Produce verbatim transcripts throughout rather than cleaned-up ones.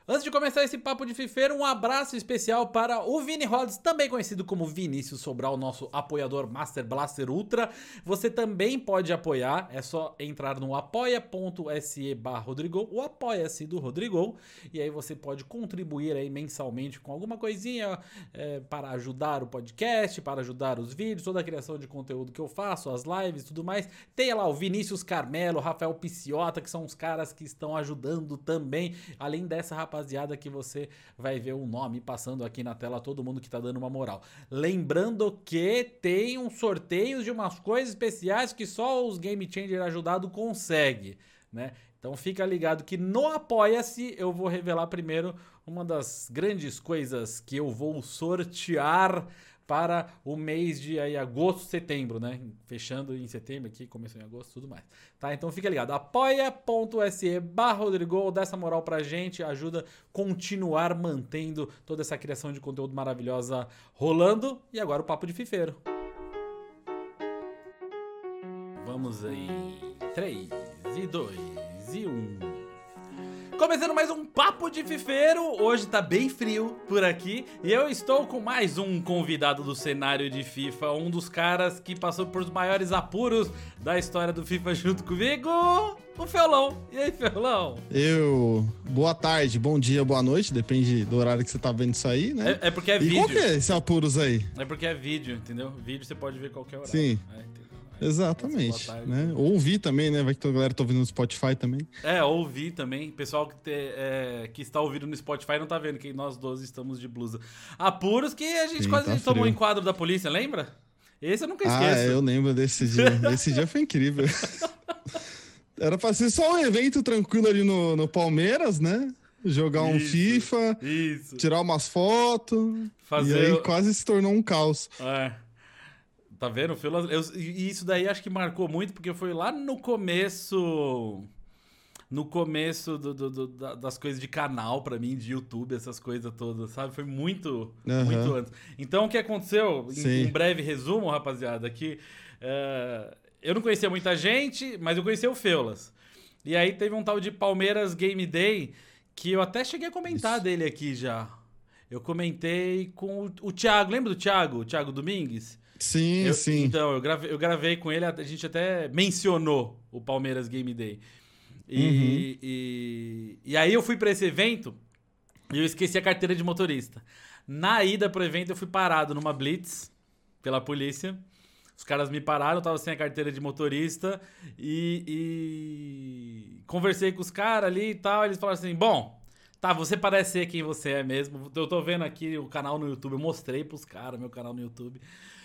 Antes de começar esse papo de fifeiro, um abraço especial para o Vini Rhodes, também conhecido como Vinícius Sobral, nosso apoiador Master Blaster Ultra. Você também pode apoiar, é só entrar no apoia.se barra Rodrigo, o apoia-se do Rodrigo, e aí você pode contribuir aí mensalmente com alguma coisinha é, para ajudar o podcast, para ajudar os vídeos, toda a criação de conteúdo que eu faço, as lives e tudo mais. Tem lá o Vinícius Carmelo, Rafael Piciota, que são os caras que estão ajudando também, além dessa rapaziada rapaziada que você vai ver o nome passando aqui na tela, todo mundo que tá dando uma moral. Lembrando que tem um sorteio de umas coisas especiais que só os Game Changer ajudado consegue, né? Então fica ligado que no Apoia-se eu vou revelar primeiro uma das grandes coisas que eu vou sortear para o mês de aí, agosto, setembro, né? Fechando em setembro aqui, começou em agosto, tudo mais. Tá? Então fica ligado. apoia.se barra Rodrigo, dá essa moral pra gente, ajuda a continuar mantendo toda essa criação de conteúdo maravilhosa rolando. E agora o papo de fifeiro. Vamos aí. três, e dois, e um... Começando mais um papo de fifeiro, hoje tá bem frio por aqui e eu estou com mais um convidado do cenário de FIFA, um dos caras que passou por os maiores apuros da história do FIFA junto comigo, o Feulão. E aí, Feulão? Eu... Boa tarde, bom dia, boa noite, depende do horário que você tá vendo isso aí, né? É, é porque é e vídeo. E qual que é esse apuros aí? É porque é vídeo, entendeu? Vídeo você pode ver qualquer horário. Sim. É, Exatamente, né? Ou ouvir também, né? Vai que a galera tá ouvindo no Spotify também. É, ouvir também. Pessoal que, te, é, que está ouvindo no Spotify não tá vendo que nós dois estamos de blusa. Apuros que a gente Sim, quase tá tomou um enquadro da polícia, lembra? Esse eu nunca esqueço. Ah, eu lembro desse dia. Esse dia foi incrível. Era pra ser só um evento tranquilo ali no, no Palmeiras, né? Jogar um isso, FIFA, isso. tirar umas fotos. Fazer... E aí quase se tornou um caos. É. Tá vendo? E isso daí acho que marcou muito, porque foi lá no começo... No começo do, do, do, das coisas de canal, pra mim, de YouTube, essas coisas todas, sabe? Foi muito, uhum. muito antes. Então, o que aconteceu? Em um breve resumo, rapaziada, que uh, eu não conhecia muita gente, mas eu conhecia o Feulas. E aí teve um tal de Palmeiras Game Day, que eu até cheguei a comentar isso. dele aqui já. Eu comentei com o, o Thiago, lembra do Thiago? O Thiago Domingues? Sim, eu, sim. Então, eu gravei, eu gravei com ele, a gente até mencionou o Palmeiras Game Day. E, uhum. e, e aí eu fui pra esse evento e eu esqueci a carteira de motorista. Na ida pro evento eu fui parado numa blitz pela polícia. Os caras me pararam, eu tava sem a carteira de motorista e, e... conversei com os caras ali e tal. Eles falaram assim, bom, tá, você parece ser quem você é mesmo. Eu tô vendo aqui o canal no YouTube, eu mostrei pros caras meu canal no YouTube.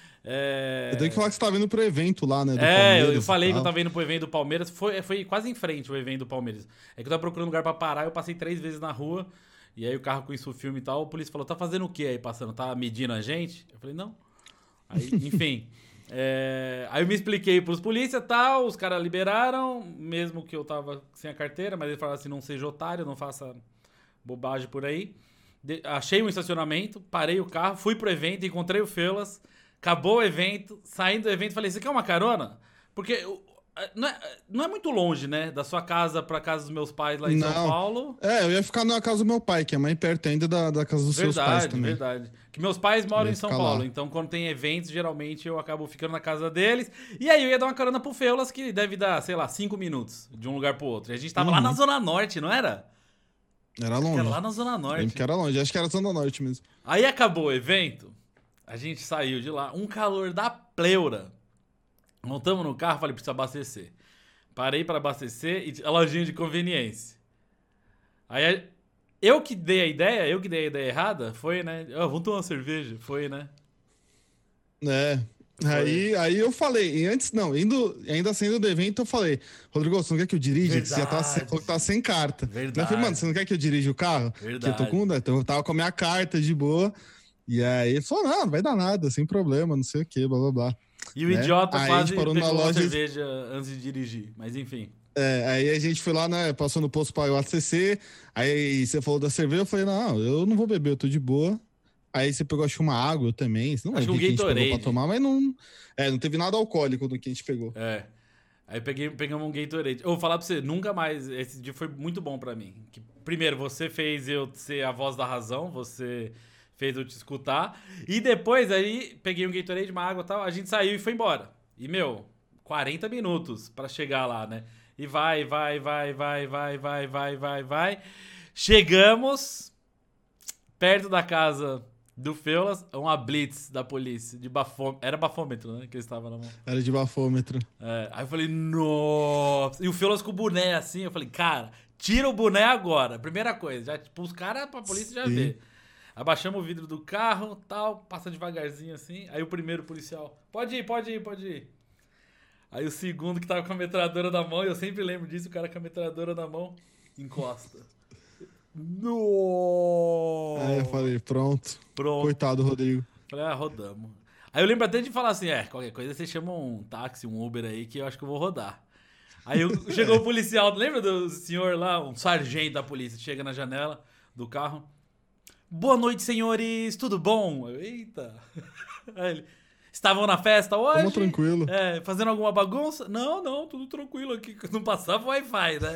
É... Eu tenho que falar que você tá vindo pro evento lá, né? Do é, Palmeiras eu falei que eu tava indo pro evento do Palmeiras. Foi, foi quase em frente o evento do Palmeiras. É que eu tava procurando lugar pra parar, eu passei três vezes na rua. E aí o carro com isso, o filme e tal, a polícia falou, tá fazendo o que aí passando? Tá medindo a gente? Eu falei, não. Aí, enfim. é... Aí eu me expliquei pros polícia e tal, os caras liberaram, mesmo que eu tava sem a carteira, mas eles falaram assim, não seja otário, não faça bobagem por aí. De... Achei um estacionamento, parei o carro, fui pro evento, encontrei o Feulas. Acabou o evento, saindo do evento, falei, você quer uma carona? Porque não é, não é muito longe, né? Da sua casa pra casa dos meus pais lá em não. São Paulo. É, eu ia ficar na casa do meu pai, que é mais perto ainda da, da casa dos verdade, seus pais também. Verdade, verdade. Que meus pais moram em São Paulo, lá. então quando tem eventos, geralmente eu acabo ficando na casa deles. E aí eu ia dar uma carona pro Feulas, que deve dar, sei lá, cinco minutos de um lugar pro outro. E a gente tava uhum. lá na Zona Norte, não era? Era longe. Era lá na Zona Norte. Lembro que era longe, acho que era Zona Norte mesmo. Aí acabou o evento. A gente saiu de lá, um calor da pleura. Montamos no carro, falei, preciso abastecer. Parei para abastecer e a lojinha de conveniência. Aí eu que dei a ideia, eu que dei a ideia errada, foi, né? Oh, vamos tomar uma cerveja, foi, né? É. Aí, aí eu falei, e antes, não, indo, ainda saindo do evento, eu falei, Rodrigo, você não quer que eu dirija? Que você já tá, tá sem carta. Verdade. Eu falei, mano, você não quer que eu dirija o carro? Verdade. Que eu tô com, então eu tava com a minha carta de boa. E aí ele falou, não, não vai dar nada, sem problema, não sei o que, blá blá blá. E o né? idiota aí quase pegou na loja... uma cerveja antes de dirigir, mas enfim. É, aí a gente foi lá, né, passou no posto para o A C C, aí você falou da cerveja, eu falei, não, eu não vou beber, eu tô de boa. Aí você pegou, acho que uma água, eu também, não acho que um que a gente Gatorade. pegou pra tomar, mas não, é, não teve nada alcoólico no que a gente pegou. É, aí peguei, pegamos um Gatorade. Eu vou falar pra você, nunca mais, esse dia foi muito bom pra mim, que primeiro, você fez eu ser a voz da razão, você fez eu te escutar. E depois aí, peguei um Gatorade, uma água e tal, a gente saiu e foi embora. E, meu, quarenta minutos pra chegar lá, né? E vai, vai, vai, vai, vai, vai, vai, vai, vai. Chegamos perto da casa do Feulas, uma blitz da polícia, de bafômetro. Era bafômetro, né? Que ele estava na mão. Era de bafômetro. É, aí eu falei, nossa. E o Feulas com o boné assim, eu falei, cara, tira o boné agora. Primeira coisa, já, tipo, os caras pra polícia já Sim. vê. Abaixamos o vidro do carro, tal, passa devagarzinho assim. Aí o primeiro policial, pode ir, pode ir, pode ir. Aí o segundo que tava com a metralhadora na mão, eu sempre lembro disso, o cara com a metralhadora na mão, encosta. Nossa! Aí eu falei, pronto. Pronto. Coitado, Rodrigo. Falei, ah, rodamos. Aí eu lembro até de falar assim, é, qualquer coisa você chama um táxi, um Uber aí que eu acho que eu vou rodar. Aí eu, chegou o policial, lembra do senhor lá, um sargento da polícia, chega na janela do carro. Boa noite, senhores, tudo bom? Eu, eita. Aí ele, estavam na festa hoje? Tamo tranquilo. É, fazendo alguma bagunça? Não, não, tudo tranquilo aqui. Não passava Wi-Fi, né?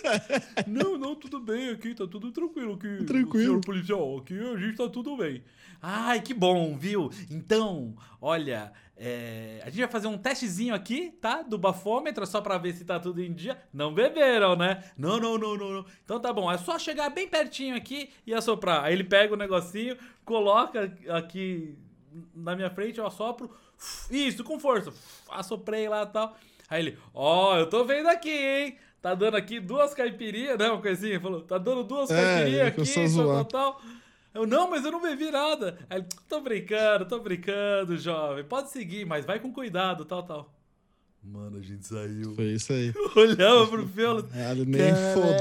Não, não, tudo bem aqui, tá tudo tranquilo aqui. Tranquilo. Senhor policial, aqui a gente tá tudo bem. Ai, que bom, viu? Então, olha, é, a gente vai fazer um testezinho aqui, tá? Do bafômetro, só pra ver se tá tudo em dia. Não beberam, né? Não, não, não, não, não. Então tá bom, é só chegar bem pertinho aqui e assoprar. Aí ele pega o negocinho, coloca aqui na minha frente, eu assopro. Isso, com força. Assoprei lá e tal. Aí ele, ó, oh, eu tô vendo aqui, hein? Tá dando aqui duas caipirinhas, né? Uma coisinha, ele falou, tá dando duas É, caipirinhas ele aqui, começou a tal, zoar. tal, tal. Eu, não, mas eu não bebi nada. Aí ele, tô brincando, tô brincando, jovem. Pode seguir, mas vai com cuidado, tal, tal. Mano, a gente saiu. Foi isso aí. Olhava pro Feulas. É, nem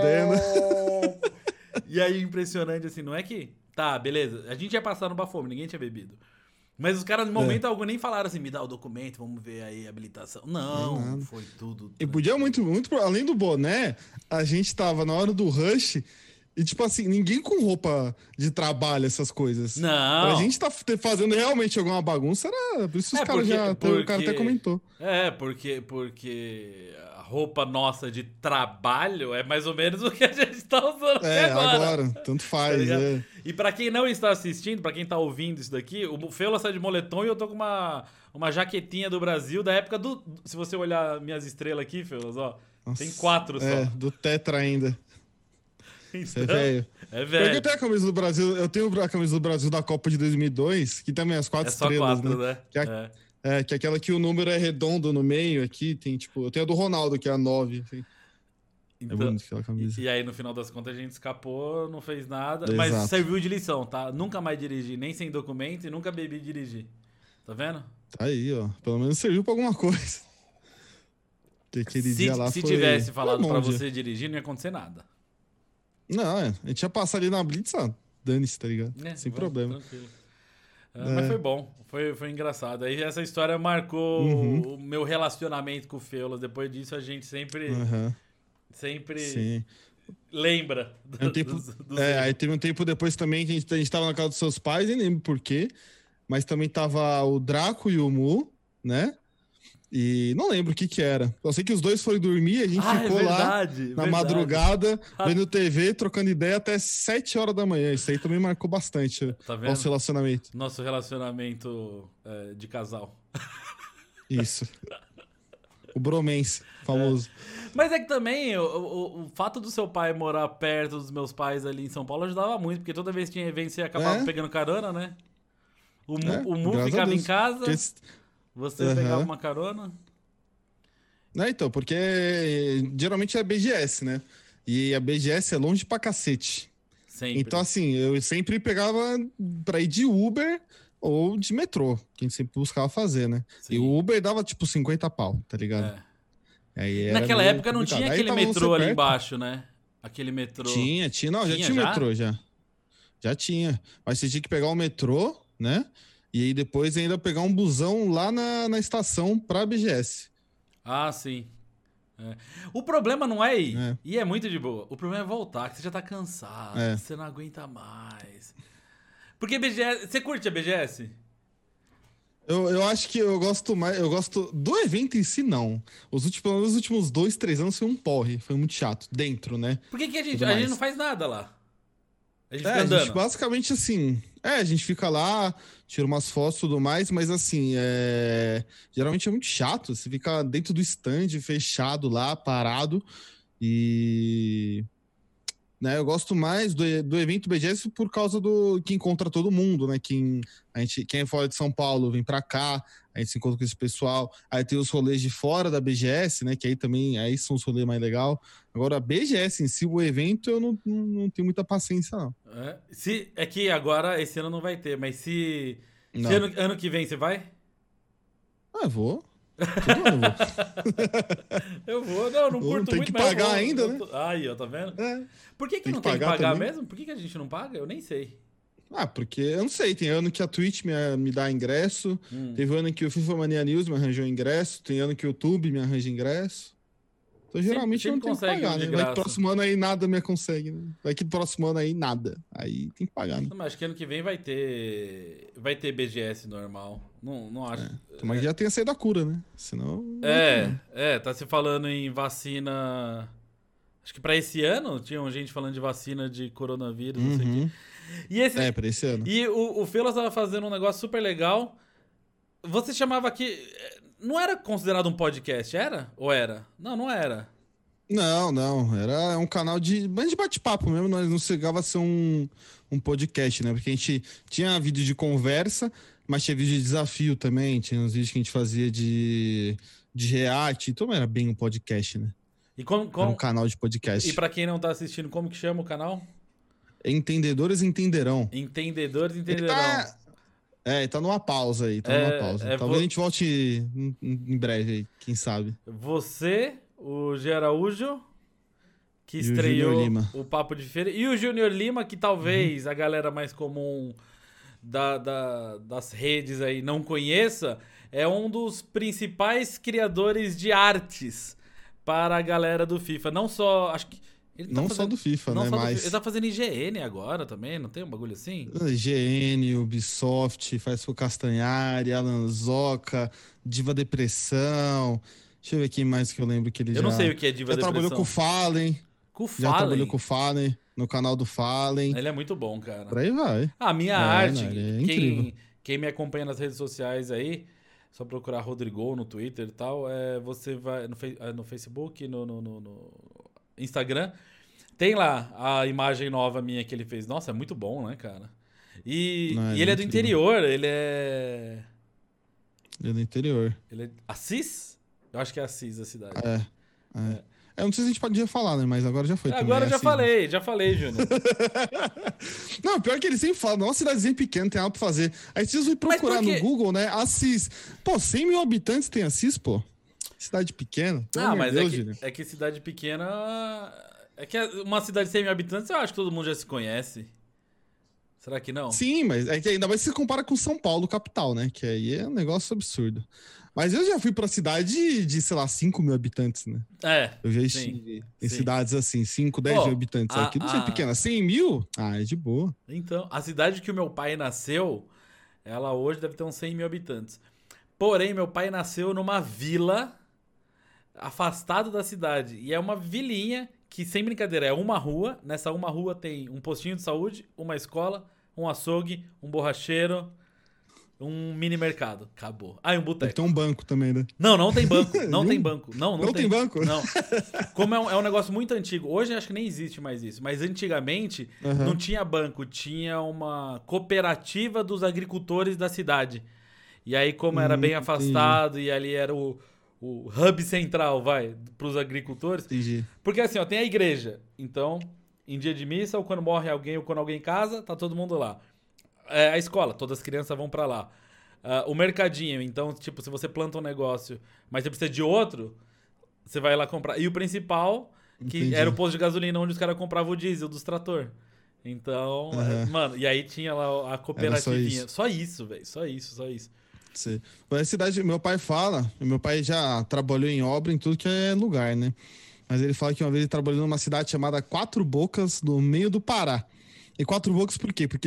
fodendo. E aí, impressionante, assim, não é que... Tá, beleza, a gente ia passar no bafômetro, ninguém tinha bebido. Mas os caras, no momento É. algum, nem falaram assim, me dá o documento, vamos ver aí a habilitação. Não, foi tudo... E podia muito, muito... Além do boné, a gente tava na hora do rush e, tipo assim, ninguém com roupa de trabalho, essas coisas. Não. Pra gente tá f- fazendo realmente alguma bagunça, era... Por isso os É, caras porque- já... até- O cara até porque- comentou. É, porque, porque a roupa nossa de trabalho é mais ou menos o que a gente tá usando É, aqui agora. agora. Tanto Tá faz, ligado? é. E pra quem não está assistindo, pra quem tá ouvindo isso daqui, o Feulas tá de moletom e eu tô com uma, uma jaquetinha do Brasil da época do... Se você olhar minhas estrelas aqui, Feulas, ó, Nossa, tem quatro É, só. do Tetra ainda. Você é Então, velho. É Porque eu velho. tenho a camisa do Brasil, eu tenho a camisa do Brasil da Copa de dois mil e dois, que também é as quatro É só estrelas, quatro, né? né? Que é, É. é, que é aquela que o número é redondo no meio aqui, tem tipo, eu tenho a do Ronaldo, que é a nove. Assim. Então, é bonito aquela camisa. E, e aí, no final das contas, a gente escapou, não fez nada. Exato. Mas serviu de lição, tá? Nunca mais dirigi, nem sem documento e nunca bebi dirigir. Tá vendo? Tá aí, ó. Pelo menos serviu pra alguma coisa. Porque aquele Se, dia lá se foi... tivesse falado foi bom pra o dia. você dirigir, não ia acontecer nada. Não, é. A gente ia passar ali na Blitz, ó. Dane-se, tá ligado? É, Sem vamos, problema. Tranquilo. Ah, É. Mas foi bom, foi, foi engraçado. Aí essa história marcou Uhum. o meu relacionamento com o Feulas. Depois disso, a gente sempre, Aham, sempre sim. lembra do, É um tempo- dos, dos É, erros. aí teve um tempo depois também que a gente, a gente tava na casa dos seus pais, nem lembro por quê. Mas também tava o Draco e o Mu, né? E não lembro o que que era. Eu sei que os dois foram dormir, a gente Ah, ficou é lá verdade, na verdade. madrugada, Ah. vendo T V, trocando ideia até sete horas da manhã. Isso aí também marcou bastante Tá o vendo? nosso relacionamento. Nosso relacionamento é, de casal. Isso. O bromance, famoso. Mas é que também o, o, o fato do seu pai morar perto dos meus pais ali em São Paulo ajudava muito, porque toda vez que tinha evento você acabava É. pegando carona, né? O Mu, É, o Mu graças a ficava em Deus. casa, Porque esse- você Aham. pegava uma carona. Né, então, porque geralmente é B G S, né? E a B G S é longe pra cacete. Sempre. Então, assim, eu sempre pegava pra ir de Uber ou de metrô, que a gente sempre buscava fazer, né? Sim. E o Uber dava tipo cinquenta pau, tá ligado? É. Aí era Naquela meio época não complicado. tinha Aí aquele tava você metrô ali perto. embaixo, né? Aquele metrô. Tinha, tinha. Não, já Tinha tinha já? metrô, já. Já tinha. Mas você tinha que pegar o metrô, né? E aí depois ainda pegar um busão lá na, na estação pra B G S. Ah, sim. É. O problema não é ir. É. Ir é muito de boa. O problema é voltar, que você já tá cansado. É. Você não aguenta mais. Porque B G S... Você curte a B G S? Eu, eu acho que eu gosto mais. Eu gosto do evento em si, não. Os últimos, pelo menos os últimos dois, três anos foi um porre. Foi muito chato. Dentro, né? Por que, que a gente. Tudo A gente mais. não faz nada lá? A gente É, fica a andando. gente basicamente assim. É, a gente fica lá, tira umas fotos e tudo mais, mas assim, é. Geralmente é muito chato. Você fica dentro do stand, fechado lá, parado. E. Né, eu gosto mais do, do evento B G S por causa do que encontra todo mundo, né? Quem, a gente, quem é fora de São Paulo vem pra cá, a gente se encontra com esse pessoal. Aí tem os rolês de fora da B G S, né? Que aí também aí são os rolês mais legais. Agora, a B G S em si, o evento, eu não, não, não tenho muita paciência, não. É, se, é que agora, esse ano não vai ter, mas se. Não. se ano, ano que vem você vai? Ah, eu vou. Todo ano eu vou. Eu vou, não, não Vou, curto tem muito, que mas eu pagar vou. ainda, Eu né? tô- Aí, ó, tá vendo? É. Por que, que Tem não que tem que pagar pagar também. mesmo? Por que, que a gente não paga? Eu nem sei. Ah, porque eu não sei, tem ano que a Twitch me, me dá ingresso, Hum. teve ano que o FIFA Mania News me arranjou ingresso, tem ano que o YouTube me arranja ingresso. Então, geralmente sempre eu não tenho que consegue pagar, um de né? Vai que graça. próximo ano aí nada me consegue, né? Vai que próximo ano aí nada. Aí tem que pagar, né? Não, mas acho que ano que vem vai ter. Vai ter B G S normal. Não, não acho. Mas já tenha saído a cura, né? Senão. não vai ter, É, não. é, tá se falando em vacina. Acho que pra esse ano tinha gente falando de vacina de coronavírus, não sei o quê. Uhum. E esse. É, pra esse ano. E o, o Felas tava fazendo um negócio super legal. Você chamava aqui. Não era considerado um podcast, era? Ou era? Não, não era. Não, não. Era um canal de, mas de bate-papo mesmo. Nós não chegava a ser um, um podcast, né? Porque a gente tinha vídeo de conversa, mas tinha vídeo de desafio também. Tinha uns vídeos que a gente fazia de, de react. Então era bem um podcast, né? E como, Era como- um canal de podcast. e pra quem não tá assistindo, como que chama o canal? Entendedores entenderão. Entendedores Ele entenderão. tá... É, ele tá numa pausa aí, tá É, numa pausa. é Talvez vo- a gente volte em, em breve aí, quem sabe. Você, o G. Araújo, que E o estreou Júnior Lima. o Papo de Feira. E o Júnior Lima, que talvez a galera mais comum da, da- das redes aí não conheça, é um dos principais criadores de artes para a galera do FIFA. Não só, acho que... Ele tá Não só fazendo- do FIFA, não né? só do Mas FIFA. Ele tá fazendo I G N agora também, não tem um bagulho assim? G N, Ubisoft, faz com Castanhari, Alan Zoca, Diva Depressão. Deixa eu ver quem mais que eu lembro que ele Eu já... não sei o que é Diva Já Depressão. trabalhou com o Fallen. Com o Já trabalhou Fallen. com o Fallen, no canal do Fallen. Ele é muito bom, cara. Por aí vai. A minha É, arte, não, ele é quem, incrível. quem me acompanha nas redes sociais aí, só procurar Rodrigo no Twitter e tal, é, você vai no, Fe- é, no Facebook, no, no- no- no Instagram, tem lá a imagem nova minha que ele fez. Nossa, é muito bom, né, cara? E, Não, e ele ele é é do incrível. interior, ele é... Ele é do interior. Ele é Assis? Eu acho que é Assis a cidade. É. é. Eu não sei se a gente podia falar, né? Mas agora já foi também. Agora é já assim, falei, já falei, Júnior. Não, pior que ele sempre fala, nossa, cidadezinha pequena, tem algo pra fazer. Aí vocês vão procurar por quê? no Google, né? Assis. Pô, cem mil habitantes tem Assis, pô. Cidade pequena. Pelo Ah, amor mas de Deus, é, Júnior. que, é que cidade pequena... É que uma cidade de cem mil habitantes, eu acho que todo mundo já se conhece. Será que não? Sim, mas é que ainda mais se compara com São Paulo, capital, né? Que aí é um negócio absurdo. Mas eu já fui pra cidade de, de, sei lá, cinco mil habitantes, né? É. Eu já Sim, estive em sim. cidades assim, cinco, dez Pô, mil habitantes. a- Aqui não a- é pequena. cem mil? Ah, é de boa. Então, a cidade que o meu pai nasceu, ela hoje deve ter uns cem mil habitantes. Porém, meu pai nasceu numa vila afastado da cidade. E é uma vilinha que, sem brincadeira, é uma rua. Nessa uma rua tem um postinho de saúde, uma escola, um açougue, um borracheiro, um mini mercado. Acabou. Ah, e um Deve boteco. ter um banco também, né? Não, não tem banco. Não tem Não? banco. Não, não, Não tem banco? Não. Como é um, é um negócio muito antigo. Hoje acho que nem existe mais isso. Mas antigamente Aham. não tinha banco. Tinha uma cooperativa dos agricultores da cidade. E aí, como era Hum, bem afastado e ali era o, o hub central, vai, pros agricultores. Entendi. Porque assim, ó, tem a igreja. Então, em dia de missa, ou quando morre alguém, ou quando alguém casa, tá todo mundo lá. É, a escola, todas as crianças vão pra lá. Ah, o mercadinho, então, tipo, se você planta um negócio, mas você precisa de outro, você vai lá comprar. E o principal, que Entendi. era o posto de gasolina onde os caras compravam o diesel dos trator. Então, Aham. é, mano, e aí tinha lá a Era cooperativinha. só Só isso, velho, só isso, só isso. Sei. Mas a cidade, meu pai fala, meu pai já trabalhou em obra em tudo que é lugar, né? Mas ele fala que uma vez ele trabalhou numa cidade chamada Quatro Bocas, no meio do Pará. E Quatro Bocas por quê? Porque tem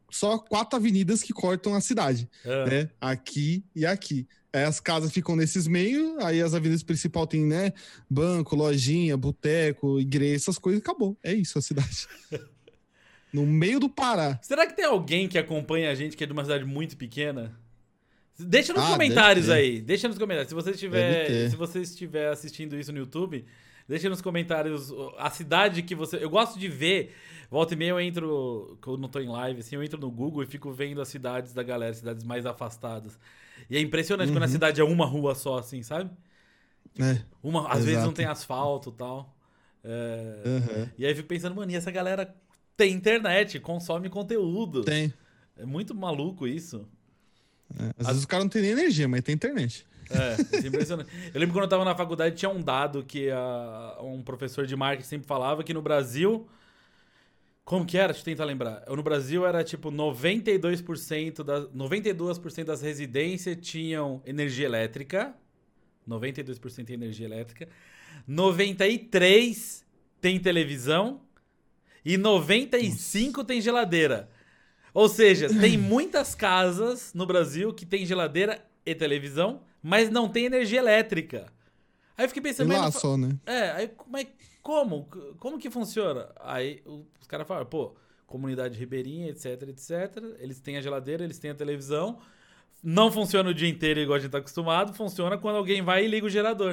só quatro avenidas que cortam a cidade, É. né? Aqui e aqui. Aí as casas ficam nesses meios, aí as avenidas principais tem, né? Banco, lojinha, boteco, igreja, essas coisas, acabou. É isso a cidade. No meio do Pará. Será que tem alguém que acompanha a gente que é de uma cidade muito pequena? Deixa nos Ah, comentários deve ter. aí. Deixa nos comentários. Se você Deve estiver, ter. se você estiver assistindo isso no YouTube, deixa nos comentários a cidade que você. Eu gosto de ver. Volta e meia eu entro, quando eu não tô em live, assim, eu entro no Google e fico vendo as cidades da galera, cidades mais afastadas. E é impressionante quando a Uhum. cidade é uma rua só, assim, sabe? É. Uma, às vezes não Exato. tem asfalto e tal. É, Uhum. E aí eu fico pensando, mano, e essa galera tem internet, consome conteúdo. Tem. É muito maluco isso. É. Às vezes o cara não tem nem energia, mas tem internet. É, isso é impressionante. Eu lembro quando eu tava na faculdade, tinha um dado que a- um professor de marketing sempre falava que no Brasil. Como que era? Deixa eu tentar lembrar. No Brasil era tipo noventa e dois por cento das, noventa e dois por cento das residências tinham energia elétrica. noventa e dois por cento tem energia elétrica. noventa e três por cento tem televisão. E noventa e cinco por cento tem geladeira. Ou seja, tem muitas casas no Brasil que tem geladeira e televisão, mas não tem energia elétrica. Aí eu fiquei E pensando, mas lá não- só, né? é, aí mas como? Como que funciona? Aí os caras falaram, pô, comunidade ribeirinha, etc, etcétera. Eles têm a geladeira, eles têm a televisão. Não funciona o dia inteiro igual a gente tá acostumado, funciona quando alguém vai e liga o gerador.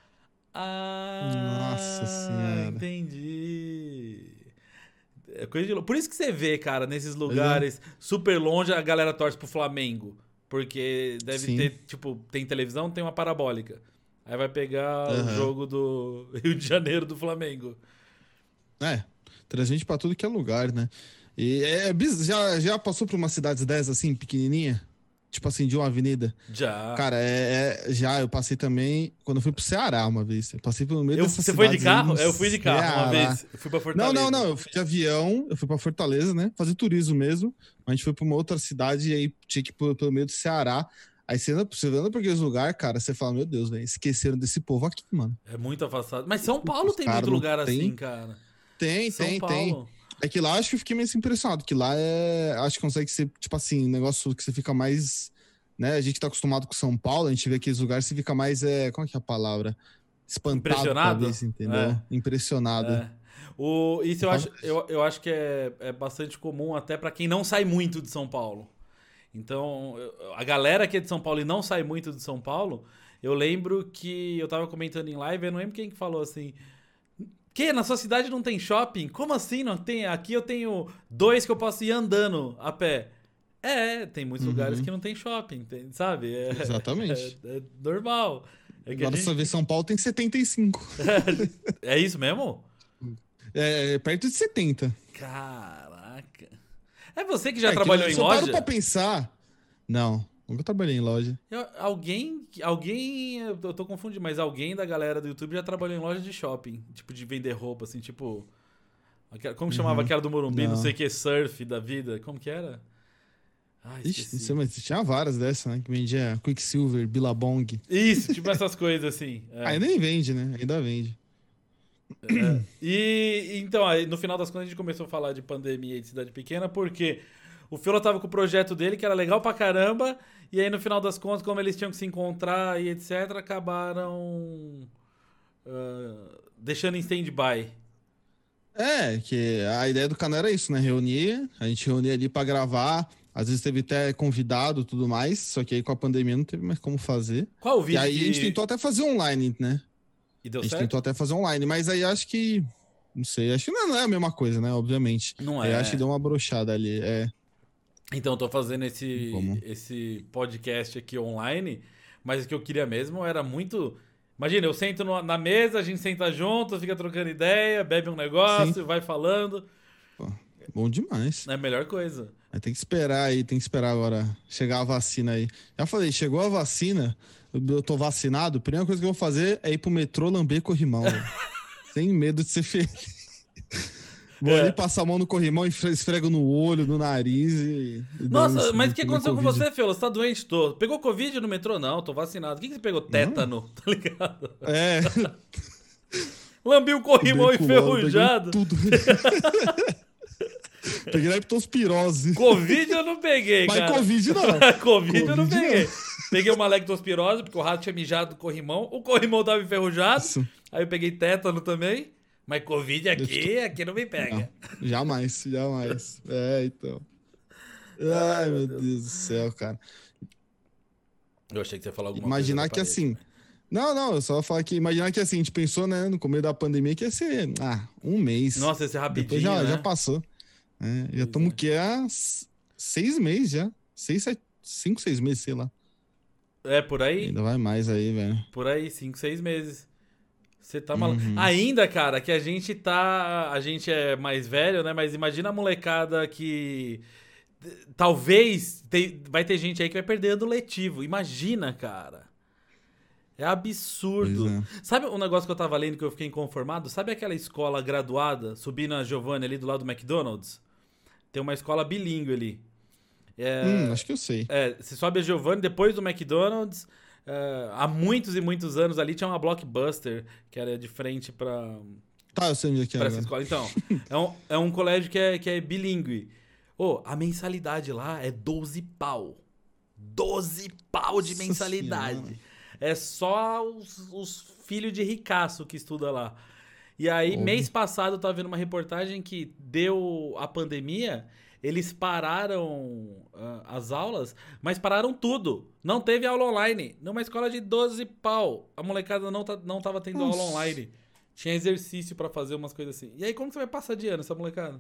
Ah, Nossa Senhora. entendi. É coisa de louco. Por isso que você vê, cara, nesses lugares super longe, a galera torce pro Flamengo. Porque deve Sim. ter, tipo, tem televisão, tem uma parabólica. Aí vai pegar o Aham. jogo do Rio de Janeiro do Flamengo. É, traz gente pra tudo que é lugar, né? E é, é biz- já, já passou por umas cidades dessas assim, pequenininha? Tipo assim, de uma avenida? Já. Cara, é, é- já eu passei também quando eu fui pro Ceará uma vez. Eu passei pelo meio Eu- dessas você foi de cidades aí carro? no Eu fui de carro uma Ceará. vez. Eu fui pra Não, Fortaleza. não, não. Eu fui de avião, eu fui pra Fortaleza, né? Fazer turismo mesmo. A gente foi pra uma outra cidade e aí tinha que ir pelo, pelo meio do Ceará. Aí você anda, você anda por aqueles lugares, cara, você fala, meu Deus, velho, esqueceram desse povo aqui, mano. É muito afastado. Mas São Paulo Os tem cara muito não lugar tem- assim, cara. Tem, São tem, Paulo. tem. É que lá acho que eu fiquei meio impressionado, que lá é. Acho que consegue ser, tipo assim, um negócio que você fica mais. Né? A gente tá acostumado com São Paulo, a gente vê aqueles lugares, você fica mais. É, como é que é a palavra? Espantado, Impressionado? talvez, entendeu? É. Impressionado. É. O, isso eu Fala- acho, eu, eu acho que é, é bastante comum até pra quem não sai muito de São Paulo. Então, eu- a galera que é de São Paulo e não sai muito de São Paulo, eu lembro que eu tava comentando em live, eu não lembro quem que falou assim. Que? Na sua cidade não tem shopping? Como assim não tem? Aqui eu tenho dois que eu posso ir andando a pé. É, tem muitos Uhum. lugares que não tem shopping, tem- sabe? É, Exatamente. é, é normal. É, que a Agora gente- você vê São Paulo tem setenta e cinco. é isso mesmo? É, perto de setenta. Caraca. É você que já É, que trabalhou eu em só loja? paro pra pensar. Não, nunca trabalhei em loja. Eu- alguém, alguém, eu tô, eu tô confundindo, mas alguém da galera do YouTube já trabalhou em loja de shopping, tipo de vender roupa, assim, tipo, aquela- como que chamava Uhum. aquela do Morumbi, não. Não. sei o que, surf da vida, como que era? Ai, Ixi, esqueci. isso, mas tinha várias dessas, né? Que vendia Quicksilver, Billabong. Isso, tipo essas coisas assim. é. Ainda nem vende, né? Ainda vende. E então, aí, no final das contas, a gente começou a falar de pandemia e de cidade pequena, porque o Fiola tava com o projeto dele, que era legal pra caramba, e aí no final das contas, como eles tinham que se encontrar e etcétera, acabaram ah, deixando em stand-by. É, que a ideia do canal era isso, né? Reunir, a gente reunia ali pra gravar. Às vezes teve até convidado e tudo mais, só que aí com a pandemia não teve mais como fazer. Qual o E vídeo aí que... a gente tentou até fazer online, né? E deu A gente certo? tentou até fazer online, mas aí acho que. Não sei, acho que não é a mesma coisa, né? Obviamente. Não Aí é. acho que deu uma brochada ali. É. Então, eu tô fazendo esse, Como? esse podcast aqui online, mas o que eu queria mesmo era muito... Imagina, eu sento no- na mesa, a gente senta junto, fica trocando ideia, bebe um negócio, vai falando. Bom demais. É a melhor coisa. Aí tem que esperar aí, tem que esperar agora chegar a vacina aí. Já falei, chegou a vacina, eu eu tô vacinado, a primeira coisa que eu vou fazer é ir pro metrô lamber corrimão. velho. Sem medo de ser feliz. Vou É. ali passar a mão no corrimão e esfre- esfrego no olho, no nariz e. e Nossa, dane-se, mas não o que tem aconteceu com Covid. você, Fiola? Você tá doente? Tô. Pegou Covid no metrô? Não, tô vacinado. O que, que você pegou? Tétano, tá ligado? É, Lambi o corrimão tuberculose, enferrujado. pegou tudo. Peguei leptospirose. Covid eu não peguei, Mas cara. Covid não. Covid, Covid eu não Covid peguei. não. Peguei uma leptospirose, porque o rato tinha mijado do corrimão. O corrimão tava enferrujado. Isso. Aí eu peguei tétano também. Mas Covid aqui, aqui não me pega. Não, jamais, jamais. É, então. Ai, meu Deus do céu, cara. Eu achei que você ia falar alguma Imaginar coisa. que assim... Não, não, eu só ia falar que imaginar que assim, a gente pensou, né, no começo da pandemia que ia ser, ah, um mês. Nossa, esse é rapidinho, Depois já, né? já passou. É, já estamos é. o quê? Há seis meses já. Seis, sete, cinco, seis meses, sei lá. É, por aí? Ainda vai mais aí, velho. Por aí, cinco, seis meses. Você tá maluco. Uhum. Ainda, cara, que a gente tá... A gente é mais velho, né? Mas imagina a molecada que... Talvez... Tem, vai ter gente aí que vai perder ano letivo. Imagina, cara. É absurdo. É. Sabe um negócio que eu tava lendo que eu fiquei inconformado? Sabe aquela escola graduada, subindo a Giovanni ali do lado do McDonald's? Tem uma escola bilíngue ali. É, Hum, acho que eu sei. é, você sobe a Giovanni depois do McDonald's. É, há muitos e muitos anos ali tinha uma Blockbuster, que era de frente pra, Tá, eu sei onde é que é pra essa agora. escola. Então, é um, é um colégio que é, que é bilíngue. Ô, a mensalidade lá é doze pau. doze pau de Nossa mensalidade. Senhora. É só os, os filhos de ricaço que estuda lá. E aí, Óbvio. mês passado, eu tava vendo uma reportagem que deu a pandemia, eles pararam uh, as aulas, mas pararam tudo. Não teve aula online. Numa escola de doze pau. A molecada não, tá, não tava tendo Nossa. aula online. Tinha exercício pra fazer umas coisas assim. E aí, como que você vai passar de ano, essa molecada?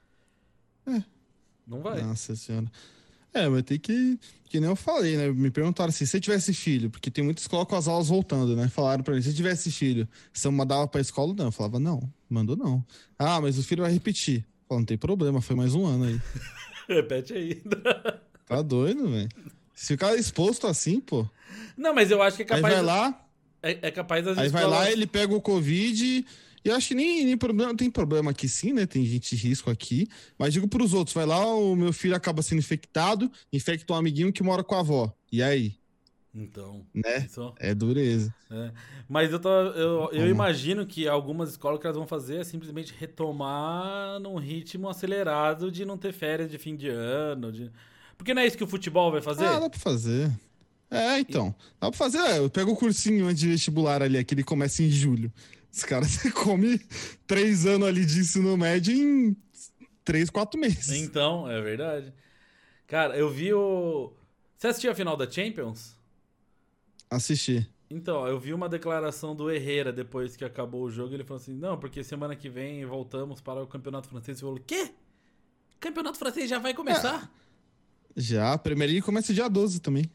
É. Não vai. Nossa senhora. É, mas tem que... Que nem eu falei, né? Me perguntaram assim, se você tivesse filho, porque tem muitos que colocam as aulas voltando, né? Falaram pra mim, se você tivesse filho, você mandava pra escola? Não. Eu falava, não, mandou não. Ah, mas o filho vai repetir. Eu falava, não tem problema, foi mais um ano aí. Repete aí. Tá doido, velho? Se ficar exposto assim, pô... Não, mas eu acho que é Aí capaz... vai lá, É, é capaz das aí vai escolas... lá, ele pega o Covid... E eu acho que nem, nem problema, tem problema aqui sim, né? Tem gente de risco aqui. Mas digo pros outros, vai lá, o meu filho acaba sendo infectado, infecta um amiguinho que mora com a avó. E aí? Então, Né? isso... É dureza. É. Mas eu, tô, eu, eu Como? imagino que algumas escolas que elas vão fazer é simplesmente retomar num ritmo acelerado de não ter férias de fim de ano. De... Porque não é isso que o futebol vai fazer? Ah, dá pra fazer. É, então. Dá pra fazer. É, eu pego o cursinho antes de vestibular ali, aquele começa em julho. Os caras, você come três anos ali de ensino médio em três, quatro meses. Então, é verdade. Cara, eu vi o... Você assistiu a final da Champions? Assistir. Então, eu vi uma declaração do Herrera depois que acabou o jogo. Ele falou assim, não, porque semana que vem voltamos para o campeonato francês. Eu falei, quê? O campeonato francês já vai começar? É, já, a Premier League começa dia doze também.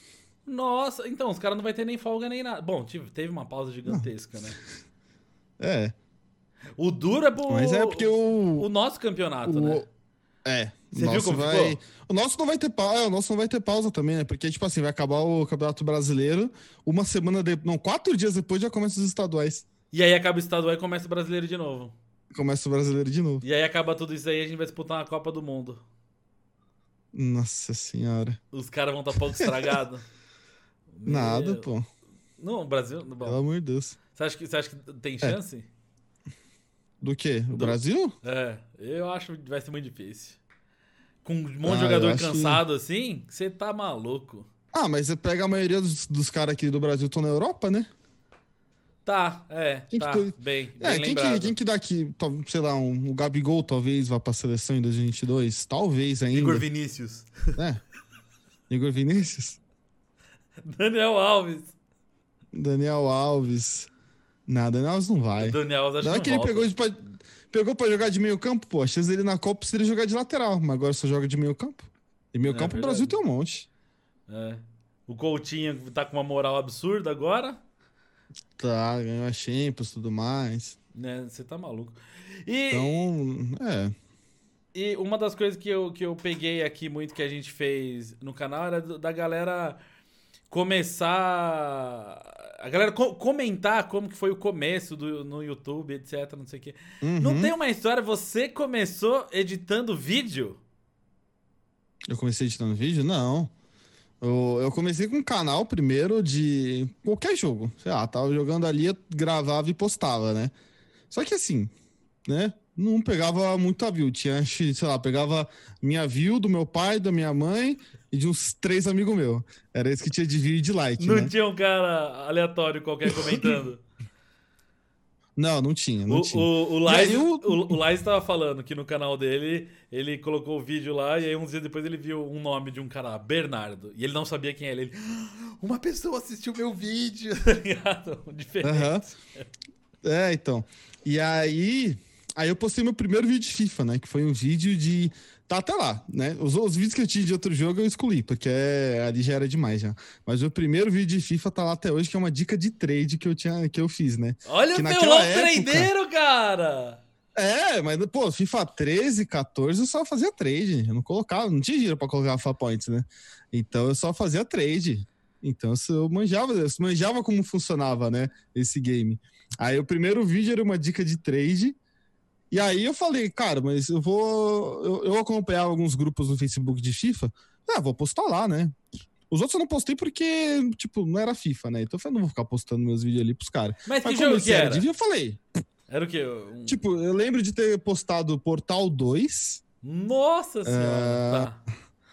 Nossa, então, os caras não vai ter nem folga nem nada. Bom, tive, teve uma pausa gigantesca, né? É. O duro é pro... Mas é porque o... o nosso campeonato, o, né? É. Você o viu como vai... ficou? O nosso não vai ter pausa. É, o nosso não vai ter pausa também, né? Porque, tipo assim, vai acabar o Campeonato Brasileiro, uma semana depois. Não, quatro dias depois já começa os estaduais. E aí acaba o estadual e começa o brasileiro de novo. Começa o brasileiro de novo. E aí acaba tudo isso aí e a gente vai disputar uma Copa do Mundo. Nossa senhora. Os caras vão estar pouco estragados. Nada, Meu... pô. Não, o Brasil... Bom, Pelo amor de Deus. você, acha que, você acha que tem chance? Do quê? O Do- Brasil? É, eu acho que vai ser muito difícil. Com um monte Ah, de eu jogador acho que- cansado assim, você tá maluco. Ah, mas você pega a maioria dos, dos caras aqui do Brasil estão na Europa, né? Tá, é, Quem que tá, tu- bem, bem É, quem lembrado. que, quem que dá aqui, tal- sei lá, um, o Gabigol talvez vá pra seleção em dois mil e vinte e dois? Talvez ainda. Igor Vinícius. É. Igor Vinícius? Daniel Alves. Daniel Alves. Não, Daniel Alves não vai. Daniel Alves acho Não é que que não ele volta. pegou, de, pra, pegou pra jogar de meio campo, pô. A chance dele na Copa seria jogar de lateral, mas agora só joga de meio campo. E meio É campo o verdade. Brasil tem um monte. É. O Coutinho tá com uma moral absurda agora, Tá, ganhou a Champions e tudo mais. né? Você tá maluco. E, Então, é. e uma das coisas que eu, que eu peguei aqui muito que a gente fez no canal era do- da galera começar... A galera co- comentar como que foi o começo do, no YouTube, etc, não sei o quê. Uhum. Não tem uma história, você começou editando vídeo? Eu comecei editando vídeo? Não. Eu, eu comecei com um canal primeiro de qualquer jogo. Sei lá, tava jogando ali, eu gravava e postava, né? Só que assim, né? Não pegava muita view. Tinha, sei lá, pegava minha view, do meu pai, da minha mãe e de uns três amigos meus. Era esse que tinha de view e de like, Não né? tinha um cara aleatório qualquer comentando. Não, não tinha, não o, tinha. O, o Lais eu... o, o Lais tava falando que no canal dele, ele colocou o vídeo lá e aí uns dias depois ele viu um nome de um cara, Bernardo. E ele não sabia quem era. Ele, ah, uma pessoa assistiu meu vídeo, tá ligado? Diferente. Uhum. É, então. E aí... Aí eu postei meu primeiro vídeo de FIFA, né? Que foi um vídeo de... Tá até lá, né? Os, os vídeos que eu tinha de outro jogo eu excluí, porque é, ali já era demais já. Mas o primeiro vídeo de FIFA tá lá até hoje, que é uma dica de trade que eu, tinha, que eu fiz, né? Olha que o meu tradeiro, cara! É, mas, pô, FIFA treze, quatorze eu só fazia trade. Eu não colocava, não tinha dinheiro pra colocar alpha points, né? Então eu só fazia trade. Então eu manjava, eu manjava como funcionava, né? Esse game. Aí o primeiro vídeo era uma dica de trade. E aí eu falei, cara, mas eu vou... Eu, eu acompanhava alguns grupos no Facebook de FIFA. Ah, vou postar lá, né? Os outros eu não postei porque, tipo, não era FIFA, né? Então eu falei, não vou ficar postando meus vídeos ali pros caras. Mas que jogo que era? Eu falei... Era o quê? Um... Tipo, eu lembro de ter postado Portal dois. Nossa senhora! Uh... Tá.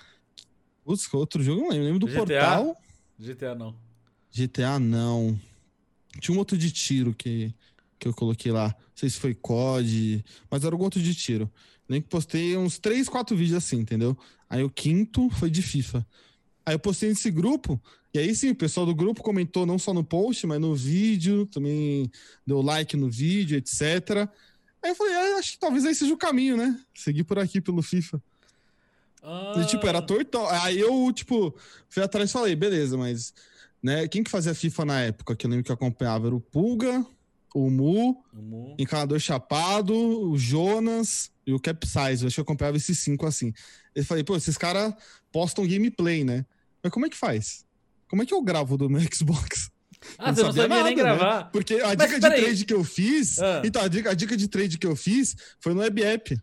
Putz, outro jogo eu não lembro. Eu lembro do G T A? Portal. G T A não. G T A não. Tinha um outro de tiro que... que eu coloquei lá. Não sei se foi C O D, mas era algum outro de tiro. Nem que postei uns três, quatro vídeos assim, entendeu? Aí o quinto foi de FIFA. Aí eu postei nesse grupo, e aí sim, o pessoal do grupo comentou não só no post, mas no vídeo, também deu like no vídeo, etcétera. Aí eu falei, ah, acho que talvez aí seja o caminho, né? Seguir por aqui pelo FIFA. Ah. E, tipo, era tortão. Aí eu, tipo, fui atrás e falei, beleza, mas... né, quem que fazia FIFA na época, que eu lembro que eu acompanhava, era o Pulga... O Mu, o Mu, Encanador Chapado, o Jonas e o Capsize. Eu acho que eu acompanhava esses cinco assim. Eu falei, pô, esses caras postam gameplay, né? Mas como é que faz? Como é que eu gravo do meu Xbox? Ah, você não sabia nada, nem gravar. Né? Porque a Mas dica de trade que eu fiz... Ah. Então, a dica, a dica de trade que eu fiz foi no Web App.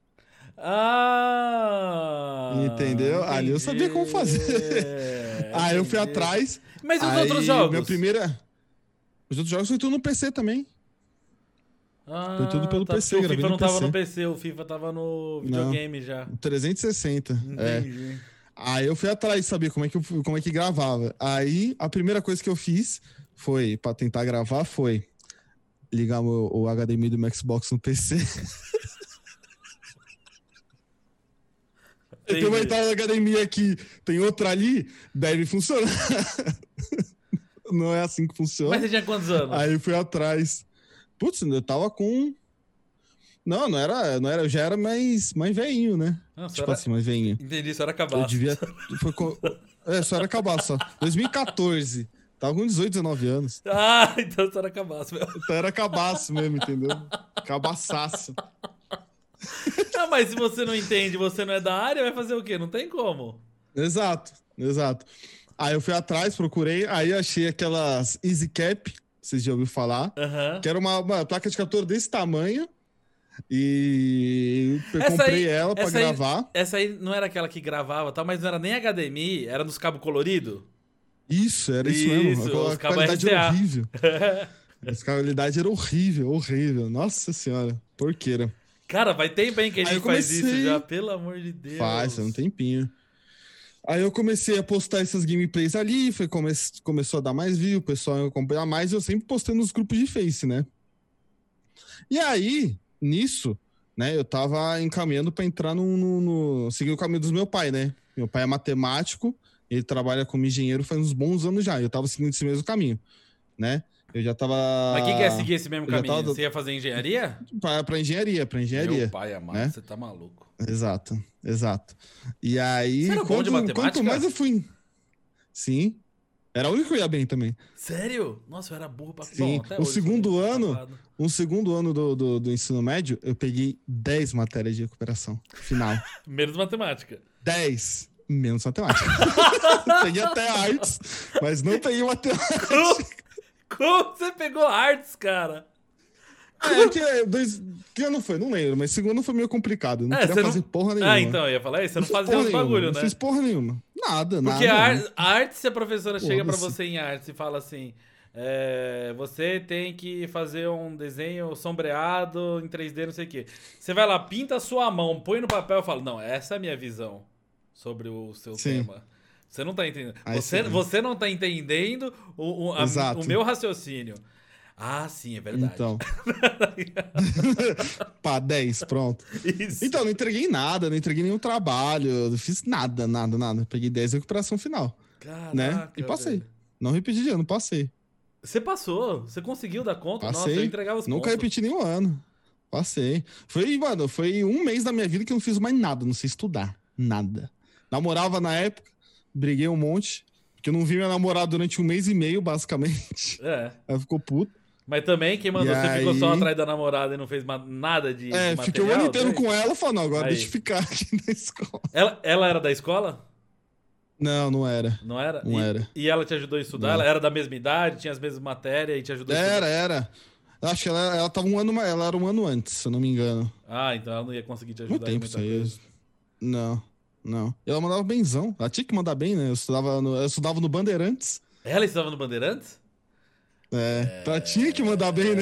Ah! Entendeu? Entendi. Ali eu sabia como fazer. Aí eu fui atrás. Mas e os outros jogos? Minha primeira... Os outros jogos foi tudo no P C também. Ah, foi tudo pelo tá, P C. O FIFA não P C. tava no P C, o FIFA tava no videogame não, já. trezentos e sessenta. Entendi. É. Aí eu fui atrás de saber como é, que eu, como é que gravava. Aí a primeira coisa que eu fiz foi, pra tentar gravar, foi ligar o, o H D M I do meu Xbox no P C. Tem uma entrada H D M I aqui, tem outra ali, deve funcionar. Não é assim que funciona. Mas você tinha quantos anos? Aí eu fui atrás. Putz, eu tava com... Não, não era, não era, eu já era mais, mais velhinho, né? Não, tipo era... assim, mais velhinho. Entendi, só era cabaço. Eu devia... Foi com... É, só era cabaço, só. dois mil e quatorze. Tava com dezoito, dezenove anos. Ah, então só era cabaço mesmo. Então era cabaço mesmo, entendeu? Cabaçaço. Ah, mas se você não entende, você não é da área, vai fazer o quê? Não tem como. Exato, exato. Aí eu fui atrás, procurei, aí achei aquelas Easy Cap, vocês já ouviram falar, uhum. que era uma, uma placa de captura desse tamanho, e eu essa comprei aí, ela pra essa gravar. Aí, essa aí não era aquela que gravava, tá? Mas não era nem H D M I, era nos cabos coloridos? Isso, era isso, isso mesmo. A, a qualidade era horrível. A qualidade era horrível, horrível. Nossa senhora, porqueira. Cara, vai tempo, hein, que a gente comecei... faz isso já, pelo amor de Deus. Faz, é um tempinho. Aí eu comecei a postar essas gameplays ali, foi, come... começou a dar mais view, o pessoal acompanhar mais, e eu sempre postando nos grupos de Face, né? E aí, nisso, né, eu tava encaminhando pra entrar no, no, no... seguir o caminho do meu pai, né? Meu pai é matemático, ele trabalha como engenheiro faz uns bons anos já, eu tava seguindo esse mesmo caminho, né? Eu já tava... Mas o que, que é seguir esse mesmo caminho? Tava... Você ia fazer engenharia? Pra, pra engenharia, pra engenharia. Meu pai amado, né? Você tá maluco. Exato, exato. E aí... Você era quanto, bom de matemática? Quanto mais eu fui... Sim. Era o único que eu ia bem também. Sério? Nossa, eu era burro pra... Sim. Bom, até o hoje segundo ano... Um segundo ano do, do, do ensino médio, eu peguei dez matérias de recuperação. Final. Menos matemática. dez. Menos matemática. Peguei até artes, mas não peguei matemática. Como, como você pegou artes, cara? É, que, dois, que ano foi? Não lembro, mas segundo ano foi meio complicado. Não é, queria fazer não... porra nenhuma. Ah, então, eu ia falar isso. Você não, não fazia os bagulho, né? Não fiz porra nenhuma. Nada, Porque nada. Porque a arte, se a professora Pô, chega pra você em artes e fala assim... É, você tem que fazer um desenho sombreado em três D, não sei o quê. Você vai lá, pinta a sua mão, põe no papel e fala, não, essa é a minha visão sobre o seu Sim. tema. Você não tá entendendo. Aí Você, sim. você não tá entendendo o, o, a- Exato. o meu raciocínio. Ah, sim, é verdade. Então. Pá, dez, pronto. Isso. Então, não entreguei nada, não entreguei nenhum trabalho, não fiz nada, nada, nada. Peguei dez em recuperação final, Caraca, né? E passei. velho. Não repeti de ano, passei. Você passou, você conseguiu dar conta? Nossa, eu Passei. entregava os Nunca pontos. repeti nenhum ano. Passei. Foi, mano, foi um mês da minha vida que eu não fiz mais nada, não sei estudar. Nada. Namorava na época, briguei um monte, porque eu não vi minha namorada durante um mês e meio, basicamente. É. Ela ficou puta. Mas também, quem mandou, E você ficou aí- só atrás da namorada e não fez ma- nada de, É, de fiquei o ano material, inteiro né? com ela, falando, não, agora Aí. deixa eu ficar aqui na escola. Ela, ela era da escola? Não, não era. Não era? Não e, era. E ela te ajudou a estudar? Não. Ela era da mesma idade, tinha as mesmas matérias e te ajudou a estudar? Era, era. Acho que ela, ela tava um ano, ma- ela era um ano antes, se eu não me engano. Ah, então ela não ia conseguir te ajudar Muito em tempo muita isso aí. coisa. Não, não. E ela mandava benzão. Ela tinha que mandar bem, né? Eu estudava no, eu estudava no Bandeirantes. Ela estava no Bandeirantes? É, ela tinha que mandar bem, né?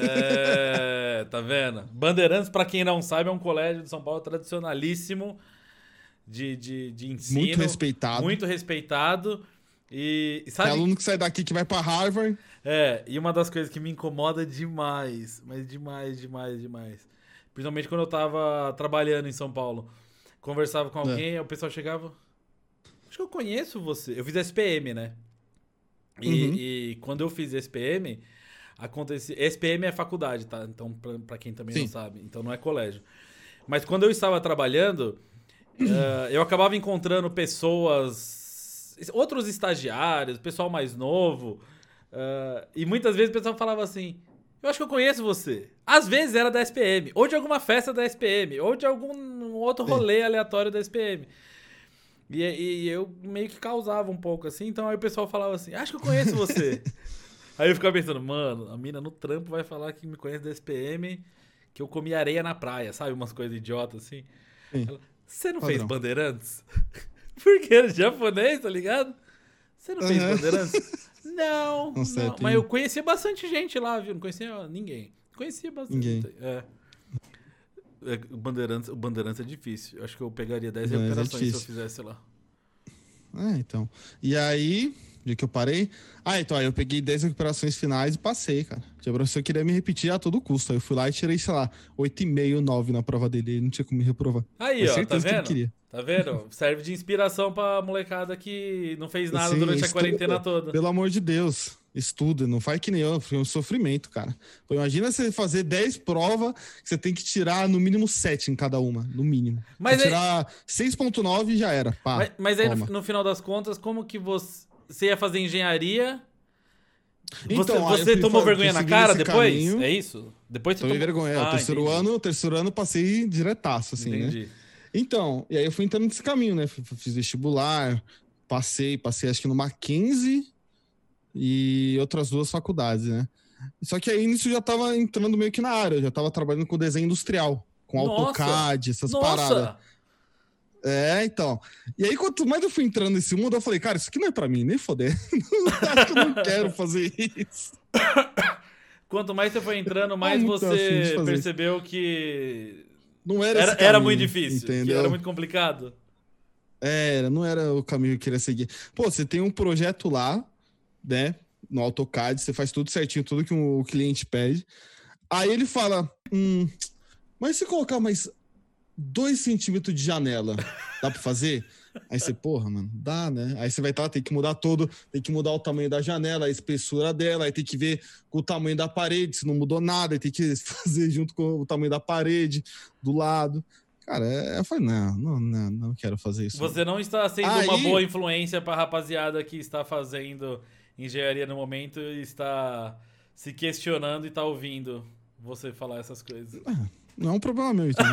É, tá vendo? Bandeirantes, pra quem não sabe, é um colégio de São Paulo tradicionalíssimo de, de, de ensino. Muito respeitado. Muito respeitado. E e Tem sabe, aluno que sai daqui que vai pra Harvard. é, e uma das coisas que me incomoda demais, mas demais, demais, demais. Principalmente quando eu tava trabalhando em São Paulo. Conversava com alguém, aí o pessoal chegava. Acho que eu conheço você. Eu fiz S P M, né? E, Uhum. e quando eu fiz S P M, acontecia. S P M é faculdade, tá? Então, pra, pra quem também Sim. não sabe. Então não é colégio. Mas quando eu estava trabalhando, eh, eu acabava encontrando pessoas. Outros estagiários, pessoal mais novo. eh, e muitas vezes o pessoal falava assim: eu acho que eu conheço você. Às vezes era da S P M, ou de alguma festa da S P M, ou de algum outro rolê aleatório da S P M. E, e eu meio que causava um pouco assim, então aí o pessoal falava assim: acho que eu conheço você. Aí eu ficava pensando, mano, a mina no trampo vai falar que me conhece da S P M, que eu comi areia na praia, sabe? Umas coisas idiotas assim. Sim. Ela, você não Padrão. fez Bandeirantes? Porque era japonês, tá ligado? Você não fez Aham. Bandeirantes? Não, Um não. certinho. Mas eu conhecia bastante gente lá, viu? Não conhecia ninguém. Conhecia bastante. Ninguém. É. É, o Bandeirantes, o Bandeirantes é difícil. Eu acho que eu pegaria dez Bandeirantes é recuperações se eu difícil. fizesse lá. É, então. E aí, dia que eu parei. Ah, então, aí eu peguei dez recuperações finais e passei, cara. Tinha professor que queria me repetir a todo custo. Aí eu fui lá e tirei, sei lá, oito vírgula cinco, nove na prova dele. Ele não tinha como me reprovar. Aí, Mas ó, tá certeza que ele vendo? queria. Tá vendo? Serve de inspiração pra molecada que não fez nada Assim, durante a estuda, quarentena toda. Pelo amor de Deus, estuda, não faz que nem eu, foi um sofrimento, cara. Pô, imagina você fazer dez provas, que você tem que tirar no mínimo sete em cada uma, no mínimo. Mas Se aí- tirar seis ponto nove já era, pá. Mas, mas aí, no, toma. no final das contas, como que você, você ia fazer engenharia? Você, Então, aí eu você fui tomou fa- vergonha fui na seguir cara esse depois? caminho. É isso? Depois você Tomei tomou... vergonha. É, Ah, o terceiro entendi. ano, o terceiro ano eu passei diretaço, assim, né? Entendi. Então, e aí eu fui entrando nesse caminho, né? F- Fiz vestibular, passei, passei acho que no Mackenzie e outras duas faculdades, né? Só que aí nisso eu já tava entrando meio que na área, eu já tava trabalhando com desenho industrial, com Nossa! AutoCAD, essas Nossa! paradas. É, então. E aí, quanto mais eu fui entrando nesse mundo, eu falei, cara, isso aqui não é pra mim, nem foder. Acho que eu não quero fazer isso. Quanto mais você foi entrando, mais muito afim de você fazer percebeu que Não era era, esse era caminho, muito difícil, que entendeu? era muito complicado. Era, não era o caminho que eu queria seguir. Pô, você tem um projeto lá, né, no AutoCAD, você faz tudo certinho, tudo que o cliente pede. Aí ele fala, hum, mas se colocar mais dois centímetros de janela, dá pra fazer? Aí você, porra, mano, dá, né? Aí você vai estar, tem que mudar todo, tem que mudar o tamanho da janela, a espessura dela, aí tem que ver com o tamanho da parede, se não mudou nada, aí tem que fazer junto com o tamanho da parede, do lado. Cara, é- eu falei, não, não, não, não quero fazer isso. Você não está sendo Aí- uma boa influência pra rapaziada que está fazendo engenharia no momento e está se questionando e está ouvindo você falar essas coisas. Não é um problema meu, entendeu?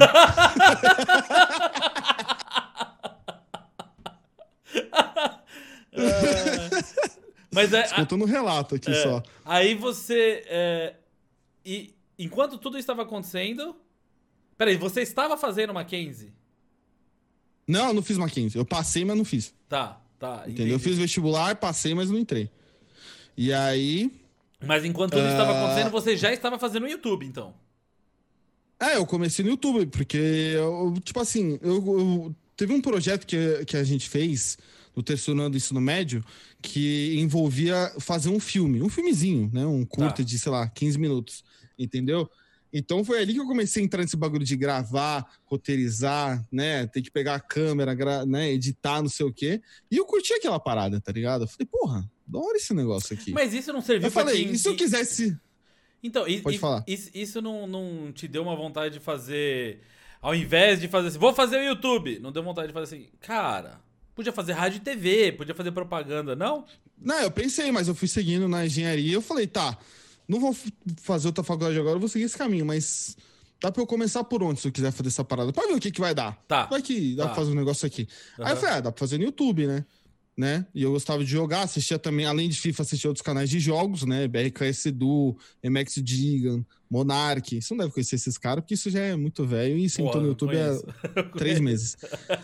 Mas é, Contando um relato aqui é, só. aí você. é, e enquanto tudo estava acontecendo. Peraí, você estava fazendo Mackenzie? Não, eu não fiz Mackenzie. Eu passei, mas não fiz. Tá, tá. Entendeu? Eu fiz vestibular, passei, mas não entrei. E aí, Mas enquanto tudo isso estava acontecendo, você já estava fazendo o YouTube, então. É, eu comecei no YouTube, porque, eu, tipo assim, eu, eu- teve um projeto que, que a gente fez no terceiro ano do ensino médio que envolvia fazer um filme, um filmezinho, né? Um curta Tá. de, sei lá, quinze minutos, entendeu? Então foi ali que eu comecei a entrar nesse bagulho de gravar, roteirizar, né? Ter que pegar a câmera, gra- né? Editar, não sei o quê. E eu curti aquela parada, tá ligado? Eu falei, porra, da hora esse negócio aqui. Mas isso não serviu Eu pra falei, te... e se eu quisesse... Então, i- Pode i- falar. isso, isso não, não te deu uma vontade de fazer... Ao invés de fazer assim, vou fazer o YouTube. Não deu vontade de fazer assim, cara... Podia fazer rádio e T V, podia fazer propaganda, não? Não, eu pensei, mas eu fui seguindo na engenharia e eu falei, tá, não vou f- fazer outra faculdade agora, eu vou seguir esse caminho, mas dá pra eu começar por onde se eu quiser fazer essa parada? Pra ver o que que vai dar. Tá. Vai que dá Tá. pra fazer um negócio aqui. Aí eu Aham. falei, ah, dá pra fazer no YouTube, né? né? E eu gostava de jogar, assistia também, além de FIFA, assistia outros canais de jogos, né? B R K S Edu, M X Digan, Monark. Você não deve conhecer esses caras, porque isso já é muito velho e sentou Porra, no eu YouTube conheço. há três meses.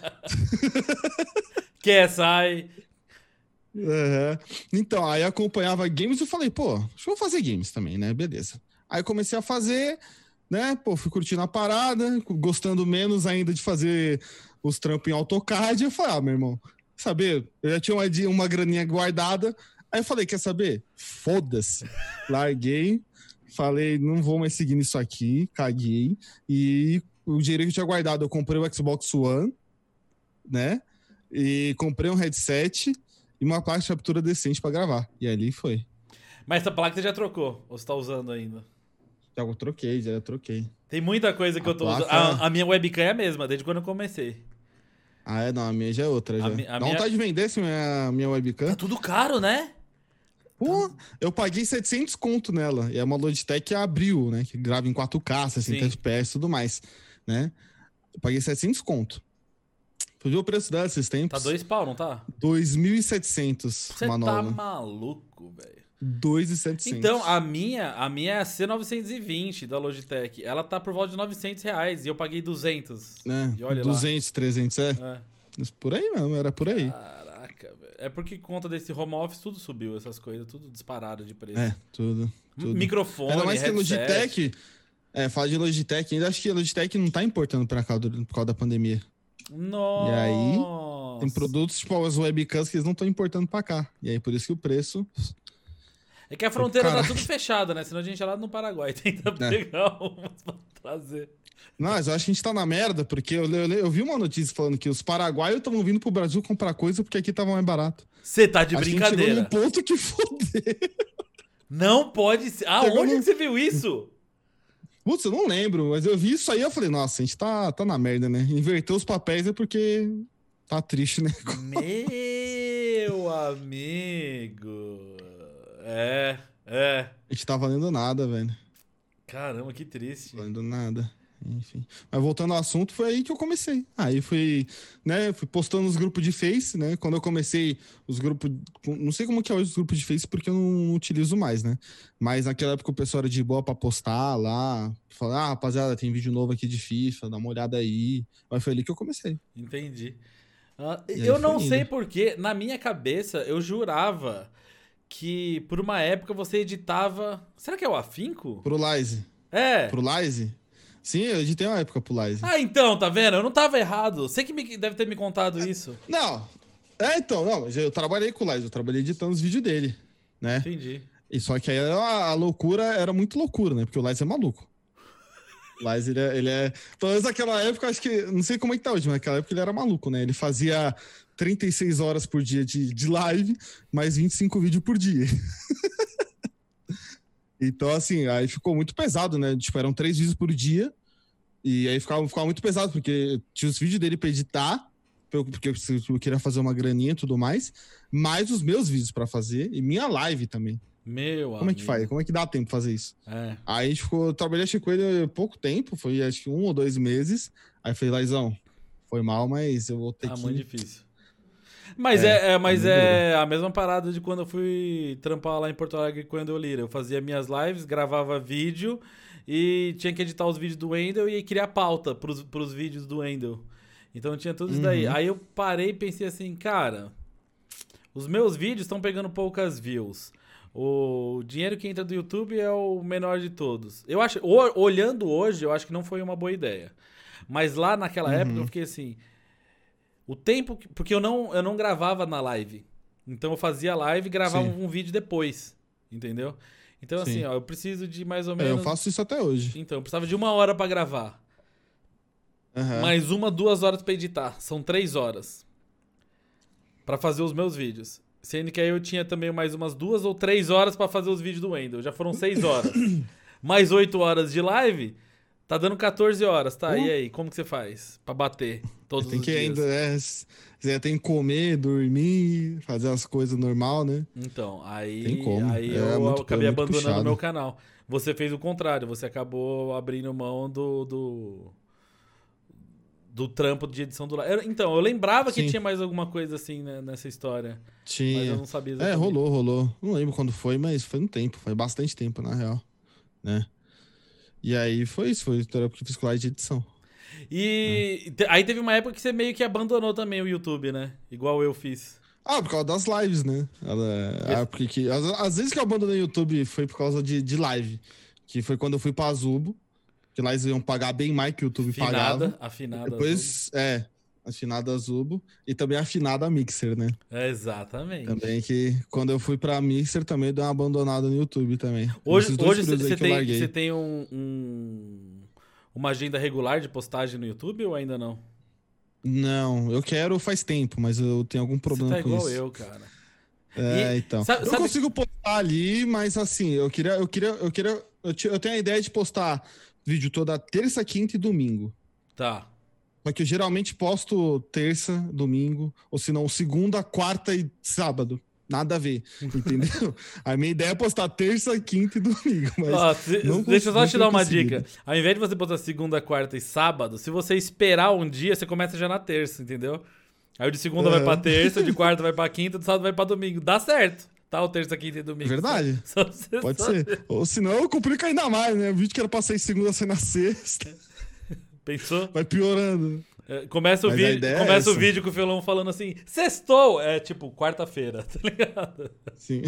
Quer, sai. Uhum. Então, aí acompanhava games e eu falei, pô, acho que eu vou fazer games também, né? Beleza. Aí comecei a fazer, né? Pô, fui curtindo a parada, gostando menos ainda de fazer os trampos em AutoCAD. Eu falei, ah, meu irmão, saber, eu já tinha uma, di- uma graninha guardada. Aí eu falei, quer saber? Foda-se. Larguei, falei, não vou mais seguir nisso aqui, caguei. E o dinheiro que eu tinha guardado, eu comprei o Xbox One, né? E comprei um headset e uma placa de captura decente pra gravar. E ali foi. Mas essa placa você já trocou, ou você tá usando ainda? Já eu troquei, já eu troquei. Tem muita coisa que A eu tô placa- usando. A, a minha webcam é a mesma, desde quando eu comecei. Ah, é? Não, a minha já é outra. Já. mi- a Dá minha- vontade de vender essa minha, minha webcam? Tá tudo caro, né? Pô, eu paguei setecentos conto nela. E é uma Logitech Abril, né? Que grava em quatro K, sessenta Sim. F P S e tudo mais, né? Eu paguei setecentos conto. Tu viu o preço dela esses tempos? Tá dois pau, não tá? dois mil e setecentos Você uma tá nova. maluco, velho. dois mil e setecentos. Então, a minha, a minha é a C novecentos e vinte da Logitech. Ela tá por volta de novecentos reais e eu paguei duzentos. né? E olha duzentos, trezentos, é? lá. É. Por aí mesmo, era por aí. Caraca, velho. É porque conta desse home office tudo subiu, essas coisas, tudo disparado de preço. É, tudo. tudo. Microfone, Ainda mais que a headset. Logitech. É, fala de Logitech, ainda acho que a Logitech não tá importando pra cá do- por causa da pandemia. Nossa. E aí, Tem produtos tipo as webcams que eles não estão importando pra cá. E aí, por isso que o preço. É que a fronteira tá Caraca. tudo fechada, né? Senão a gente ia lá no Paraguai tenta É. pegar umas pra trazer. Não, mas eu acho que a gente tá na merda, porque eu, eu, eu vi uma notícia falando que os paraguaios estavam vindo pro Brasil comprar coisa porque aqui tava mais barato. Você tá de Acho que a gente chegou brincadeira. num ponto que foder. Não pode ser. Chegou Aonde num- que você viu isso? Putz, eu não lembro, mas eu vi isso aí e eu falei, nossa, a gente tá, tá na merda, né? Inverter os papéis é porque tá triste, né? Meu amigo. É, é. A gente tá valendo nada, velho. Caramba, que triste. Valendo nada. Enfim. Mas voltando ao assunto, foi aí que eu comecei. Aí fui, né, fui postando nos grupos de Face, né? Quando eu comecei os grupos. Não sei como que é hoje os grupos de Face, porque eu não utilizo mais, né? Mas naquela época o pessoal era de boa pra postar lá. Falar, ah, rapaziada, tem vídeo novo aqui de FIFA, dá uma olhada aí. Mas foi ali que eu comecei. Entendi. Ah, E aí eu foi não indo. sei porquê, na minha cabeça, eu jurava que por uma época você editava. Será que é o Afinco? Pro Lize. É. Pro Lize? Sim, eu editei uma época pro Lize. Ah, então, tá vendo? Eu não tava errado. Você que me- deve ter me contado isso. Não. É, então, não, mas eu trabalhei com o Lize, eu trabalhei editando os vídeos dele, né? Entendi. E só que aí a, a loucura era muito loucura, né? Porque o Lize é maluco. O Lize, ele é, ele é... Pelo menos naquela época, acho que... Não sei como é que tá hoje, mas naquela época ele era maluco, né? Ele fazia trinta e seis horas por dia de, de live, mais vinte e cinco vídeos por dia. Então, assim, aí ficou muito pesado, né? Tipo, eram três vídeos por dia. E aí ficava, ficava muito pesado, porque tinha os vídeos dele pra editar, porque eu, eu queria fazer uma graninha e tudo mais, mais os meus vídeos pra fazer, e minha live também. Meu Como é que amigo. faz? Como é que dá tempo pra fazer isso? É. Aí a gente ficou, eu trabalhei acho que com ele pouco tempo, foi acho que um ou dois meses. Aí eu falei, Laizão, foi mal, mas eu vou ter Tá que... muito difícil. Mas, É, é, é- mas muito é a mesma parada de quando eu fui trampar lá em Porto Alegre com o Wendel Lira. Eu fazia minhas lives, gravava vídeo e tinha que editar os vídeos do Wendel e criar pauta pros, pros vídeos do Wendel. Então tinha tudo isso daí. Uhum. Aí eu parei e pensei assim, cara, os meus vídeos estão pegando poucas views. O dinheiro que entra do YouTube é o menor de todos. Eu acho, o- olhando hoje, eu acho que não foi uma boa ideia. Mas lá naquela Uhum. época eu fiquei assim, o tempo que- porque eu não eu não gravava na live. Então eu fazia live e gravava Sim. um vídeo depois, entendeu? Então assim, Sim. ó, eu preciso de mais ou É, menos. eu faço isso até hoje. Então, eu precisava de uma hora pra gravar. Aham. Mais uma, duas horas pra editar. São três horas. Pra fazer os meus vídeos. Sendo que aí eu tinha também mais umas duas ou três horas pra fazer os vídeos do Wendel. Já foram seis horas. Mais oito horas de live. Tá dando quatorze horas, tá? Uh. E aí, como que você faz pra bater todos Tem os que dias? ainda, é, você tem que comer, dormir, fazer as coisas normal, né? Então, aí, Tem como. aí É eu muito- acabei é muito abandonando o puxado. meu canal. Você fez o contrário, você acabou abrindo mão do... do... do trampo de edição do live. Eu- Então, eu lembrava que Sim. tinha mais alguma coisa assim, né, nessa história. Mas eu Tinha. não sabia É, exatamente. rolou, rolou. Não lembro quando foi, mas foi um tempo. Foi bastante tempo, na real. Né? E aí foi isso, foi o trampo que eu fiz com live de edição. E te- aí teve uma época que você meio que abandonou também o YouTube, né? Igual eu fiz. Ah, por causa das lives, né? Ela, ah, porque que, às, às vezes que eu abandonei o YouTube foi por causa de, de live. Que foi quando eu fui pra Azubo. Que lá eles iam pagar bem mais que o YouTube Afinada, pagava. afinada. Depois, é, afinada Azubo. E também afinada Mixer, né? É, exatamente. Também que quando eu fui pra Mixer também deu uma abandonada no YouTube também. Hoje, Esses dois hoje períodos aí você que eu tem, larguei. você tem um, um- uma agenda regular de postagem no YouTube ou ainda não? Não, eu quero faz tempo, mas eu tenho algum problema você tá com igual isso. eu, cara. É, E então. sabe- eu sabe- consigo postar ali, mas assim, eu queria, eu queria, eu queria, eu, ti- eu tenho a ideia de postar vídeo toda terça, quinta e domingo. Tá. Só que eu geralmente posto terça, domingo, ou se não, segunda, quarta e sábado. Nada a ver, entendeu? A minha ideia é postar terça, quinta e domingo, mas Ó, se- não deixa eu só cons- te não dar tenho uma conseguido. dica. Ao invés de você botar segunda, quarta e sábado, se você esperar um dia, você começa já na terça, entendeu? Aí o de segunda vai pra Aham. terça, o de quarta vai pra quinta, o de sábado vai pra domingo. Dá certo, tá? O terça, quinta e domingo. Verdade. Só- só você Pode sabe. ser. Ou senão eu complico ainda mais, né? O vídeo que era pra sair segunda, sai na sexta. Pensou? Vai piorando. É, Começa o, Mas a vídeo, ideia é começa o essa. vídeo com o Felão falando assim, sextou! É tipo, quarta-feira, tá ligado? Sim.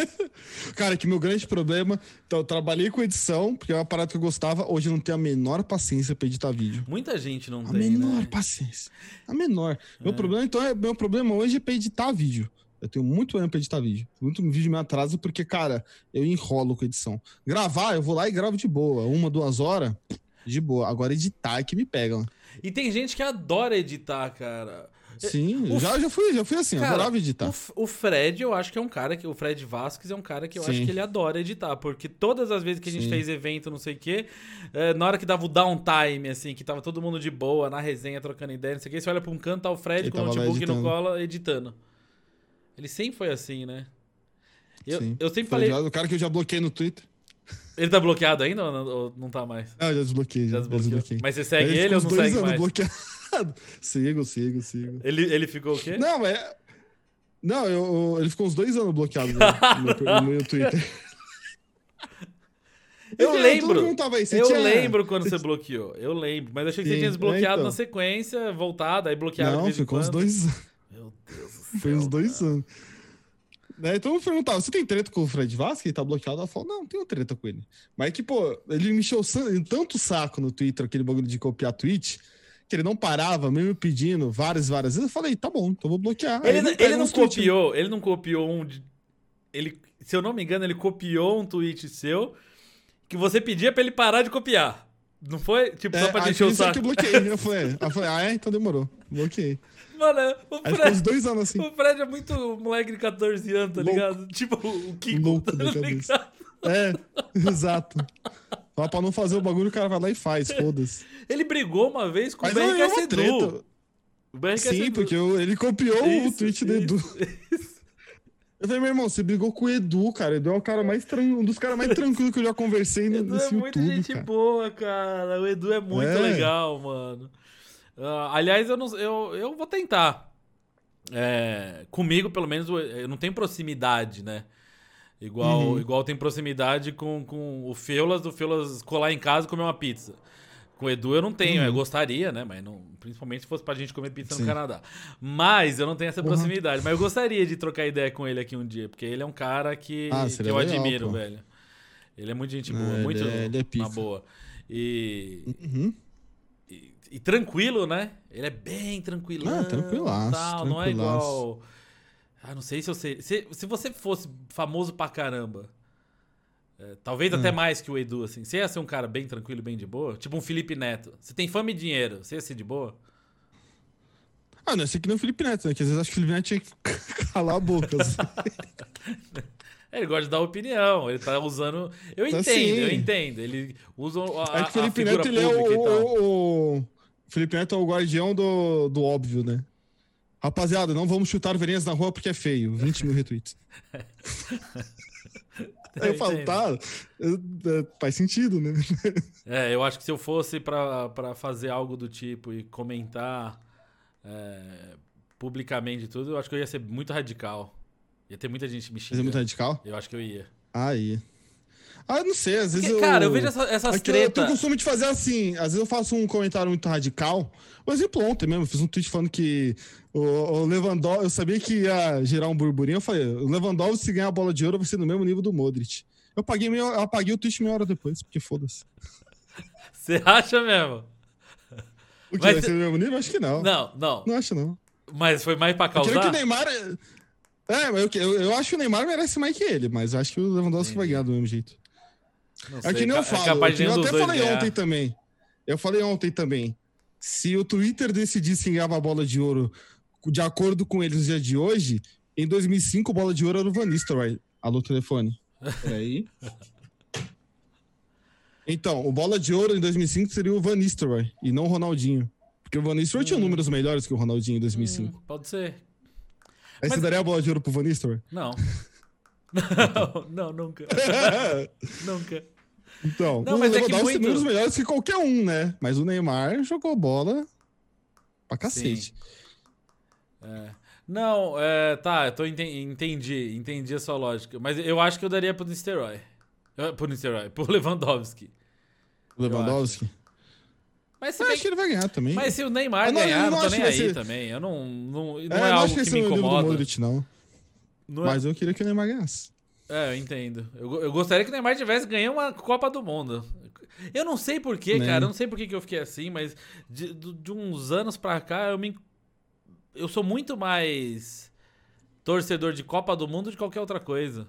Cara, que meu grande problema. Então, eu trabalhei com edição, porque é uma parada que eu gostava. Hoje eu não tenho a menor paciência pra editar vídeo. Muita gente não A tem, menor né? paciência. A menor. Meu problema, então, é, meu problema hoje é pra editar vídeo. Eu tenho muito problema pra editar vídeo. Muito vídeo me atrasa porque, cara, eu enrolo com edição. Gravar, eu vou lá e gravo de boa. Uma, duas horas, de boa. Agora editar é que me pega. E tem gente que adora editar, cara. Sim, O já, já fui, já fui assim, eu Cara, adorava editar. o, F- o Fred, eu acho que é um cara que. O Fred Vasquez é um cara que eu Sim. acho que ele adora editar. Porque todas as vezes que a gente Sim. fez evento, não sei o quê, é, na hora que dava o downtime, assim, que tava todo mundo de boa, na resenha, trocando ideia, não sei o quê, você olha pra um canto, tá o Fred Ele com o tava lá notebook no editando. colo, editando. Ele sempre foi assim, né? Eu, Sim. eu sempre Foi falei. O cara que eu já bloqueei no Twitter. Ele tá bloqueado ainda ou não, ou não tá mais? Ah, eu já desbloqueei. Já Já, desbloqueou. desbloqueei. Mas você segue Aí ele ficou ou uns não dois segue anos mais? bloqueado. Sigo, sigo, sigo. Ele, ele ficou o quê? Não, é. Não, eu, eu- ele ficou uns dois anos bloqueado no, no, no meu Twitter. Eu Enfim, lembro. todo mundo tava aí, você Eu tinha- lembro quando você bloqueou. Eu lembro. Mas eu achei que você Sim, tinha desbloqueado é, então. na sequência, voltado, aí bloqueado de Não, vez em ficou uns quando. dois anos. Meu Deus do céu. Foi uns dois cara. anos. Daí todo mundo perguntava, você tem treta com o Fred Vasquez? Ele tá bloqueado? Ela falou, não, não tenho treta com ele. Mas que, pô, ele me encheu san- tanto saco no Twitter, aquele bagulho de copiar tweet, que ele não parava, mesmo pedindo várias, várias vezes. Eu falei, tá bom, então vou bloquear. Aí Ele, não- pega ele não uns tweets, copiou, ele não copiou um. de- Ele, se eu não me engano, ele copiou um tweet seu que você pedia pra ele parar de copiar. Não foi? Tipo, É, só pra te aí encher o por isso é que saco. eu bloqueei. Eu falei, eu falei, ah, é? Então demorou. Bloqueei. Mano, o Aí ficou uns Fred, dois anos assim. o Fred é muito moleque de catorze anos, tá Louco. ligado? Tipo o Kiko, Louco tá da cabeça. ligado? É, exato. Fala pra não fazer o bagulho, o cara vai lá e faz, foda-se. Ele brigou uma vez com Mas o não é B R K uma Edu. treta. O B R K Sim, Edu. porque eu- ele copiou o Isso, tweet do Edu. isso, isso. Eu falei, meu irmão, você brigou com o Edu, cara. Edu é o cara mais tran... um dos caras mais tranquilos que eu já conversei no- Edu nesse é muito YouTube, gente cara. boa, cara. O Edu é muito É. legal, mano. Ah, aliás, eu, não, eu, eu vou tentar. É, comigo, pelo menos, eu não tenho proximidade, né? Igual, Uhum. igual tem proximidade com, com o Feulas, do Feulas colar em casa e comer uma pizza. Com o Edu eu não tenho, Uhum. eu gostaria, né? Mas não, principalmente se fosse pra gente comer pizza Sim. no Canadá. Mas eu não tenho essa Uhum. proximidade. Mas eu gostaria de trocar ideia com ele aqui um dia, porque ele é um cara que, Ah, que seria eu legal, admiro, pô. velho. Ele é muito gente Não, boa, ele muito é- ele é pica. na boa. E, Uhum. e, e tranquilo, né? Ele é bem tranquilão. Ah, tranquilaço, Tal, não é tranquilaço. igual. Ah, não sei se eu sei. Se, se você fosse famoso pra caramba. é, talvez até Ah. mais que o Edu, assim. Você ia ser um cara bem tranquilo, bem de boa? Tipo um Felipe Neto. Você tem fama e dinheiro. Você ia ser de boa? Ah, não, esse aqui não é o Felipe Neto, né? Que às vezes acho que o Felipe Neto tinha que calar a boca. assim. É, ele gosta de dar opinião. Ele tá usando. Eu Tá entendo, sim. eu entendo. Ele usa a, É que o a Felipe figura Neto, ele é pública o, e tal. o, o- Felipe Neto é o guardião do, do óbvio, né? Rapaziada, não vamos chutar Veredas na rua porque é feio. vinte mil retweets. Aí eu falo, entendo. tá, é, é, faz sentido, né? É, eu acho que se eu fosse pra, pra fazer algo do tipo e comentar é, publicamente e tudo, eu acho que eu ia ser muito radical. Ia ter muita gente me Fazer xingando. muito radical? Eu acho que eu ia. Aí. Ah, eu não sei, às vezes Porque, eu... cara, eu vejo essa- essas Aqui eu tenho o tretas. costume de fazer assim, às vezes eu faço um comentário muito radical. Por exemplo, ontem mesmo, eu fiz um tweet falando que o, o Lewandowski, eu sabia que ia gerar um burburinho, eu falei, o Lewandowski se ganhar a bola de ouro vai ser no mesmo nível do Modric. Eu, paguei meio, eu apaguei o tweet meia hora depois, porque foda-se. Você acha mesmo? O que, Mas vai cê- ser no mesmo nível? Acho que não. Não, Não, não. acho não. Mas foi mais pra Eu queria que causar? o Neymar... É, mas eu, eu, eu acho que o Neymar merece mais que ele, mas eu acho que o Lewandowski vai ganhar do mesmo jeito. Não É sei, que nem ca- eu falo, capaz é de que nem nenhum eu dos até dois falei ganhar. ontem também. Eu falei ontem também. Se o Twitter decidisse quem ganhava a bola de ouro de acordo com eles no dia de hoje, em dois mil e cinco o bola de ouro era o Van Nistelrooy. Alô, telefone. Peraí. Então, o bola de ouro em dois mil e cinco seria o Van Nistelrooy e não o Ronaldinho. Porque o Van Nistelrooy tinha números melhores que o Ronaldinho em dois mil e cinco. Hum, pode ser. Aí mas- você daria a bola de ouro pro Van Nistelrooy? Não. não, não, nunca. Nunca. Então, Não, o mas é que Lewandowski muito- tem números melhores que qualquer um, né? Mas o Neymar jogou bola pra cacete. É. Não, é, tá, eu tô enten- entendi, entendi a sua lógica. Mas eu acho que eu daria pro Nistelrooy. Eu- Pro Nistelrooy, pro Lewandowski. O Lewandowski. Mas se, Eu bem- acho que ele vai ganhar também. mas se o Neymar Eu não- ganhar, eu não, não tô acho nem que aí vai ser- também. Eu não, não, não É, é, eu não algo acho que que esse me é o nível do incomoda. Modric, não. Não é- Mas eu queria que o Neymar ganhasse. É, eu entendo. Eu, go- eu gostaria que o Neymar tivesse ganho uma Copa do Mundo. Eu não sei porquê, Né? cara. Eu não sei por que que eu fiquei assim, mas de, do- de uns anos pra cá eu me. Eu sou muito mais torcedor de Copa do Mundo de qualquer outra coisa.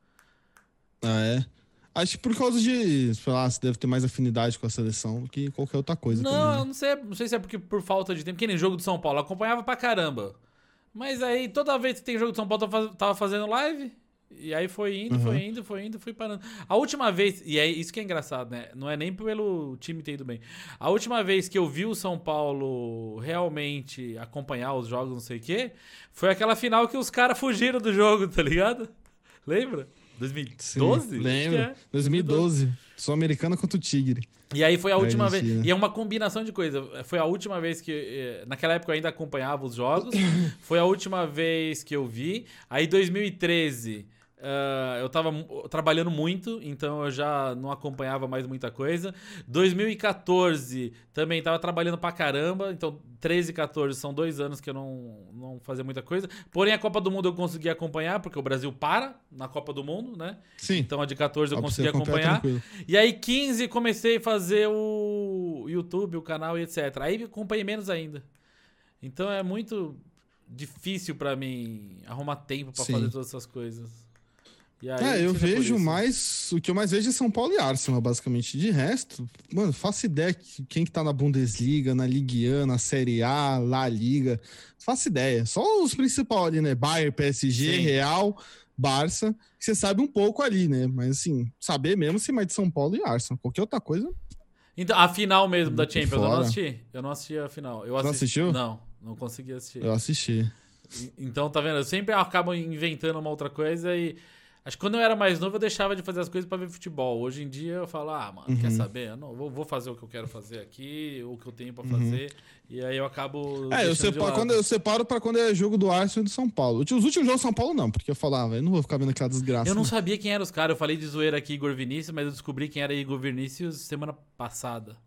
Ah, é? Acho que por causa de, sei lá, você deve ter mais afinidade com a seleção do que qualquer outra coisa Não, também. eu Né? não sei, não sei se é porque por falta de tempo, que nem jogo do São Paulo, eu acompanhava pra caramba. Mas aí toda vez que tem jogo do São Paulo, eu tava faz- tava fazendo live. E aí foi indo, Uhum. foi indo, foi indo, fui parando. A última vez, e é isso que é engraçado, né? Não é nem pelo time ter ido bem. A última vez que eu vi o São Paulo realmente acompanhar os jogos, não sei o quê, foi aquela final que os caras fugiram do jogo, tá ligado? Lembra? dois mil e doze? Sim, Acho lembro. que é. dois mil e doze. Sul-Americana contra o Tigre. E aí foi a última vez. Argentina. E é uma combinação de coisas. Foi a última vez que. eh, Naquela época eu ainda acompanhava os jogos. Foi a última vez que eu vi. Aí dois mil e treze. ah, eu tava mu- trabalhando muito, então eu já não acompanhava mais muita coisa. dois mil e quatorze também tava trabalhando pra caramba, então treze e quatorze são dois anos que eu não, não fazia muita coisa. Porém, a Copa do Mundo eu consegui acompanhar, porque o Brasil para na Copa do Mundo, né? Sim. Então a de quatorze eu Dá pra consegui você acompanhar acompanhar. tranquilo. E aí, quinze, comecei a fazer o YouTube, o canal e etcétera. Aí acompanhei menos ainda. Então é muito difícil pra mim arrumar tempo pra Sim. fazer todas essas coisas. E aí, É, eu fica por vejo isso. mais. O que eu mais vejo é São Paulo e Arsenal, basicamente. De resto, mano, faço ideia que quem que tá na Bundesliga, na Ligue um, na Série A, La Liga. Faço ideia. Só os principais ali, né? Bayern, P S G, Sim. Real, Barça. Que você sabe um pouco ali, né? Mas assim, saber mesmo se mais de São Paulo e Arsenal. Qualquer outra coisa. Então, a final mesmo da Muito Champions, eu não fora. assisti. Eu não assisti a final. Eu Não assisti... assistiu? Não, não consegui assistir. Eu assisti. E- Então, tá vendo? Eu sempre acabo inventando uma outra coisa e. Acho que quando eu era mais novo eu deixava de fazer as coisas pra ver futebol. Hoje em dia eu falo, ah, mano, quer Uhum. saber? Eu não, vou, vou fazer o que eu quero fazer aqui, o que eu tenho pra fazer. E aí eu acabo. É, eu deixando de separo, lado. quando eu separo pra quando é jogo do Arsenal e do São Paulo. Os últimos jogos do São Paulo não, porque eu falava, eu não vou ficar vendo aquela desgraça. Eu não né? sabia quem eram os caras. Eu falei de zoeira aqui, Igor Vinícius, mas eu descobri quem era Igor Vinícius semana passada.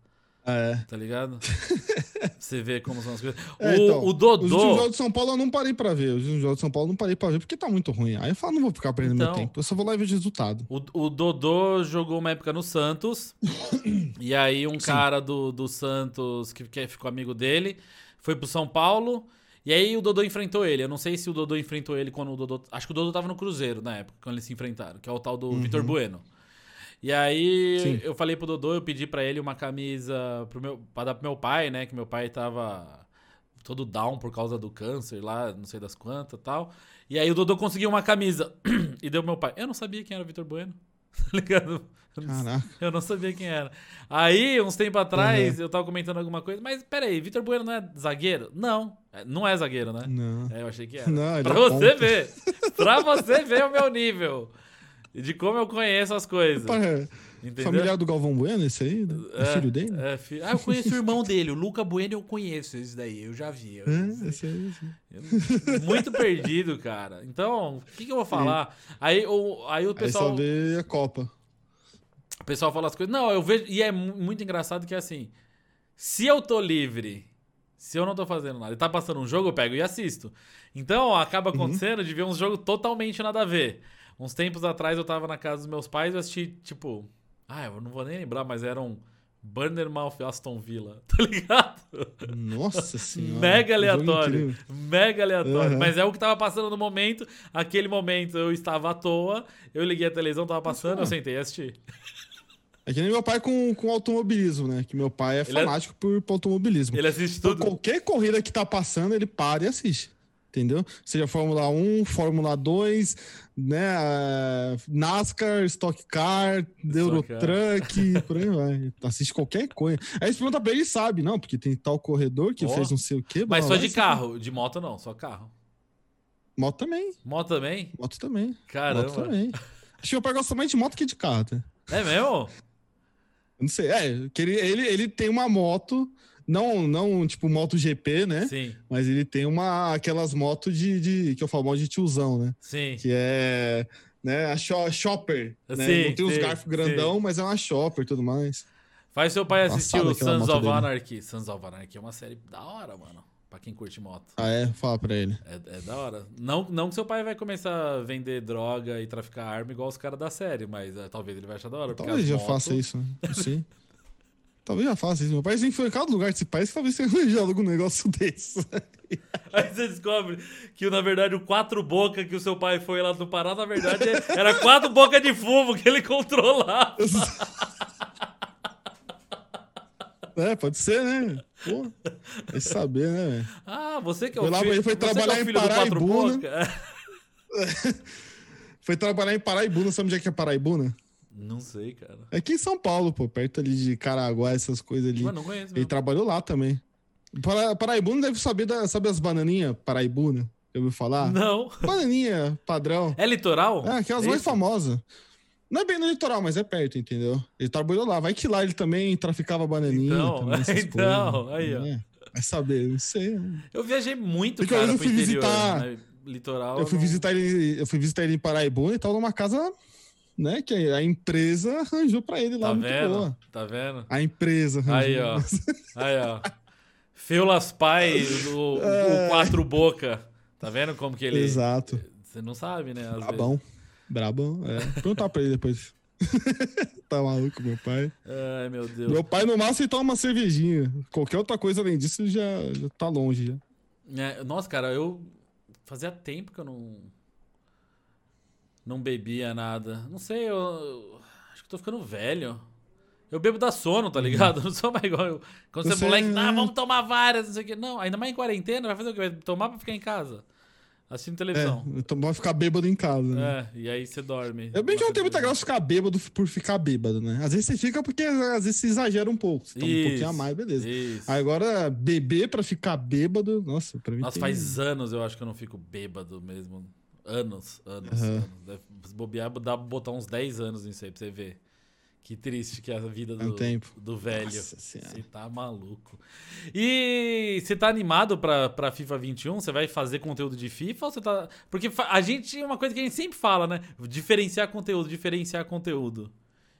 É. Tá ligado? Você vê como são as coisas. É, o, então, o Dodô... Os últimos jogos de São Paulo eu não parei pra ver. Os últimos jogos de São Paulo eu não parei pra ver porque tá muito ruim. Aí eu falo, não vou ficar perdendo Então, meu tempo. Eu só vou lá e vejo o resultado. O, o Dodô jogou uma época no Santos. E aí um Sim. cara do, do Santos, que, que ficou amigo dele, foi pro São Paulo. E aí o Dodô enfrentou ele. Eu não sei se o Dodô enfrentou ele quando o Dodô... Acho que o Dodô tava no Cruzeiro na época, quando eles se enfrentaram. Que é o tal do Uhum. Vitor Bueno. E aí Sim. eu falei pro Dodô, eu pedi pra ele uma camisa pro meu, pra dar pro meu pai, né? Que meu pai tava todo down por causa do câncer lá, não sei das quantas e tal. E aí o Dodô conseguiu uma camisa e deu pro meu pai. Eu não sabia quem era o Vitor Bueno, tá ligado? Caraca. Eu não sabia quem era. Aí, uns tempos atrás, Uhum. eu tava comentando alguma coisa, mas peraí, Vitor Bueno não é zagueiro? Não, não é zagueiro, né? Não. É, eu achei que era. Não, ele Pra é você ponta. ver. Pra você ver o meu nível. E de como eu conheço as coisas. Para- Entendeu? Familiar do Galvão Bueno, esse aí? É, filho dele? É, fi- Ah, eu conheço o irmão dele, o Luca Bueno, eu conheço esse daí, eu já vi. Eu- É, esse aí. Esse aí. eu- Muito perdido, cara. Então, o que, que eu vou falar? Aí, o, aí o Aí pessoal. só vê a Copa. O pessoal fala as coisas. Não, eu vejo. E é mu- muito engraçado que é assim. Se eu tô livre, se eu não tô fazendo nada e tá passando um jogo, eu pego e assisto. Então, acaba acontecendo de ver uns jogos totalmente nada a ver. Uns tempos atrás eu tava na casa dos meus pais e eu assisti, tipo. Ah, eu não vou nem lembrar, mas era um Bournemouth Aston Villa, tá ligado? Nossa senhora. Mega que jogo aleatório. incrível. Mega aleatório. Uhum. Mas é o que tava passando no momento. Aquele momento eu estava à toa, eu liguei a televisão, tava passando, eu Nossa. sentei e assisti. É que nem meu pai com, com automobilismo, né? Que meu pai é Ele é- fanático por, por automobilismo. Ele assiste Então, tudo. qualquer corrida que tá passando, ele para e assiste. Entendeu? Seja Fórmula um, Fórmula dois, né? ah, NASCAR, Stock Car, Eurotruck, por aí vai. Assiste qualquer coisa. Aí você pergunta pra ele, ele sabe, não, porque tem tal corredor que Ó. fez não sei o quê. Mas blá, só blá, de blá, carro, de moto não, só carro. Moto também. Moto também? Moto também. Moto Caramba. também. Acho que meu pai gosta mais de moto que de carro, tá? É mesmo? Eu não sei. É, que ele, ele, ele tem uma moto, não, não tipo moto G P, né? Sim, Mas ele tem uma, aquelas motos de, de, que eu falo, moto de tiozão, né? sim. Que é, né, a sho- Shopper, né? Sim, Não tem os sim, garfos grandão, sim. mas é uma Shopper e tudo mais. Faz seu pai assistir Passada o aquela Sons moto of dele. Anarchy. Sons of Anarchy é uma série da hora, mano. Pra quem curte moto. Ah, é? Fala pra ele. É, é da hora. Não, não que seu pai vai começar a vender droga e traficar arma igual os caras da série, mas é, talvez ele vai achar da hora. porque Talvez as já motos- faça isso, né? Sim. Talvez já faça isso. Meu pai sempre foi em cada lugar desse país que talvez você já algum negócio desse. Aí você descobre que, na verdade, o quatro boca que o seu pai foi lá no Pará, na verdade, era quatro boca de fumo que ele controlava. É, pode ser, né? Pô, vai saber, né, velho? Ah, você que é Foi o lá, filho, ele foi você que é o trabalhar em filho do quatro Paraibuna. boca. Foi trabalhar em Paraibuna, sabe onde é que é Paraibuna? Não sei, cara. É aqui em São Paulo, pô, perto ali de Caraguá, essas coisas ali. Mano, não conheço Ele mesmo. trabalhou lá também. Para, Paraibuna deve saber, da, sabe as bananinhas Paraibuna? Já ouviu falar? Não. Bananinha padrão. É litoral? É, aquelas É mais isso? famosas. Não é bem no litoral, mas é perto, entendeu? Ele trabalhou lá. Vai que lá ele também traficava bananinha. Então, também, essas então, coisas. aí, ó. É, vai saber, não sei. né? Eu viajei muito, Porque cara, eu pro fui interior. visitar- Né? Litoral. Eu fui não- visitar ele, eu fui visitar ele em Paraibuna e tal, numa casa, né, que a empresa arranjou pra ele lá, Tá muito vendo? boa. Tá vendo? A empresa arranjou. Aí, ó. Aí, ó. Feulas Pai, o, o quatro boca. Tá vendo como que ele... Exato. Você não sabe, né? Às vezes. Brabão. Brabão, é. Vou perguntar pra ele depois. Tá maluco, meu pai. Ai, meu Deus. Meu pai, no máximo, ele toma uma cervejinha. Qualquer outra coisa além disso, já, já tá longe, já. É, nossa, cara, eu... Fazia tempo que eu não... Não bebia nada. Não sei, eu... eu acho que eu tô ficando velho. Eu bebo da sono, tá ligado? Eu não sou mais igual eu. Quando você é Você- moleque, ah, vamos tomar várias, não sei o quê. Não, ainda mais em quarentena, vai fazer o quê? Vai tomar pra ficar em casa. Assistindo televisão. É, então vai ficar bêbado em casa, né? É, e aí você dorme. É bem que não tem muita Uma graça ficar bêbado por ficar bêbado, né? Às vezes você fica porque às vezes você exagera um pouco. Você toma um Isso, pouquinho a mais, beleza. Isso. Agora, beber pra ficar bêbado, nossa, pra mim Nossa, tem... faz anos eu acho que eu não fico bêbado mesmo. Anos, anos, Aham. anos. Deve se bobear, dá pra botar uns dez anos nisso aí pra você ver. Que triste que é a vida É um do, tempo. do velho. Nossa Senhora. Você tá maluco. E você tá animado pra, pra FIFA vinte e um? Você vai fazer conteúdo de FIFA ou você tá... Porque fa- a gente, uma coisa que a gente sempre fala, né? Diferenciar conteúdo, diferenciar conteúdo.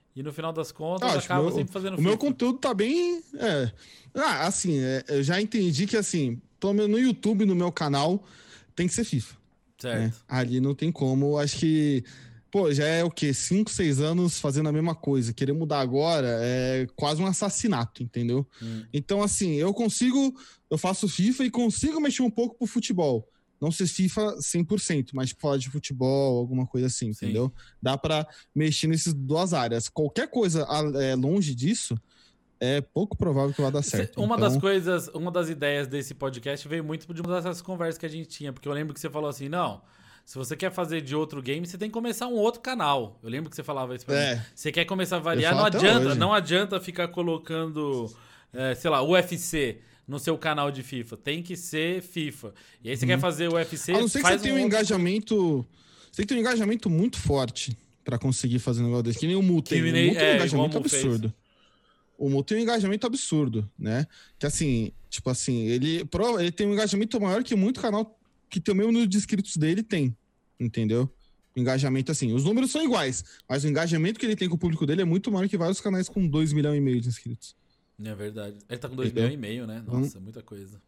E no final das contas, Eu acho que acaba meu- sempre fazendo O meu FIFA. conteúdo tá bem. É. Ah, assim, é, eu já entendi que, assim, pelo menos no YouTube, no meu canal, tem que ser FIFA. Né? Certo. Ali não tem como. Acho que, pô, já é o quê? Cinco, seis anos fazendo a mesma coisa. Querer mudar agora é quase um assassinato, entendeu? Hum. Então, assim, eu consigo, eu faço FIFA e consigo mexer um pouco pro futebol. Não ser FIFA cem por cento, mas falar de futebol, alguma coisa assim, Sim. entendeu? Dá pra mexer nessas duas áreas. Qualquer coisa é, longe disso, é pouco provável que vá dar certo. Uma então... das coisas, uma das ideias desse podcast veio muito de uma dessas conversas que a gente tinha, porque eu lembro que você falou assim, não, se você quer fazer de outro game, você tem que começar um outro canal. Eu lembro que você falava isso pra É. mim. Você quer começar a variar, Eu não falo até adianta, hoje. não adianta ficar colocando, é, sei lá, U F C no seu canal de FIFA. Tem que ser FIFA. E aí você Uhum. quer fazer U F C, A não ser que faz você tenha um outro- engajamento. Você tem que ter um engajamento muito forte pra conseguir fazer um negócio desse. Que nem o Mu tem. Que O nem- Mu tem um é, engajamento igual o Mu fez. absurdo. O Mu tem um engajamento absurdo, né? Que assim, tipo assim, ele, pro- ele tem um engajamento maior que muito canal que tem o mesmo número de inscritos dele tem. Entendeu? O engajamento, assim, os números são iguais, mas o engajamento que ele tem com o público dele é muito maior que vários canais com dois milhões e meio de inscritos. É verdade. Ele tá com dois Entendeu? milhões e meio, né? Nossa, é muita coisa.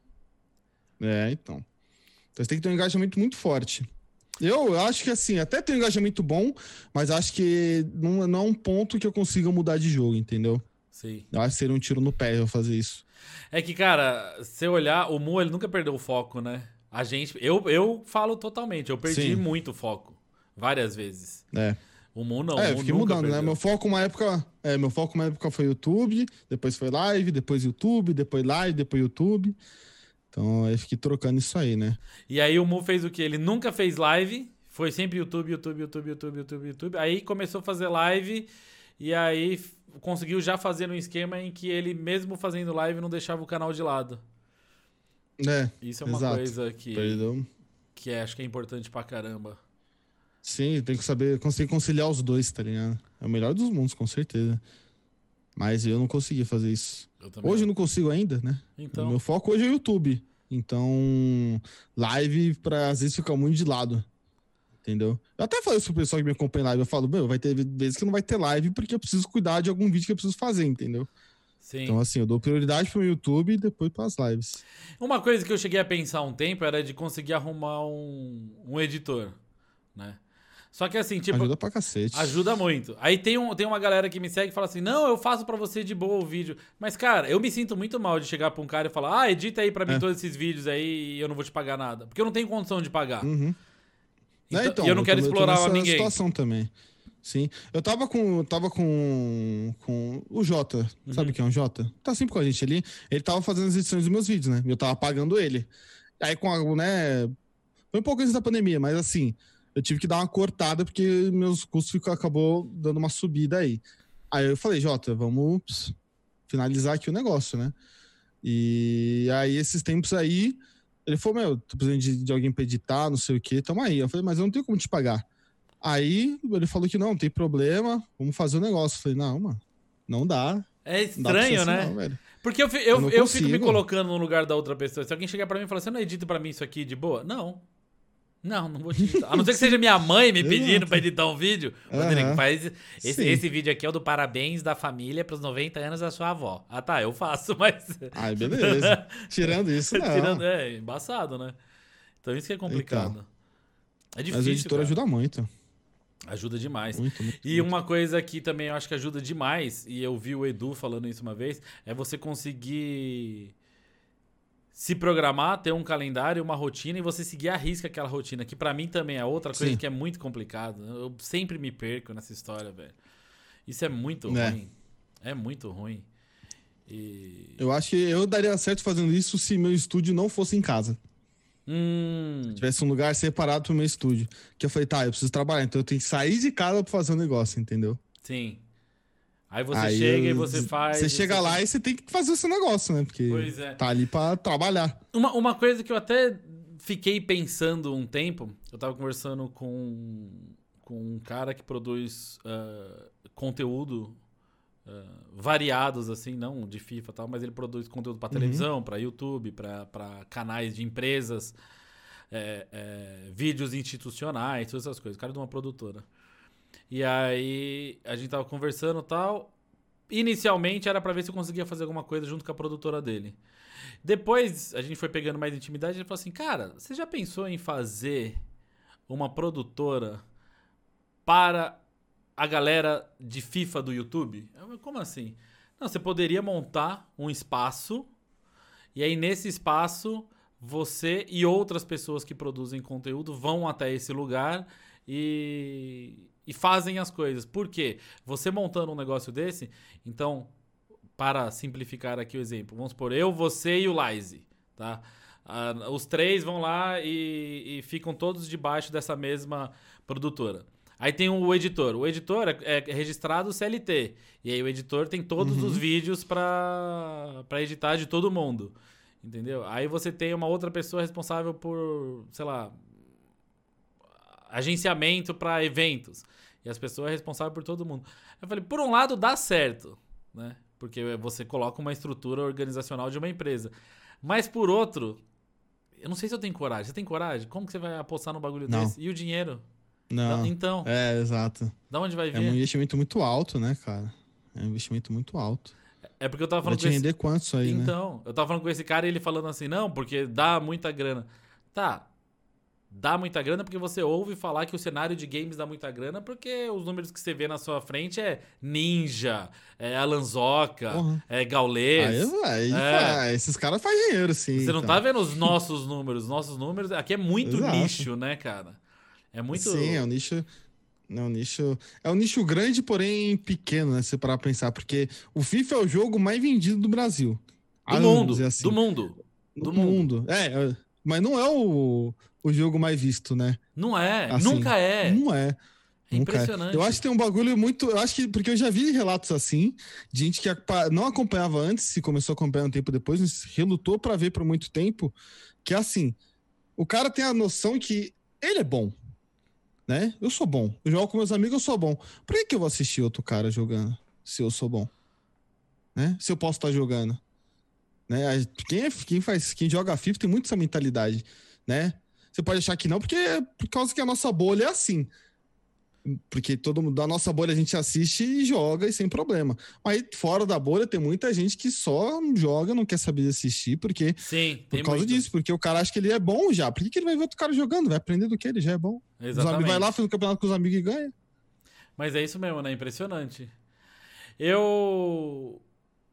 É, então. Então você tem que ter um engajamento muito forte. Eu acho que, assim, até tem um engajamento bom, mas acho que não, não é um ponto que eu consiga mudar de jogo, entendeu? Sim. Eu acho que seria um tiro no pé eu fazer isso. É que, cara, se eu olhar, o Mu, ele nunca perdeu o foco, né? A gente, eu, eu falo totalmente, eu perdi Sim. muito o foco. Várias vezes. É. O Mu não, é, o eu Mu fiquei nunca mudando, né? perdeu. Meu foco uma época. É, meu foco uma época foi YouTube, depois foi live, depois YouTube, depois live, depois YouTube. Então eu fiquei trocando isso aí, né? E aí o Mu fez o quê? Ele nunca fez live, foi sempre YouTube, YouTube, YouTube, YouTube, YouTube, YouTube. Aí começou a fazer live e aí f- conseguiu já fazer um esquema em que ele, mesmo fazendo live, não deixava o canal de lado. É. Isso é uma Exato. coisa que, Perdão. que é, acho que é importante pra caramba. Sim, tem que saber, conseguir conciliar os dois, tá ligado? É o melhor dos mundos, com certeza. Mas eu não consegui fazer isso. Eu também Hoje eu não. não consigo ainda, né? Então, O meu foco hoje é o YouTube. Então, live, pra, às vezes, fica muito de lado. Entendeu? Eu até falo isso pro pessoal que me acompanha em live. Eu falo, meu, vai ter vezes que não vai ter live porque eu preciso cuidar de algum vídeo que eu preciso fazer, entendeu? sim. Então, assim, eu dou prioridade pro YouTube e depois pras lives. Uma coisa que eu cheguei a pensar um tempo era de conseguir arrumar um, um editor, né? Só que assim, tipo, Ajuda pra cacete. ajuda muito. Aí tem, um, tem uma galera que me segue e fala assim, não, eu faço pra você de boa o vídeo. Mas, cara, eu me sinto muito mal de chegar pra um cara e falar, ah, edita aí pra mim É. todos esses vídeos aí e eu não vou te pagar nada. Porque eu não tenho condição de pagar. Uhum. Então- É, e eu não quero tô- tô explorar nessa ninguém. situação também. Sim. Eu tava com. Tava com. com o Jota. Uhum. Sabe quem é o Jota? Tá sempre com a gente ali. Ele tava fazendo as edições dos meus vídeos, né? E eu tava pagando ele. Aí com a, né? Foi um pouco antes da pandemia, mas assim, eu tive que dar uma cortada porque meus custos ficou, acabou dando uma subida aí. Aí eu falei, Jota, vamos ps, finalizar aqui o negócio, né? E aí, esses tempos aí, ele falou, meu, tô precisando de, de alguém pra editar, não sei o quê, tamo aí. Eu falei, mas eu não tenho como te pagar. Aí ele falou que não, não tem problema, vamos fazer o negócio. Eu falei, não, mano, não dá. É Não dá pra ser estranho, assim, né? não, velho. Porque eu, fi- eu, Eu não eu fico me consigo. colocando no lugar da outra pessoa. Se alguém chegar pra mim e falar, você não edita pra mim isso aqui de boa? Não. Não, não vou te editar. A não ser que seja minha mãe me pedindo Exato. pra editar um vídeo. Aham. Rodrigo, faz. Esse, Sim. esse vídeo aqui é o do parabéns da família pros noventa anos da sua avó. Ah, tá, eu faço, mas. Ai, beleza. Tirando isso, não. Tirando, é embaçado, né? Então isso que é complicado. É difícil. Mas o editor cara. ajuda muito. Ajuda demais. Muito, muito. E muito. uma coisa que também eu acho que ajuda demais, e eu vi o Edu falando isso uma vez, é você conseguir se programar, ter um calendário, uma rotina e você seguir à risca aquela rotina, que pra mim também é outra coisa Sim. que é muito complicado. Eu sempre me perco nessa história, velho. Isso é muito É. ruim. É muito ruim. E... Eu acho que eu daria certo fazendo isso se meu estúdio não fosse em casa. Hum, Tivesse um lugar separado pro meu estúdio. Que eu falei, tá, eu preciso trabalhar, então eu tenho que sair de casa pra fazer um negócio, entendeu? sim. Aí você Aí chega eu- e você faz... Você e chega lá e você tem que fazer o seu negócio, né? Porque Pois é. tá ali pra trabalhar. Uma, uma coisa que eu até fiquei pensando um tempo, eu tava conversando com, com um cara que produz ah, conteúdo ah, variados, assim, não de FIFA e tal, mas ele produz conteúdo pra televisão, pra YouTube, pra pra canais de empresas, é, é, vídeos institucionais, todas essas coisas. O cara é de uma produtora. E aí a gente tava conversando e tal. Inicialmente era pra ver se eu conseguia fazer alguma coisa junto com a produtora dele. Depois a gente foi pegando mais intimidade e ele falou assim, cara, você já pensou em fazer uma produtora para a galera de FIFA do YouTube? Eu falei, como assim? Não, você poderia montar um espaço e aí nesse espaço você e outras pessoas que produzem conteúdo vão até esse lugar e, e fazem as coisas. Por quê? Você montando um negócio desse, então, para simplificar aqui o exemplo, vamos supor, eu, você e o Laise, tá? Ah, os três vão lá e, e ficam todos debaixo dessa mesma produtora. Aí tem o editor. O editor é, é registrado C L T. E aí o editor tem todos uhum. os vídeos pra, pra editar de todo mundo. Entendeu? Aí você tem uma outra pessoa responsável por, sei lá, agenciamento pra eventos. E as pessoas é responsável por todo mundo. Eu falei, por um lado dá certo, né? Porque você coloca uma estrutura organizacional de uma empresa. Mas por outro, eu não sei se eu tenho coragem. Você tem coragem? Como que você vai apostar num bagulho não. desse? E o dinheiro? Não. Então. É, exato. Da onde vai vir? É um investimento muito alto, né, cara? É um investimento muito alto. É porque eu tava falando vai te com render esse... quanto isso aí, então, né? eu tava falando com esse cara e ele falando assim, não, porque dá muita grana. Tá. Dá muita grana porque você ouve falar que o cenário de games dá muita grana porque os números que você vê na sua frente é Ninja, é Alanzoca, uhum. é Gaules. Aí, aí é. Faz, esses caras fazem dinheiro, sim. Você então. não tá vendo os nossos números. Os nossos números... Aqui é muito Exato. nicho, né, cara? É muito... Sim, é um nicho... É um nicho, é um nicho grande, porém pequeno, né? Se parar pra pensar. Porque o FIFA é o jogo mais vendido do Brasil. Do mundo, assim. do mundo. Do, do mundo. mundo. É, mas não é o, o jogo mais visto, né? Não é, assim, nunca é. Não é. É impressionante. É. Eu acho que tem um bagulho muito... Eu acho que... Porque eu já vi relatos assim, de gente que não acompanhava antes, se começou a acompanhar um tempo depois, mas relutou pra ver por muito tempo, que é assim, o cara tem a noção que ele é bom. Né? Eu sou bom. Eu jogo com meus amigos, eu sou bom. Por que, que eu vou assistir outro cara jogando se eu sou bom? Né? Se eu posso estar jogando. Né? Quem, é, quem, faz, quem joga FIFA tem muito essa mentalidade. Né? Você pode achar que não, porque por causa que a nossa bolha é assim. Porque todo mundo da nossa bolha a gente assiste e joga e sem problema. Mas fora da bolha tem muita gente que só joga, não quer saber assistir, porque Sim, por causa muito. disso, porque o cara acha que ele é bom já. Por que, que ele vai ver outro cara jogando? Vai aprender do que ele já é bom. Exatamente. Vai lá, faz um campeonato com os amigos e ganha. Mas é isso mesmo, né? Impressionante. Eu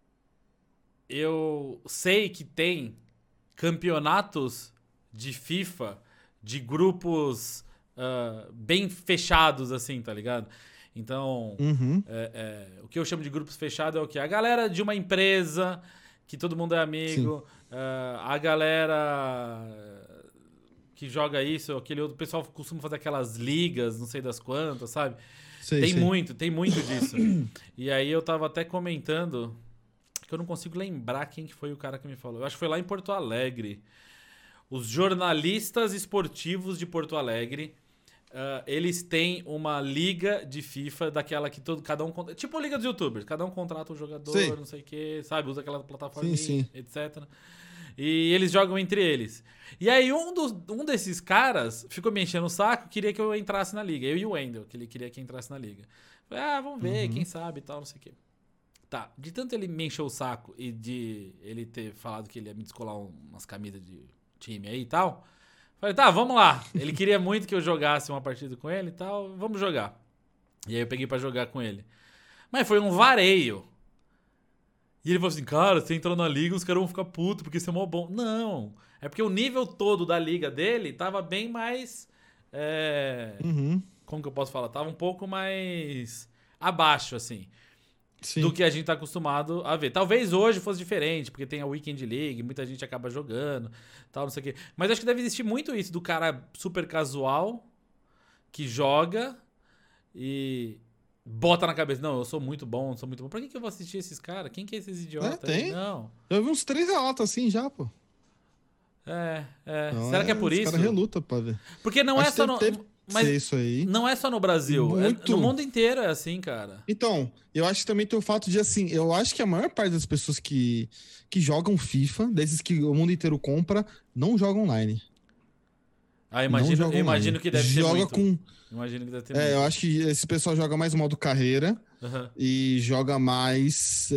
eu sei que tem campeonatos de FIFA de grupos Uh, bem fechados, assim, tá ligado? Então, uhum. é, é, o que eu chamo de grupos fechados é o quê? A galera de uma empresa, que todo mundo é amigo, uh, a galera que joga isso, aquele outro, o pessoal costuma fazer aquelas ligas, não sei das quantas, sabe? Sei, tem sei. muito, tem muito disso. E aí eu tava até comentando, que eu não consigo lembrar quem que foi o cara que me falou. Eu acho que foi lá em Porto Alegre. Os jornalistas esportivos de Porto Alegre, Uh, eles têm uma liga de FIFA daquela que todo, cada um... Tipo a liga dos youtubers. Cada um contrata um jogador, sim. não sei o que, sabe? Usa aquela plataforma, etcétera. E eles jogam entre eles. E aí um, dos, um desses caras ficou me enchendo o saco, queria que eu entrasse na liga. Eu e o Wendel, que ele queria que eu entrasse na liga. Falei, ah, vamos ver, uhum. quem sabe e tal, não sei o que. Tá, de tanto ele me encheu o saco e de ele ter falado que ele ia me descolar umas camisas de time aí e tal... Falei, tá, vamos lá. Ele queria muito que eu jogasse uma partida com ele e tal, vamos jogar. E aí eu peguei pra jogar com ele. Mas foi um vareio. E ele falou assim, cara, você entrou na liga, os caras vão ficar putos porque você é mó bom. Não, é porque o nível todo da liga dele tava bem mais... É... Uhum. Como que eu posso falar? Tava um pouco mais abaixo, assim. Sim. Do que a gente tá acostumado a ver. Talvez hoje fosse diferente, porque tem a Weekend League, muita gente acaba jogando, tal, não sei o quê. Mas acho que deve existir muito isso, do cara super casual, que joga e bota na cabeça, não, eu sou muito bom, sou muito bom. Pra que, que eu vou assistir esses caras? Quem que é esses idiotas? É, tem. Aí? Não. Eu vi uns três relatos assim já, pô. É, é. Não, Será é, que é por os isso? Os caras relutam pra ver. Porque não acho é só no... Teve... Mas isso aí. Não é só no Brasil, Muito. É, no mundo inteiro é assim, cara. Então, eu acho que também tem o fato de, assim, eu acho que a maior parte das pessoas que, que jogam FIFA, desses que o mundo inteiro compra, não jogam online. Ah, Não imagino, joga eu online. imagino que deve Joga ser muito. com. Imagino que deve ter É, muito. eu acho que esse pessoal joga mais modo carreira Aham. e joga mais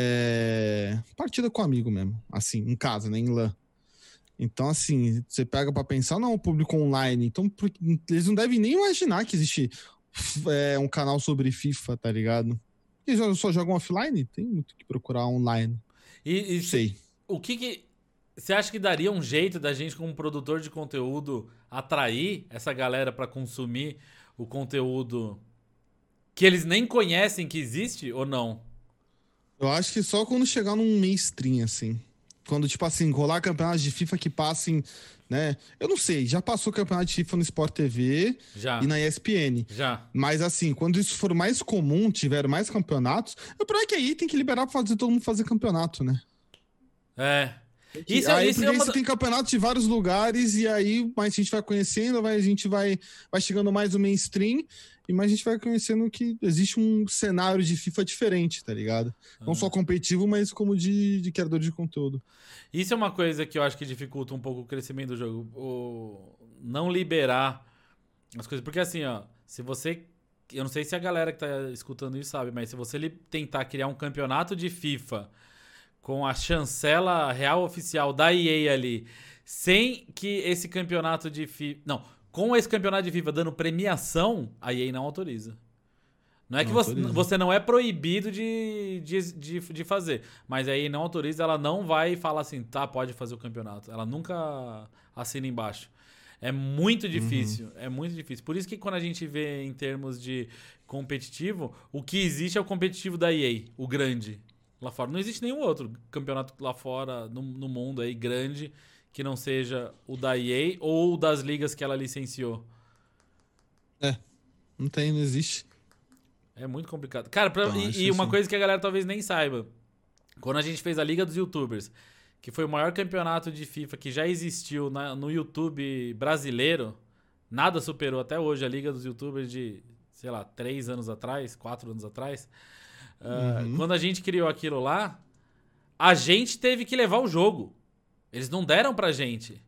é, partida com amigo mesmo, assim, em casa, né, em LAN. Então, assim, você pega pra pensar, não, é um público online. Então, por- eles não devem nem imaginar que existe é, um canal sobre FIFA, tá ligado? Eles só só jogam offline? Tem muito que procurar online. E, e Não cê- sei. o que que. Você acha que daria um jeito da gente, como produtor de conteúdo, atrair essa galera pra consumir o conteúdo que eles nem conhecem que existe ou não? Eu acho que só quando chegar num mainstream, assim. Quando, tipo assim, rolar campeonatos de FIFA que passem, né? Eu não sei, já passou campeonato de FIFA no Sport T V e Já, na E S P N. já. Mas, assim, quando isso for mais comum, tiver mais campeonatos, o problema é que aí tem que liberar pra fazer todo mundo fazer campeonato, né? É. Que- Isso, é- Aí, isso porque é aí uma. você da- tem campeonatos de vários lugares, e aí mais a gente vai conhecendo, vai, a gente vai, vai chegando mais no mainstream, e mais a gente vai conhecendo que existe um cenário de FIFA diferente, tá ligado? Não só competitivo, mas como de, de criador de conteúdo. Isso é uma coisa que eu acho que dificulta um pouco o crescimento do jogo. O não liberar as coisas. Porque assim, ó, se você. Eu não sei se a galera que tá escutando isso sabe, mas se você li- tentar criar um campeonato de FIFA com a chancela real oficial da E A ali, sem que esse campeonato de FIFA. Não, com esse campeonato de FIFA dando premiação, a E A não autoriza. Não é que Não você, autoriza. você não é proibido de, de, de, de fazer, mas aí não autoriza, ela não vai falar assim, tá, pode fazer o campeonato. Ela nunca assina embaixo. É muito difícil, é muito difícil. Por isso que quando a gente vê em termos de competitivo, o que existe é o competitivo da E A, o grande. Lá fora não existe nenhum outro campeonato lá fora, no, no mundo aí, grande, que não seja o da E A ou das ligas que ela licenciou. É, não tem, não existe. É muito complicado. Cara, pra- Então, e, acho e uma assim. coisa que a galera talvez nem saiba. Quando a gente fez a Liga dos YouTubers, que foi o maior campeonato de FIFA que já existiu na- no YouTube brasileiro, nada superou até hoje a Liga dos YouTubers de, sei lá, três anos atrás, quatro anos atrás. Ah, Uhum. quando a gente criou aquilo lá, a gente teve que levar o jogo. Eles não deram pra gente.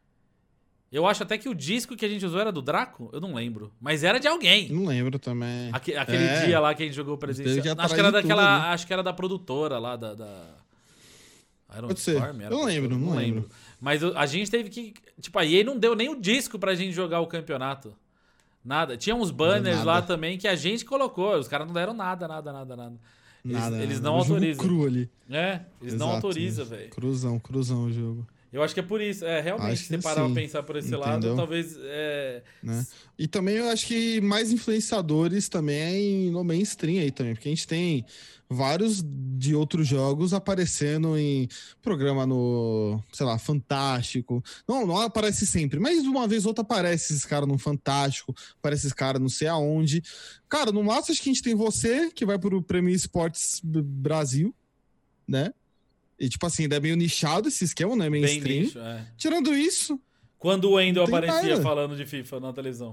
Eu acho até que o disco que a gente usou era do Draco, eu não lembro. Mas era de alguém. Não lembro também. Aque- aquele É, dia lá que a gente jogou teve presencial. que ir Acho atrás que era de tudo ali. daquela. Acho que era da produtora lá, da. da... Iron Pode ser. Storm? Era Eu não produtora? lembro, não lembro. Mas o- a gente teve que. Tipo, a E A não deu nem o disco pra gente jogar o campeonato. Nada. Tinha uns banners nada. lá também que a gente colocou. Os caras não deram nada, nada, nada, nada. Eles, Nada. eles nada. não O jogo autorizam. cru ali. É, eles não Exato. autorizam, velho. Cruzão, cruzão o jogo. Eu acho que é por isso. É, realmente, Acho se você que parar sim. pra pensar por esse lado, Entendeu? talvez. É... Né? E também eu acho que mais influenciadores também no mainstream aí também, porque a gente tem vários de outros jogos aparecendo em programa no, sei lá, Fantástico. Não, não aparece sempre, mas uma vez ou outra aparece esses caras no Fantástico, aparece esses caras não sei aonde. Cara, no máximo acho que a gente tem você, que vai pro Prêmio Esportes B- Brasil, né? E tipo assim, ainda é meio nichado esse esquema, né? Bem Mainstream. nicho, é. Tirando isso, Quando o Wendel Não tem aparecia nada. falando de FIFA na televisão.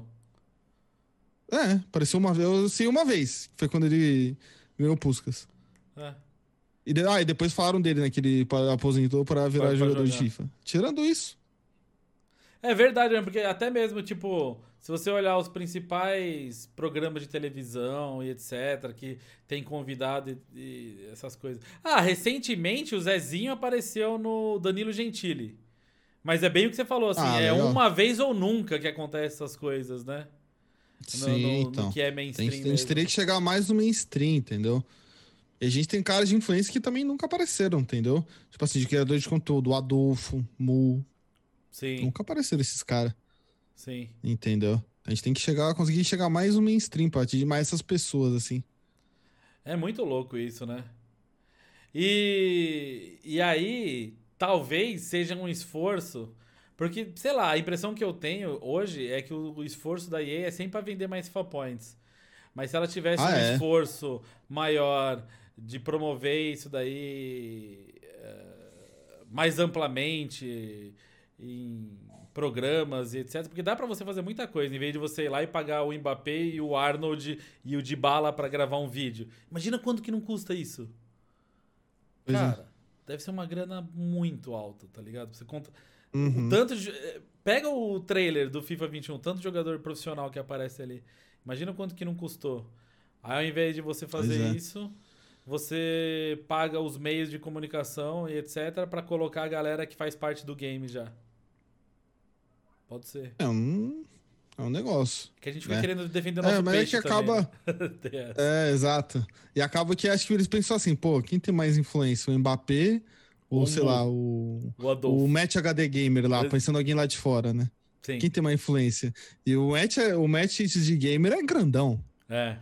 É, apareceu uma vez, eu sei uma vez, que foi quando ele ganhou o Puskas. É. E, de- ah, e depois falaram dele, né, que ele pa- aposentou pra virar Pra- pra jogador de jogar. FIFA. Tirando isso, É verdade, né? Porque até mesmo, tipo, se você olhar os principais programas de televisão e etc, que tem convidado e, e essas coisas. Ah, recentemente o Zezinho apareceu no Danilo Gentili. Mas é bem o que você falou, assim, Ah, é legal. uma vez ou nunca que acontece essas coisas, né? No, sim, no- no então. que é A mainstream gente, a gente mesmo. teria que chegar mais no mainstream, entendeu? E a gente tem caras de influência que também nunca apareceram, entendeu? Tipo assim, de criador de conteúdo, o Adolfo, Mu, Sim, nunca apareceram esses caras, sim. entendeu? A gente tem que chegar, conseguir chegar mais no mainstream, pra atingir mais essas pessoas, assim. É muito louco isso, né? E, e aí, talvez seja um esforço. Porque, sei lá, a impressão que eu tenho hoje é que o, o esforço da E A é sempre para vender mais FIFA Points. Mas se ela tivesse Ah, um é? esforço maior de promover isso daí eh, mais amplamente em programas e etc. Porque dá pra você fazer muita coisa, em vez de você ir lá e pagar o Mbappé e o Arnold e o Dybala pra gravar um vídeo. Imagina quanto que não custa isso. Pois é. Cara, deve ser uma grana muito alta, tá ligado? Você conta. O Uhum. tanto de. eh, Pega o trailer do FIFA vinte e um, tanto jogador profissional que aparece ali. Imagina quanto que não custou. Aí ao invés de você fazer é. isso, você paga os meios de comunicação e etcétera pra colocar a galera que faz parte do game já. Pode ser. É um, é um negócio. Que a gente fica né? querendo defender o nosso É, mas peixe é que também, acaba... né? É, exato. E acaba que acho que eles pensam assim, pô, quem tem mais influência? O Mbappé ou, O sei Mu, lá, o, o Adolfo. o Match H D Gamer lá, É. pensando alguém lá de fora, né? Sim. Quem tem mais influência? E o Match, é- o Match de Gamer é grandão. É.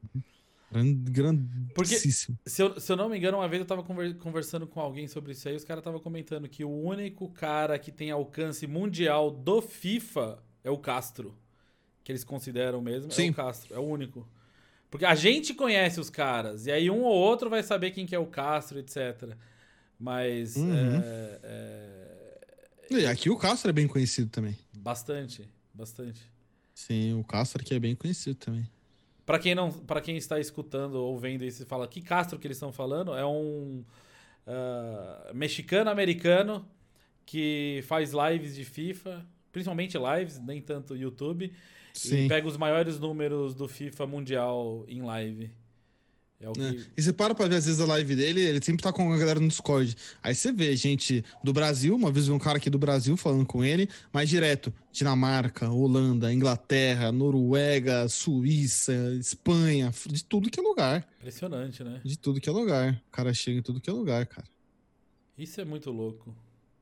Grand, Porque, grandíssimo. se eu, se eu não me engano, uma vez eu tava conver- conversando com alguém sobre isso aí, os caras estavam comentando que o único cara que tem alcance mundial do FIFA é o Castro. Que eles consideram mesmo, Sim. é o Castro, é o único. Porque a gente conhece os caras, e aí um ou outro vai saber quem que é o Castro, etcétera. Mas Uhum. é, é, E aqui o Castro é bem conhecido também. bastante, bastante. Sim, o Castro aqui é bem conhecido também. Pra quem não, para quem está escutando ou vendo isso e fala que Castro que eles estão falando, é um uh, mexicano-americano que faz lives de FIFA, principalmente lives, nem tanto YouTube, Sim. e pega os maiores números do FIFA mundial em live. É o que... É. E você para pra ver, às vezes, a live dele, ele sempre tá com a galera no Discord. Aí você vê gente do Brasil, uma vez vi um cara aqui do Brasil falando com ele, mas direto, Dinamarca, Holanda, Inglaterra, Noruega, Suíça, Espanha, de tudo que é lugar. Impressionante, né? De tudo que é lugar. O cara chega em tudo que é lugar, cara. Isso é muito louco.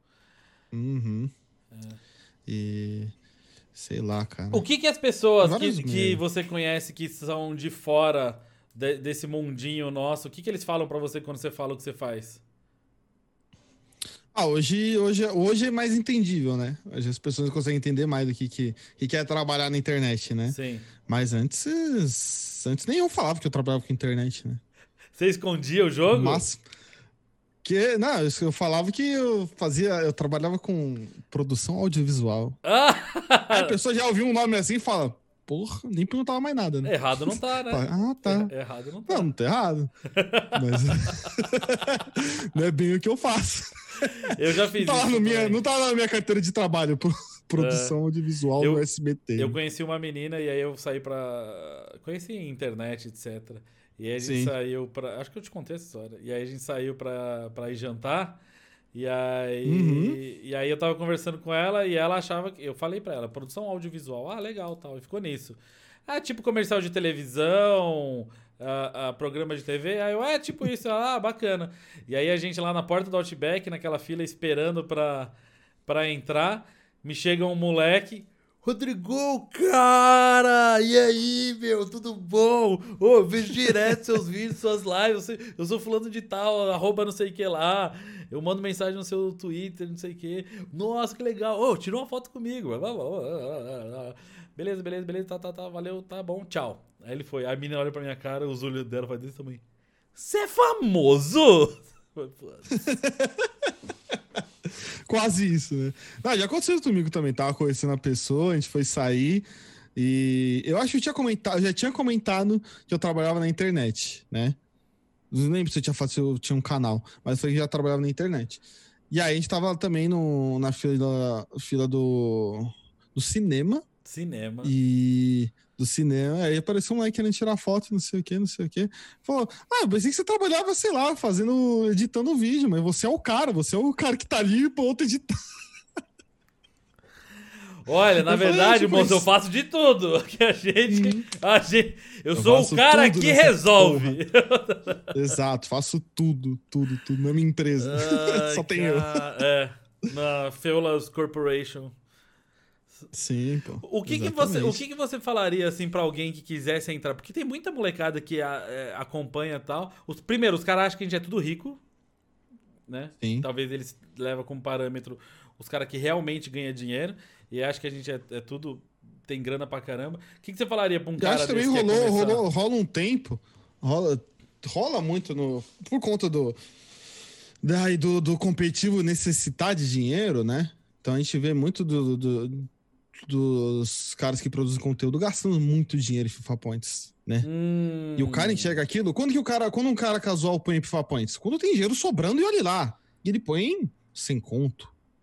Uhum. É. E... sei lá, cara. O que que as pessoas Vários que, que meios. você conhece que são de fora de- desse mundinho nosso, o que que eles falam pra você quando você fala o que você faz? Ah, hoje, hoje, hoje é mais entendível, né? Hoje as pessoas conseguem entender mais do que, que, que é trabalhar na internet, né? Sim. Mas antes, antes nem eu falava que eu trabalhava com internet, né? Você escondia o jogo? Mas que não, eu, eu falava que eu fazia, eu trabalhava com produção audiovisual. Ah! Aí a pessoa já ouviu um nome assim e fala, porra, nem perguntava mais nada, né? Errado não tá, né? Ah, tá. Er- Errado não tá. Não, não tá errado. Mas não é bem o que eu faço. Eu já fiz Não tá, lá isso no minha, também. não tá na minha carteira de trabalho, pro- produção audiovisual eu- no S B T. Eu conheci uma menina e aí eu saí pra... Conheci internet, etcétera. E aí a gente Sim. saiu pra... Acho que eu te contei essa história. E aí a gente saiu pra, pra ir jantar. E aí... Uhum. E aí eu tava conversando com ela e ela achava... que Eu falei pra ela, produção audiovisual. Ah, legal, tal. E ficou nisso. Ah, tipo comercial de televisão... A, a programa de T V, aí eu, é tipo isso, ah, bacana. E aí a gente lá na porta do Outback, naquela fila esperando pra, pra entrar, me chega um moleque, Rodrigo, cara, e aí, meu, tudo bom? Ô, eu vejo direto seus vídeos, suas lives, eu, sei- eu sou fulano de tal, arroba não sei o que lá, eu mando mensagem no seu Twitter, não sei o que. Nossa, que legal, ô, tirou uma foto comigo. Beleza, beleza, beleza, tá, tá, tá, valeu, tá bom, tchau. Aí ele foi, a menina olha pra minha cara, os olhos dela fazem desse tamanho. Você é famoso? Quase isso, né? Ah, já aconteceu comigo também. Tava conhecendo a pessoa, a gente foi sair. E eu acho que eu tinha comentado, eu já tinha comentado que eu trabalhava na internet, né? Não lembro se eu tinha falado se eu tinha um canal, mas eu falei que já trabalhava na internet. E aí a gente tava também no, na fila, fila do, do cinema. Cinema. E do cinema, aí apareceu um moleque querendo tirar foto, não sei o que, não sei o que. Falou, ah, eu pensei que você trabalhava, sei lá, fazendo, editando vídeo, mas você é o cara, você é o cara que tá ali pro outro editar. Olha, na Eu falei, verdade, tipo moço, isso. eu faço de tudo. Que a gente, a gente, eu, Eu sou o faço cara tudo que nessa resolve. Exato, faço tudo, tudo, tudo na minha empresa. Ai, Só tem eu. cara, é, na Feulas Corporation. Sim, pô. O que, que você, o que, que você falaria assim pra alguém que quisesse entrar? Porque tem muita molecada que a- é, acompanha e tal. Os, primeiro, os caras acham que a gente é tudo rico, né? Sim. Talvez eles levam como parâmetro os caras que realmente ganham dinheiro e acham que a gente é, é tudo, tem grana pra caramba. O que, que você falaria pra um Eu cara acho que também desse que quer rolou, começar? rolou, rola um tempo, rola, rola muito no, por conta do, daí do, do competitivo necessitar de dinheiro, né? Então a gente vê muito do, do- dos caras que produzem conteúdo gastando muito dinheiro em FIFA Points, né? Hum, E o cara enxerga aquilo. Quando que o cara, quando um cara casual põe FIFA Points? Quando tem dinheiro sobrando e olha lá. E ele põe sem conto.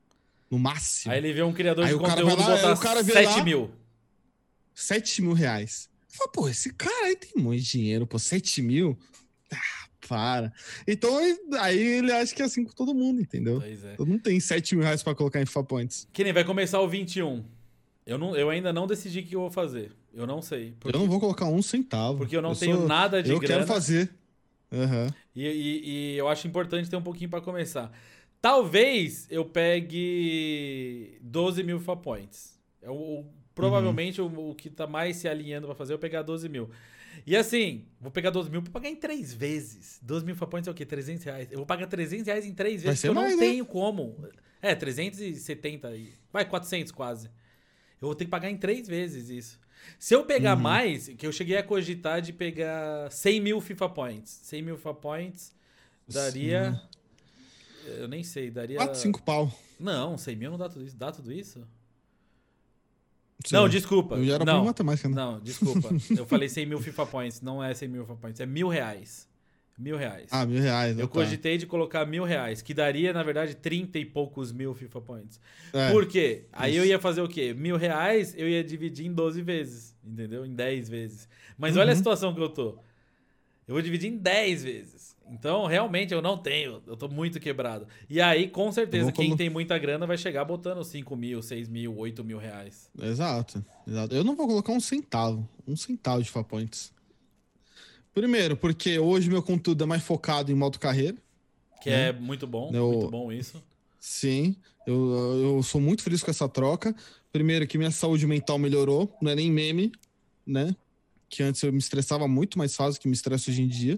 No máximo. Aí ele vê um criador Aí de o cara conteúdo vai lá, botar o cara vê sete lá- mil. sete mil reais. Fala, pô, esse cara aí tem muito dinheiro, pô, sete mil? Ah, para. Então, aí ele acha que é assim com todo mundo, entendeu? Pois é. Eu não tenho sete mil reais pra colocar em FIFA Points. Que nem vai começar o vinte e um. Eu, não, eu ainda não decidi o que eu vou fazer. Eu não sei. Porque, Eu não vou colocar um centavo. porque eu não eu tenho sou- nada de Eu grana. quero fazer. Aham. E, e- e eu acho importante ter um pouquinho pra começar. Talvez eu pegue doze mil FIFA Points. É o- o- provavelmente o, o que tá mais se alinhando pra fazer é eu pegar doze mil. E assim, vou pegar doze mil pra pagar em três vezes. doze mil FIFA Points é o quê? trezentos reais. Eu vou pagar trezentos reais em três Vai vezes, ser porque eu mais, não né? tenho como. É, trezentos e setenta aí. Vai, quatrocentos quase. Eu vou ter que pagar em três vezes isso. Se eu pegar Uhum. mais, que eu cheguei a cogitar de pegar cem mil FIFA Points. cem mil FIFA Points daria... Eu nem sei, daria... quatro, cinco pau. Não, cem mil não dá tudo isso. Dá tudo isso? Sei. Não, desculpa. Eu já era bom não, em matemática, né? não, desculpa. Eu falei cem mil FIFA Points. Não é cem mil FIFA Points. É mil reais. Mil reais. Ah, mil reais. Eu tá. cogitei de colocar mil reais, que daria, na verdade, trinta e poucos mil FIFA Points. É, Por quê? Aí isso. eu ia fazer o quê? Mil reais eu ia dividir em doze vezes, entendeu? Em dez vezes. Mas Uhum. olha a situação que eu tô. Eu vou dividir em dez vezes. Então, realmente, eu não tenho. Eu tô muito quebrado. E aí, com certeza, vou quem colo- tem muita grana vai chegar botando cinco mil, seis mil, oito mil reais. Exato, exato. Eu não vou colocar um centavo. Um centavo de FIFA Points. Primeiro, porque hoje meu conteúdo é mais focado em modo carreira. Que Né? é muito bom, Eu- muito bom isso. Sim, eu, eu sou muito feliz com essa troca. Primeiro, que minha saúde mental melhorou. Não é nem meme, né? Que antes eu me estressava muito mais fácil que me estresso hoje em dia.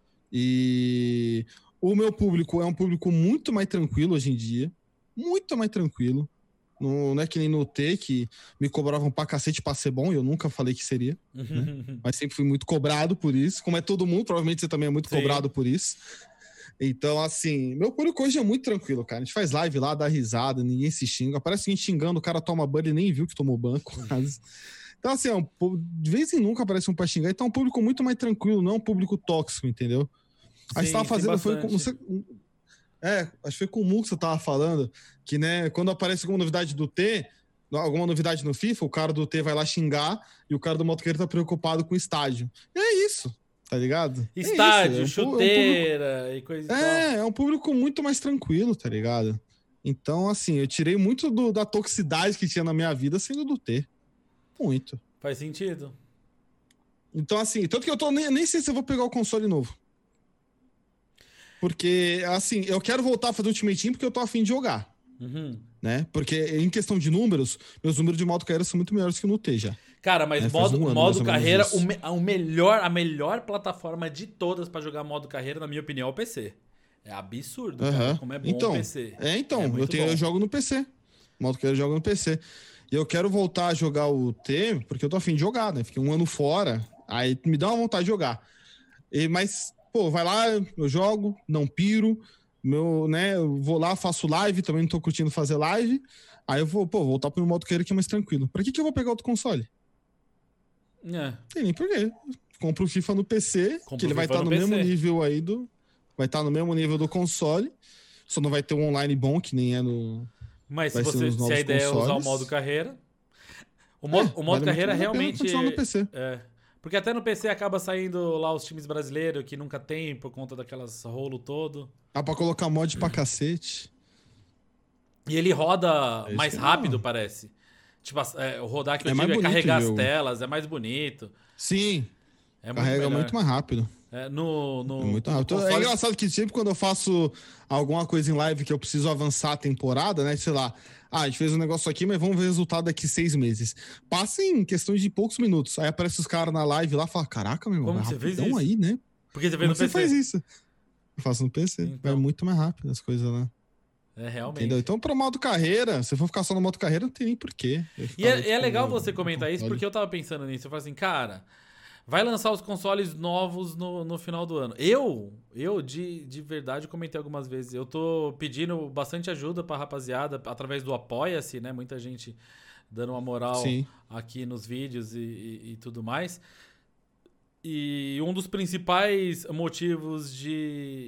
E o meu público é um público muito mais tranquilo hoje em dia. Muito mais tranquilo. Não, não é que nem no T, que me cobravam pra cacete pra ser bom, e eu nunca falei que seria. Mas sempre fui muito cobrado por isso. Como é todo mundo, provavelmente você também é muito Sim. cobrado por isso. Então, assim, meu público hoje é muito tranquilo, cara. A gente faz live lá, dá risada, ninguém se xinga. Parece que a gente xingando, o cara toma ban e nem viu que tomou ban, quase. Então, assim, é um, pú- de vez em nunca aparece um pra xingar. Então, é um público muito mais tranquilo, não é um público tóxico, entendeu? A gente Sim, tava sim, fazendo, foi com, não bastante. sei, um- é, acho que foi com o Mu que você tava falando, que, né, quando aparece alguma novidade do T, alguma novidade no FIFA, o cara do T vai lá xingar e o cara do motoqueiro tá preocupado com o estádio. E é isso, tá ligado? É isso, Estádio, é um pu- é um público- chuteira e coisa e tal. é, é um público muito mais tranquilo, tá ligado? Então, assim, eu tirei muito do- da toxicidade que tinha na minha vida sendo do T. Muito. Faz sentido. Então, assim, tanto que eu tô nem, nem sei se eu vou pegar o console novo. Porque, assim, eu quero voltar a fazer Ultimate Team porque eu tô afim de jogar, Uhum. né? Porque em questão de números, meus números de modo carreira são muito melhores que no T já. Cara, mas É, faz modo, um ano, mais modo ou menos carreira, isso. o, me- o melhor, a melhor plataforma de todas pra jogar modo carreira, na minha opinião, é o P C. É absurdo, cara, Aham. como é bom então, o P C. É, então, É muito eu, tenho, bom. eu jogo no P C. Modo que eu jogo no P C. E eu quero voltar a jogar o T, porque eu tô afim de jogar, né? Fiquei um ano fora, aí me dá uma vontade de jogar. E, mas, pô, vai lá, eu jogo, não piro, meu, né? Eu vou lá, faço live, também não tô curtindo fazer live. Aí eu vou, pô, voltar pro modo carreira que é mais tranquilo. Pra que, que eu vou pegar outro console? É. Não tem nem porquê. Compro o FIFA no P C, Compra que o ele vai FIFA estar no no mesmo P C. nível aí do. Vai estar no mesmo nível do console. Só não vai ter um online bom, que nem é no. Mas se, Vai ser você, nos se a novos ideia é usar o consoles. modo carreira... O modo, É, o modo vale muito carreira mais a pena realmente... continuar no P C. É. Porque até no P C acaba saindo lá os times brasileiros que nunca tem por conta daquelas rolo todo. Dá pra colocar mod pra cacete. E ele roda É isso mais que é rápido, legal. parece. Tipo, é, o rodar que eu É digo mais é bonito carregar o as jogo. telas, é mais bonito. Sim, É muito carrega melhor. muito mais rápido. É, no, no, É muito no rápido. console- É engraçado que sempre quando eu faço alguma coisa em live que eu preciso avançar a temporada, né? Sei lá, ah, a gente fez um negócio aqui, mas vamos ver o resultado daqui seis meses. Passa em questão de poucos minutos. Aí aparece os caras na live lá e fala: Caraca, meu irmão, Como vai você fez rapidão isso? aí, né? Porque você vê Como no você P C. faz isso? Eu faço no P C. Então. Vai muito mais rápido as coisas lá. É, realmente. Entendeu? Então, pro modo carreira, se eu for ficar só no modo carreira, não tem nem porquê. Eu E ficava, é, é tipo, legal no- você no comentar isso, console. porque eu tava pensando nisso. Eu falei assim, cara, vai lançar os consoles novos no, no final do ano. Eu, eu de, de verdade, comentei algumas vezes. Eu tô pedindo bastante ajuda pra rapaziada, através do Apoia-se, né? Muita gente dando uma moral Sim. aqui nos vídeos e, e- e tudo mais. E um dos principais motivos de,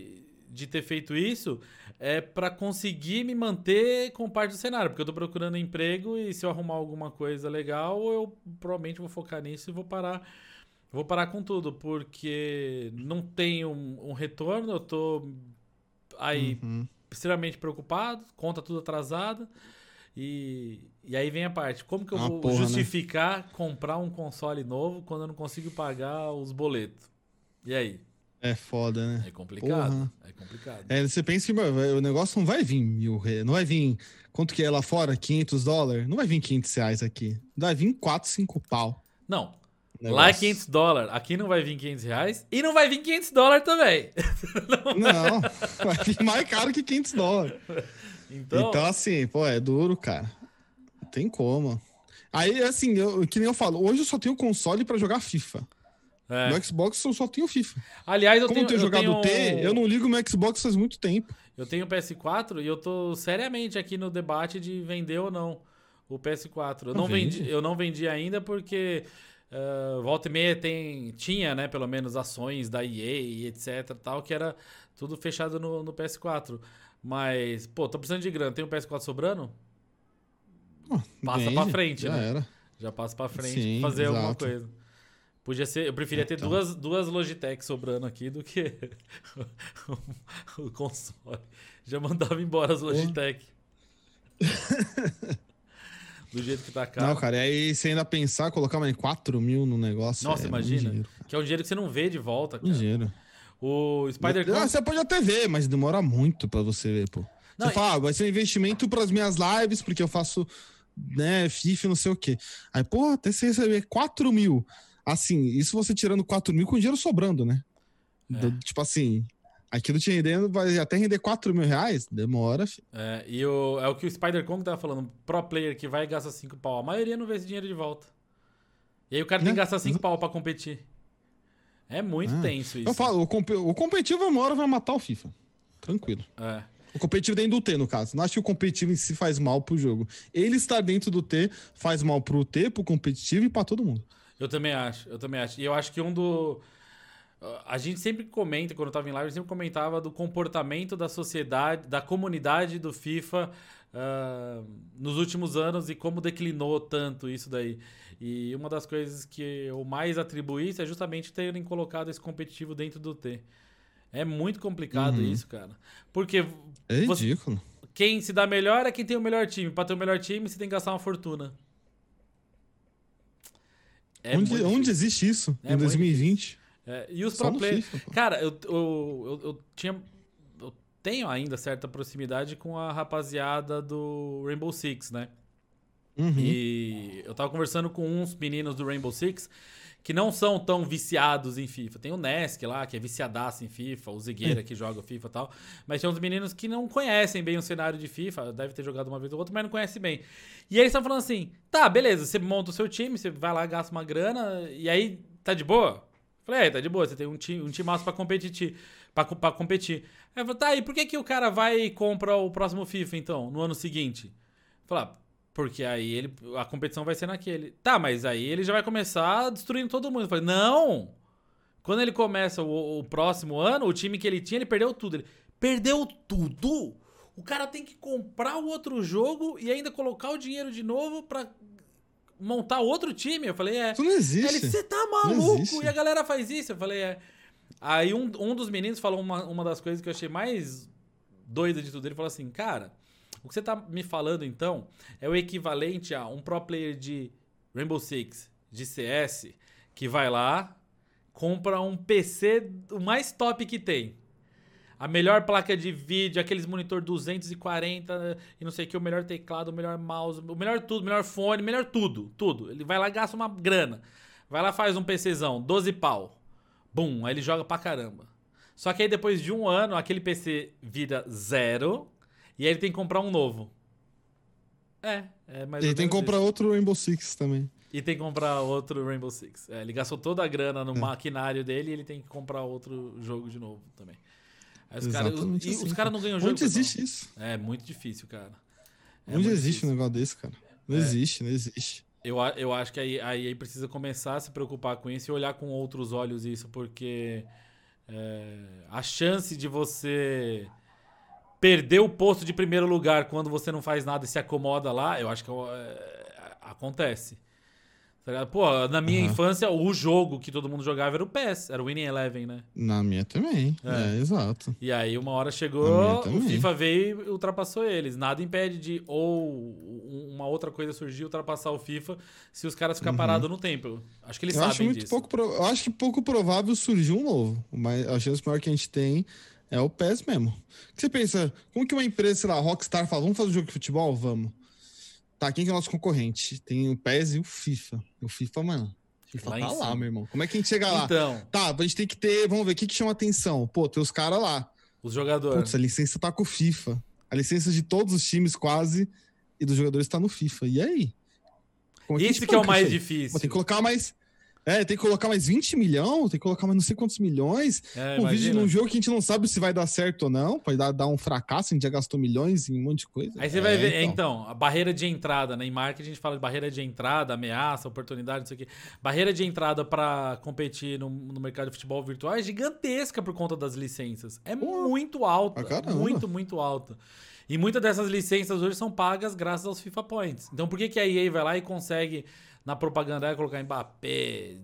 de ter feito isso é pra conseguir me manter com parte do cenário, porque eu tô procurando emprego e se eu arrumar alguma coisa legal, eu provavelmente vou focar nisso e vou parar, vou parar com tudo, porque não tenho um, um retorno, eu tô aí Uhum. extremamente preocupado, conta tudo atrasada. E, e aí vem a parte, como que eu Ah, vou porra, justificar né? comprar um console novo quando eu não consigo pagar os boletos? E aí? É foda, né? É complicado, Porra. é complicado. É, você pensa que meu, o negócio não vai vir mil reais, não vai vir, quanto que é lá fora? quinhentos dólares? Não vai vir quinhentos reais aqui. Vai vir quatro, cinco pau. Não, o lá é negócio. quinhentos dólares, aqui não vai vir quinhentos reais e não vai vir quinhentos dólares também. Não, vai vir mais caro que quinhentos dólares. Então, Então, assim, pô, é duro, cara. Não tem como. Aí, assim, eu, que nem eu falo, hoje eu só tenho console pra jogar FIFA. é. No Xbox eu só tenho FIFA. Aliás, eu Como eu tenho, tenho eu jogado tenho, T, eu não ligo meu Xbox faz muito tempo. eu tenho o P S quatro e eu tô seriamente aqui no debate de vender ou não o P S quatro. Eu Não não vende. vendi, eu não vendi ainda porque uh, volta e meia tem, tinha, né, pelo menos ações da E A e etc, tal, que era tudo fechado no, no P S quatro. Mas, pô, tô precisando de grana, tem um P S quatro sobrando? Oh, Passa vende, pra frente, já né? era. Já passa pra frente Sim, pra fazer exato. alguma coisa. Podia ser, eu preferia ter Então. duas, duas Logitech sobrando aqui do que o console. Já mandava embora as Logitech. Do jeito que tá caro. Não, cara, e aí você ainda pensar, colocar mais quatro mil no negócio. Nossa, é imagina. muito dinheiro, Que é um dinheiro que você não vê de volta, cara. muito dinheiro. O Spider Ah, você pode até ver, mas demora muito pra você ver, pô. Não, Você fala, ah, vai ser um investimento pras minhas lives, porque eu faço, né, FIFA e não sei o quê. Aí, pô, até você receber quatro mil. Assim, isso você tirando quatro mil com dinheiro sobrando, né? É. Do- tipo assim, aquilo te rendendo, vai até render quatro mil reais? Demora, filho. É, e o, é o que o Spider Kong tava falando. Pro player que vai e gasta cinco pau. A maioria não vê esse dinheiro de volta. E aí o cara tem que Né? gastar cinco pau pra competir. É muito Ah. tenso isso. Eu falo, o, comp o competitivo uma hora vai matar o FIFA. Tranquilo. É. O competitivo dentro do T, no caso. Não acho que o competitivo em si faz mal pro jogo. Ele estar dentro do T faz mal pro T, pro competitivo e pra todo mundo. Eu também acho, eu também acho. E eu acho que um do... A gente sempre comenta, quando eu tava em live, eu sempre comentava do comportamento da sociedade, da comunidade do FIFA uh, nos últimos anos e como declinou tanto isso daí. E uma das coisas que eu mais atribuí isso é justamente terem colocado esse competitivo dentro do T. É muito complicado Uhum. isso, cara. Porque É você- ridículo. quem se dá melhor é quem tem o melhor time. Pra ter o melhor time, você tem que gastar uma fortuna. É onde, muito onde difícil. existe isso? É em muito dois mil e vinte? É, e os Só pro no players. FIFA, pô. Cara, eu, eu, eu, eu tinha. Eu tenho ainda certa proximidade com a rapaziada do Rainbow Six, né? Uhum. E eu tava conversando com uns meninos do Rainbow Six que não são tão viciados em FIFA. Tem o Nesk lá, que é viciadaço em FIFA, o Zigueira que joga FIFA e tal. Mas tem uns meninos que não conhecem bem o cenário de FIFA, deve ter jogado uma vez ou outra, mas não conhece bem. E aí eles estão falando assim: tá, beleza, você monta o seu time, você vai lá, gasta uma grana, e aí tá de boa? Falei, é, tá de boa, você tem um time, um time massa pra competir. Pra, pra competir. Aí eu falei, tá, e por que, que o cara vai e compra o próximo FIFA, então, no ano seguinte? Falei, ah, porque aí ele, a competição vai ser naquele. Tá, mas aí ele já vai começar destruindo todo mundo. Eu falei, não! Quando ele começa o, o próximo ano, o time que ele tinha, ele perdeu tudo. Ele perdeu tudo? O cara tem que comprar o outro jogo e ainda colocar o dinheiro de novo pra montar outro time? Eu falei, é. Isso não existe. Ele, você tá Não maluco? existe. E a galera faz isso? Eu falei, é. Aí um, um dos meninos falou uma, uma das coisas que eu achei mais doida de tudo. Ele falou assim, cara, o que você tá me falando então é o equivalente a um pro player de Rainbow Six, de C S, que vai lá, compra um P C o mais top que tem. A melhor placa de vídeo, aqueles monitor duzentos e quarenta e não sei o que, o melhor teclado, o melhor mouse, o melhor tudo, o melhor fone, o melhor tudo, tudo. Ele vai lá e gasta uma grana. Vai lá, faz um PCzão, doze pau. Bum, aí ele joga pra caramba. Só que aí depois de um ano, aquele P C vira zero e aí ele tem que comprar um novo. É, é mais ou Ele tem que menos comprar isso. outro Rainbow Six também. E tem que comprar outro Rainbow Six. É, ele gastou toda a grana no É. maquinário dele e ele tem que comprar outro jogo de novo também. Aí os caras Exatamente e assim, os caras não ganham jogo. Onde pessoal. existe isso? É muito difícil, cara. É Onde muito existe difícil. um negócio desse, cara? Não É. existe, não existe. Eu, a- eu acho que aí, aí, aí precisa começar a se preocupar com isso e olhar com outros olhos isso, porque É, a chance de você perder o posto de primeiro lugar quando você não faz nada e se acomoda lá, eu acho que é, acontece. Pô, na minha uhum. infância, o jogo que todo mundo jogava era o P E S, era o Winning Eleven, né? Na minha também, é, é exato. E aí uma hora chegou, o FIFA veio e ultrapassou eles. Nada impede de ou uma outra coisa surgir e ultrapassar o FIFA se os caras ficarem uhum. parados no tempo. Acho que eles eu sabem acho muito disso. Pouco pro... Eu acho que pouco provável surgir um novo, mas a chance maior que a gente tem é o P E S mesmo. O que você pensa, como que uma empresa, sei lá, Rockstar fala, vamos fazer um jogo de futebol? Vamos. Tá, quem que é o nosso concorrente? Tem o P E S e o FIFA. O FIFA, mano. O FIFA lá tá lá, meu irmão. Como é que a gente chega lá? Então. Tá, a gente tem que ter. Vamos ver, o que, que chama atenção? Pô, tem os caras lá. Os jogadores. Putz, a licença tá com o FIFA. A licença de todos os times, quase, e dos jogadores tá no FIFA. E aí? Como é que Isso que é o mais difícil. Pô, tem que colocar mais. É, tem que colocar mais vinte milhões, tem que colocar mais não sei quantos milhões. É, um vídeo num jogo que a gente não sabe se vai dar certo ou não. Pode dar, dar um fracasso, a gente já gastou milhões em um monte de coisa. Aí você é, vai ver, então. então, a barreira de entrada, né? Em marketing a gente fala de barreira de entrada, ameaça, oportunidade, não sei o quê. Barreira de entrada para competir no, no mercado de futebol virtual é gigantesca por conta das licenças. É Pô, muito alta, muito, muito alta. E muitas dessas licenças hoje são pagas graças aos FIFA Points. Então por que, que a E A vai lá e consegue... Na propaganda, colocar Mbappé,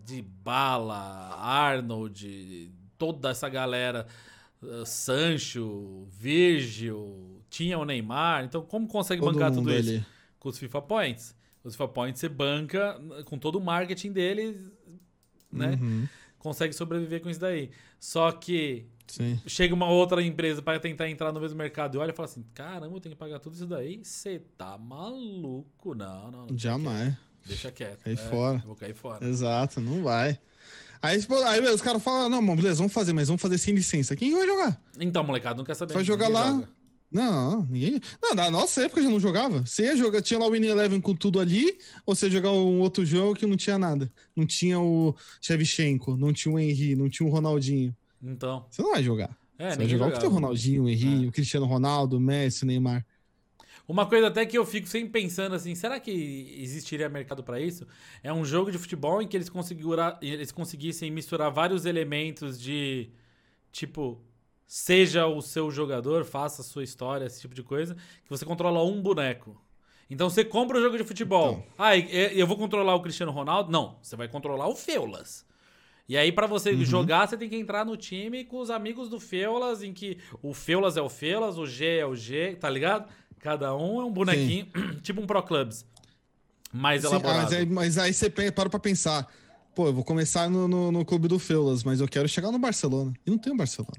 Dybala, Arnold, toda essa galera, uh, Sancho, Virgil, tinha o Neymar. Então, como consegue todo bancar tudo isso? Ali. Com os FIFA Points. Os FIFA Points você banca com todo o marketing deles, né? Uhum. Consegue sobreviver com isso daí. Só que Sim. chega uma outra empresa para tentar entrar no mesmo mercado e olha e fala assim, caramba, eu tenho que pagar tudo isso daí? Você tá maluco? Não, não. não Jamais. Deixa quieto. Cair é, fora. Vou cair fora. Exato, não vai. Aí, aí os caras falam, não, mano, beleza, vamos fazer, mas vamos fazer sem licença. Quem vai jogar? Então, molecada, não quer saber. Vai jogar lá? Joga. Não, ninguém... Não, na nossa época já não jogava. Você ia jogar, tinha lá o Winning Eleven com tudo ali, ou você ia jogar um outro jogo que não tinha nada. Não tinha o Shevchenko, não tinha o Henry, não tinha o Ronaldinho. Então. Você não vai jogar. É, você vai jogar jogava. o que tem o Ronaldinho, o Henry, é. o Cristiano Ronaldo, o Messi, o Neymar. Uma coisa até que eu fico sempre pensando assim, será que existiria mercado para isso? É um jogo de futebol em que eles, eles conseguissem misturar vários elementos de, tipo, seja o seu jogador, faça a sua história, esse tipo de coisa, que você controla um boneco. Então você compra o jogo de futebol. Então. Ah, eu vou controlar o Cristiano Ronaldo? Não, você vai controlar o Feulas. E aí, pra você uhum. jogar, você tem que entrar no time com os amigos do Feulas, em que o Feulas é o Feulas, o G é o G, tá ligado? Cada um é um bonequinho, Sim. tipo um Pro Clubs. Mais Sim, elaborado. Mas aí, mas aí você para pra pensar, pô, eu vou começar no, no, no clube do Feulas, mas eu quero chegar no Barcelona. E não tem o Barcelona.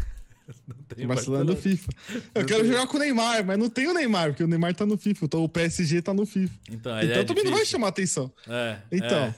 Não tem o Barcelona, Barcelona do FIFA. Eu não quero tem. jogar com o Neymar, mas não tem o Neymar, porque o Neymar tá no FIFA, então o P S G tá no FIFA. Então, então é também não vai chamar atenção. É, então. É.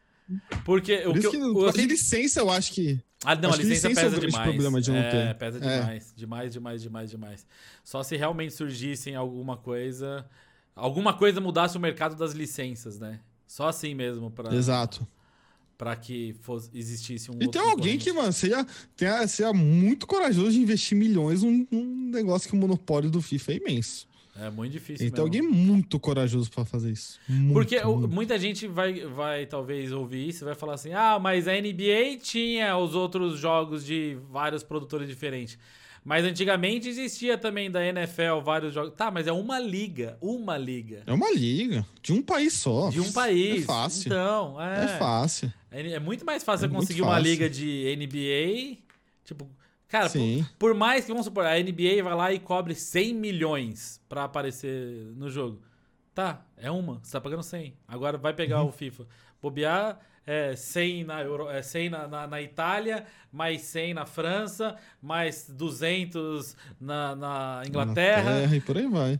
Porque Por o isso que que, eu, por eu, de licença, eu acho que... Ah, não, acho a licença, licença pesa é o demais. Problema de não é, ter. pesa é. demais. Demais, demais, demais, demais, demais. Só se realmente surgissem alguma coisa... Alguma coisa mudasse o mercado das licenças, né? Só assim mesmo. Pra, Exato. Pra que fosse, existisse um E tem alguém que, mano, você ia, tem, você ia muito corajoso de investir milhões num, num negócio que o monopólio do FIFA é imenso. É muito difícil. E tem alguém muito corajoso pra fazer isso. Muito, Porque muito. muita gente vai, vai talvez ouvir isso e vai falar assim, ah, mas a N B A tinha os outros jogos de vários produtores diferentes. Mas antigamente existia também da N F L vários jogos. Tá, mas é uma liga, uma liga. É uma liga, de um país só. De um país. É fácil. Então, é. É fácil. É, é muito mais fácil é você conseguir fácil. uma liga de N B A, tipo... Cara, por, por mais que, vamos supor, a N B A vai lá e cobre cem milhões pra aparecer no jogo. Tá, é uma, você tá pagando cem. Agora vai pegar uhum. o FIFA. Bobear, é cem, na, Euro, é cem na, na, na Itália, mais cem na França, mais duzentos na, na Inglaterra. Inglaterra. E por aí vai.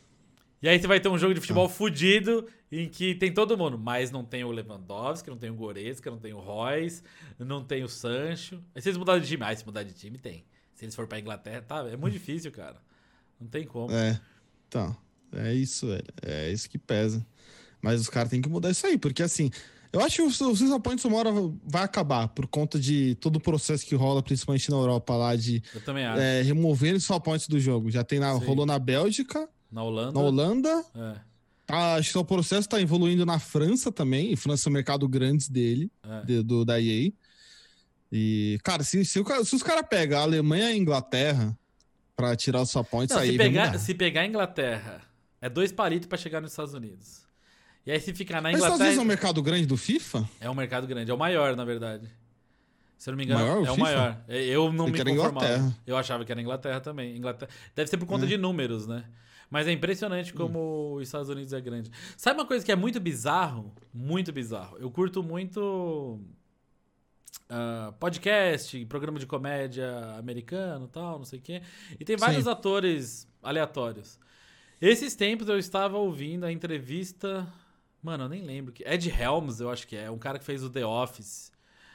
E aí você vai ter um jogo de futebol ah. fudido em que tem todo mundo, mas não tem o Lewandowski, não tem o Goretzka, não tem o Royce, não tem o Sancho. Aí se eles mudarem de time, ah, se mudar de time tem. Se eles forem pra Inglaterra, tá, é muito difícil, cara. Não tem como. É, então, é isso, velho. É isso que pesa. Mas os caras têm que mudar isso aí, porque assim, eu acho que o FIFA Points uma hora vai acabar por conta de todo o processo que rola, principalmente na Europa lá, de eu também acho. É, remover os FIFA Points do jogo. Já tem na, rolou na Bélgica, na Holanda. Na Holanda. É. Tá, acho que o processo tá evoluindo na França também. E França é o mercado grande dele, é. de, do, da E A. E, cara, se, se, o, se os caras pegam a Alemanha e a Inglaterra pra tirar os sua points, Não, aí se vai pegar, mudar. se pegar a Inglaterra, é dois palitos pra chegar nos Estados Unidos. E aí se ficar na Mas os Estados Inglaterra... Unidos é um mercado grande do FIFA? É um mercado grande, é o maior, na verdade. Se eu não me engano, Maior, o é o FIFA? maior. Eu não Eu me quero conformava. Inglaterra. Eu achava que era Inglaterra também. Inglaterra... Deve ser por conta É. de números, né? Mas é impressionante como os Estados Unidos é grande. Sabe uma coisa que é muito bizarro? Muito bizarro. Eu curto muito uh, podcast, programa de comédia americano e tal, não sei o quê. E tem vários Sim. atores aleatórios. Esses tempos eu estava ouvindo a entrevista... Mano, eu nem lembro. que Ed Helms, eu acho que é. Um cara que fez o The Office.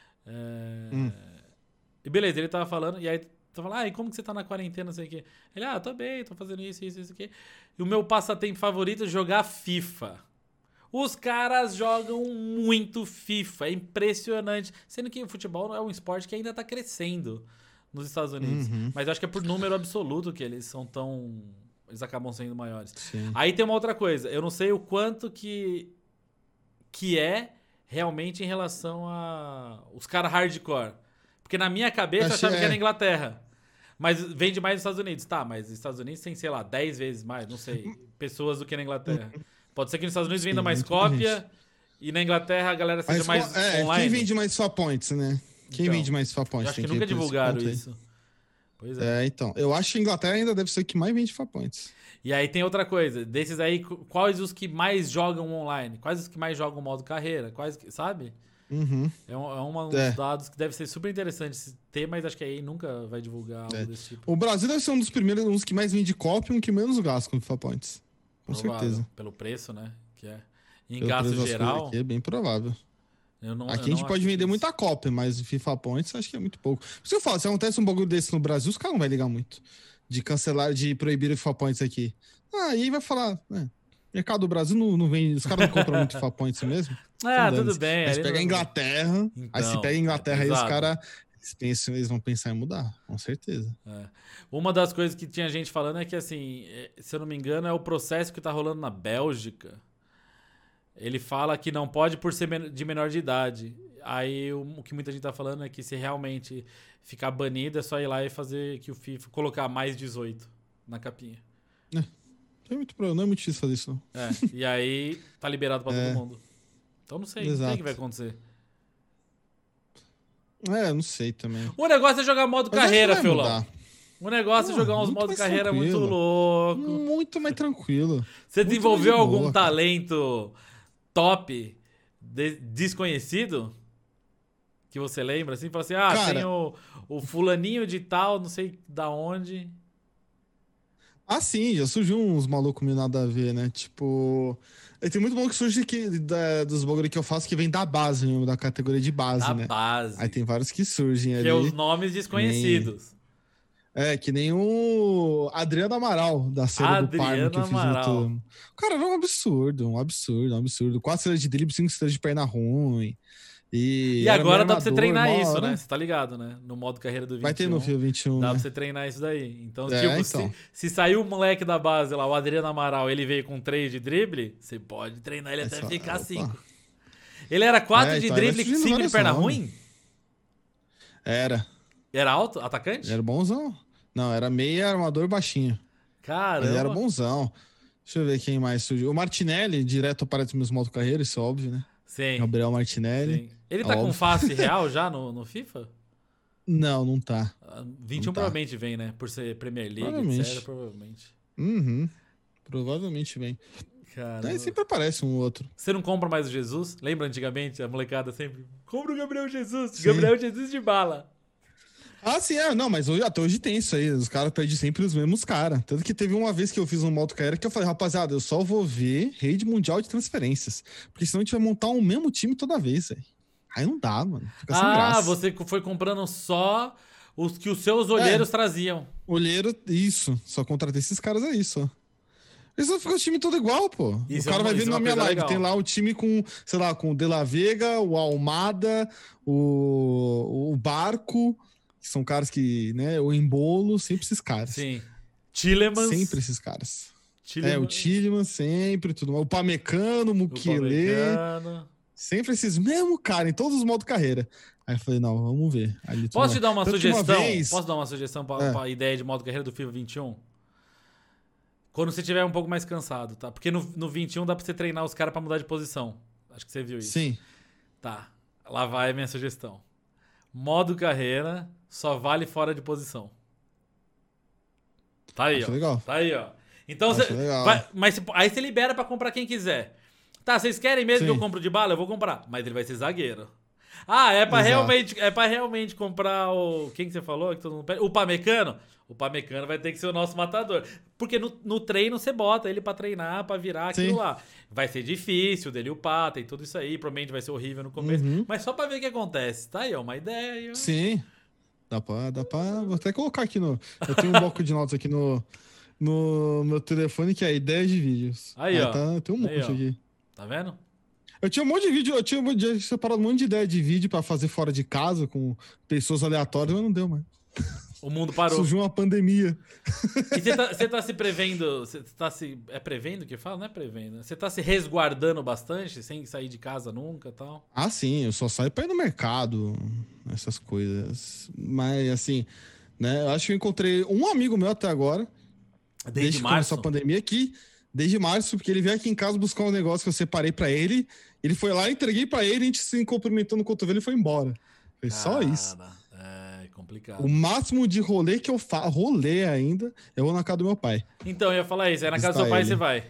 É... Hum. E beleza, ele tava falando, e aí tava falando, ah, e como que você tá na quarentena, não sei o quê. Ele, ah, tô bem, tô fazendo isso, isso, isso aqui. E o meu passatempo favorito é jogar FIFA. Os caras jogam muito FIFA, é impressionante. Sendo que o futebol é um esporte que ainda tá crescendo nos Estados Unidos. Uhum. Mas eu acho que é por número absoluto que eles são tão... Eles acabam sendo maiores. Sim. Aí tem uma outra coisa, eu não sei o quanto que, que é realmente em relação a os caras hardcore. Porque na minha cabeça eu Achei- achava que era é. Inglaterra. Mas vende mais nos Estados Unidos. Tá, mas os Estados Unidos tem, sei lá, dez vezes mais, não sei, pessoas do que na Inglaterra. Pode ser que nos Estados Unidos Sim, venda mais muita cópia gente. e na Inglaterra a galera seja Mas, mais é, online. quem vende mais FIFA Points, né? Quem Então, vende mais FIFA Eu Points? acho Tem que nunca ir por esse divulgaram ponto aí. isso. Pois é. É, então. Eu acho que a Inglaterra ainda deve ser o que mais vende FIFA Points. E aí tem outra coisa, desses aí, qu- quais os que mais jogam online? Quais os que mais jogam modo carreira? Quais, que- sabe? Uhum. É um, é uma- uns É. dados que deve ser super interessante se ter, mas acho que aí nunca vai divulgar algo É. desse tipo. O Brasil deve ser um dos primeiros, uns que mais vende cópia e um que menos gasta com FIFA Points. Com Provável, certeza. Pelo preço, né? Que é. Em Pelo gasto preço das coisas geral, aqui é bem provável. eu não. Aqui eu a gente não pode acho vender isso. muita cópia, mas o FIFA Points acho que é muito pouco. Por isso que eu falo, se acontece um bagulho desse no Brasil, os caras não vão ligar muito. De cancelar, de proibir o FIFA Points aqui. Ah, e aí vai falar, né? Mercado do Brasil não, não vende, os caras não compram muito FIFA Points mesmo. Ah, Então, tudo dane-se. bem. Aí se ali pega a não- Inglaterra, aí se Então, pega a Inglaterra é aí os pesado. caras eles, pensam, eles vão pensar em mudar, com certeza. É. Uma das coisas que tinha gente falando é que, assim, é, se eu não me engano, é o processo que tá rolando na Bélgica. Ele fala que não pode por ser men- de menor de idade. Aí o, o que muita gente tá falando é que se realmente ficar banido, é só ir lá e fazer que o FIFA colocar mais dezoito na capinha. Não é muito, pro- não é muito difícil fazer isso, não. É, e aí tá liberado pra É. todo mundo. Então não sei, não sei o Exato. que vai acontecer. É, não sei também. O negócio é jogar modo Mas acho que carreira, vai Fiolão. mudar. O negócio é Pô, jogar uns muito modos mais carreira muito tranquilo. louco. Muito mais tranquilo. Você muito desenvolveu mais de algum boa, talento top de- desconhecido? Que você lembra assim? Fala assim, ah, Cara- tem o, o fulaninho de tal, não sei da onde. Ah, sim, já surgiu uns malucos meio nada a ver, né? Tipo. aí Tem muito maluco que surge que, da- dos bagulho que eu faço que vem da base mesmo, da categoria de base, Da né? base. Aí tem vários que surgem Que ali. é os nomes desconhecidos. É, que nem o Adriano Amaral, da série do Parma Adriano que eu fiz Amaral. no. Cara, era um absurdo, um absurdo, um absurdo. Quatro estrelas de drible, cinco estrelas de perna ruim. E, E era agora meio dá pra você armador, treinar uma isso, hora- né? Você tá ligado, né? No modo carreira do vinte e um. Vai ter no Fio vinte e um. Dá né? pra você treinar isso daí. Então, É, tipo, então. Se, se saiu o moleque da base lá, o Adriano Amaral, ele veio com três de drible, você pode treinar ele É até só- ficar opa. cinco. Ele era quatro É, de então aí vai drible, surgindo cinco de vários perna nomes. ruim? Era. Era alto? Atacante? Era bonzão. Não, era meio armador baixinho. Mas Caramba. ele era bonzão. Deixa eu ver quem mais surgiu. O Martinelli, direto aparece nos modo carreira, isso é óbvio, né? Sim. Gabriel Martinelli. sim. Ele tá com Óbvio. face real já no, no FIFA? Não, não tá. Ah, vinte e um Não tá. provavelmente vem, né? Por ser Premier League, Provavelmente. etcétera. Provavelmente. Uhum. Provavelmente vem. Caramba. Aí sempre aparece um outro. Você não compra mais o Jesus? Lembra antigamente? A molecada sempre. Compra o Gabriel Jesus. Sim. Gabriel Jesus de bala. Ah, sim, é. Não, mas hoje, até hoje tem isso aí. Os caras pedem sempre os mesmos caras. Tanto que teve uma vez que eu fiz um modo carreira que eu falei, rapaziada, eu só vou ver rede mundial de transferências. Porque senão a gente vai montar um mesmo time toda vez, velho. Aí não dá, mano. Fica sem Ah, graça. você foi comprando só os que os seus olheiros É. traziam. Olheiro, isso. Só contratei esses caras aí, só. Eles vão ficar o time todo igual, pô. Isso o é cara uma- vai ver isso é na uma minha coisa live. legal. Tem lá o time com, sei lá, com o De La Vega, o Almada, o, o Barco, que são caras que, né, o Embolo, sempre esses caras. Sim. Tillemans. Sempre esses caras. Tillemans, É, o Tillman, sempre, tudo mais. O Pamecano, o o Mukiele. Pamecano. Sempre esses mesmo cara, em todos os modos carreira. Aí eu falei, não, vamos ver. Aí, Posso te dar uma sugestão? Uma vez... Posso dar uma sugestão pra, é. pra ideia de modo carreira do FIFA vinte e um? Quando você estiver um pouco mais cansado, tá? Porque no, no vinte e um dá pra você treinar os caras pra mudar de posição. Acho que você viu isso. Sim. Tá. Lá vai a minha sugestão. Modo carreira só vale fora de posição. Tá aí, Acho ó. Legal. Tá aí, ó. Então você. Vai, mas aí você libera pra comprar quem quiser. Tá, vocês querem mesmo Sim. que eu compre de bala? Eu vou comprar. Mas ele vai ser zagueiro. Ah, é pra, realmente, é pra realmente comprar o... Quem que você falou? Que todo mundo pede? O Pamecano? O Pamecano vai ter que ser o nosso matador. Porque no, no treino você bota ele pra treinar, pra virar aquilo Sim. lá. Vai ser difícil dele upar, tem tudo isso aí. Provavelmente vai ser horrível no começo. Uhum. Mas só pra ver o que acontece. Tá aí, ó, uma ideia. Sim. Dá pra, dá pra... Vou até colocar aqui no... Eu tenho um bloco de notas aqui no, no meu telefone que é ideias de vídeos. Aí, aí ó. Tá, tem um monte aí, aqui. Tá vendo? Eu tinha um monte de vídeo, eu tinha um de, separado um monte de ideia de vídeo pra fazer fora de casa com pessoas aleatórias, mas não deu, mano. O mundo parou. Surgiu uma pandemia. E você tá, tá se prevendo, você tá se... É prevendo que fala? Não é prevendo. Você tá se resguardando bastante, sem sair de casa nunca e tal? Ah, sim, eu só saio pra ir no mercado, essas coisas. Mas, assim, né, eu acho que eu encontrei um amigo meu até agora, desde, desde que começou a pandemia aqui, desde março, porque ele veio aqui em casa buscar um negócio que eu separei pra ele. Ele foi lá, entreguei pra ele, a gente se cumprimentou no cotovelo e foi embora. Foi Cara, só isso. É complicado. O máximo de rolê que eu faço, rolê ainda, eu vou na casa do meu pai. Então, eu ia falar isso, é na casa do seu pai ele. Você vai.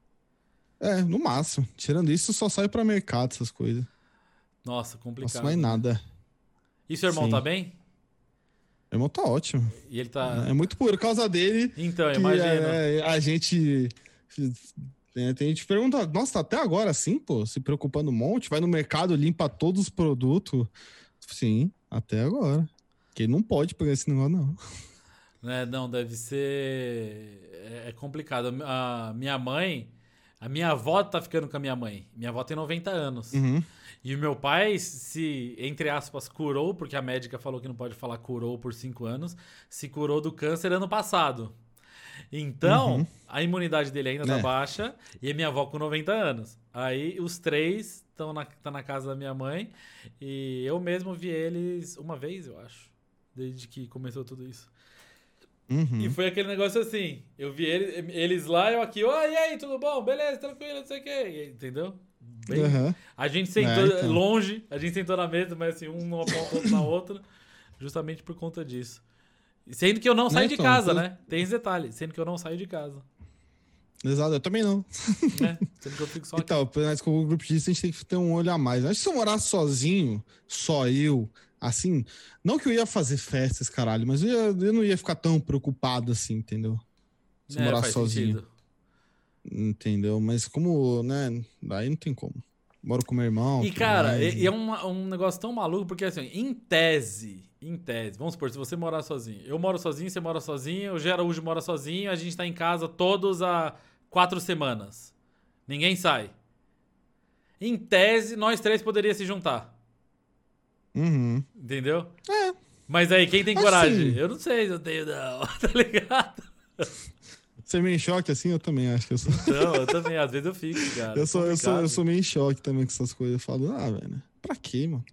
É, no máximo. Tirando isso, só saio pra mercado, essas coisas. Nossa, complicado. Não mais nada. E seu irmão Sim. tá bem? Meu irmão tá ótimo. E ele tá... É muito por causa dele. Então, que imagina. É, a gente... É, tem gente que pergunta, nossa, tá até agora assim, pô, se preocupando um monte, vai no mercado, limpa todos os produtos. Sim, até agora. Porque ele não pode pegar esse negócio, não. É, não, deve ser... É complicado. A minha mãe... A minha avó tá ficando com a minha mãe. Minha avó tem noventa anos. Uhum. E o meu pai se, entre aspas, curou, porque a médica falou que não pode falar curou por cinco anos, se curou do câncer ano passado. Então, uhum. a imunidade dele ainda tá é. baixa e a minha avó com noventa anos. Aí os três estão na, tá na casa da minha mãe e eu mesmo vi eles uma vez, eu acho, desde que começou tudo isso. Uhum. E foi aquele negócio assim, eu vi eles, eles lá, eu aqui, oi, e aí, tudo bom? Beleza, tranquilo, não sei o quê, entendeu? Bem, uhum. A gente sentou é, então. longe, a gente sentou na mesa, mas assim, um numa ponta, outro na outra, justamente por conta disso. Sendo que eu não saio não, de então, casa, eu... né? Tem esse detalhe. Sendo que eu não saio de casa. Exato, eu também não. É, sendo que eu fico só aqui. Então, mas com o grupo disso, a gente tem que ter um olho a mais. Acho que se eu morasse sozinho, só eu, assim... Não que eu ia fazer festas, caralho, mas eu, ia, eu não ia ficar tão preocupado assim, entendeu? Se é, morar sozinho. Sentido. Entendeu? Mas como, né? Daí não tem como. Moro com meu irmão. E, cara, mais, e, e é um, um negócio tão maluco, porque assim, em tese... Em tese, vamos supor, se você morar sozinho. Eu moro sozinho, você mora sozinho, o G. Araújo mora sozinho, a gente tá em casa todos há quatro semanas. Ninguém sai. Em tese, nós três poderíamos se juntar. Uhum. Entendeu? É. Mas aí, quem tem assim, coragem? Eu não sei se eu tenho, não. Tá ligado? Você é meio em choque assim? Eu também acho que eu sou. Não, eu também. Às vezes eu fico, cara. Eu sou, eu sou, eu sou meio em choque também com essas coisas. Eu falo, ah, velho, pra quê, mano?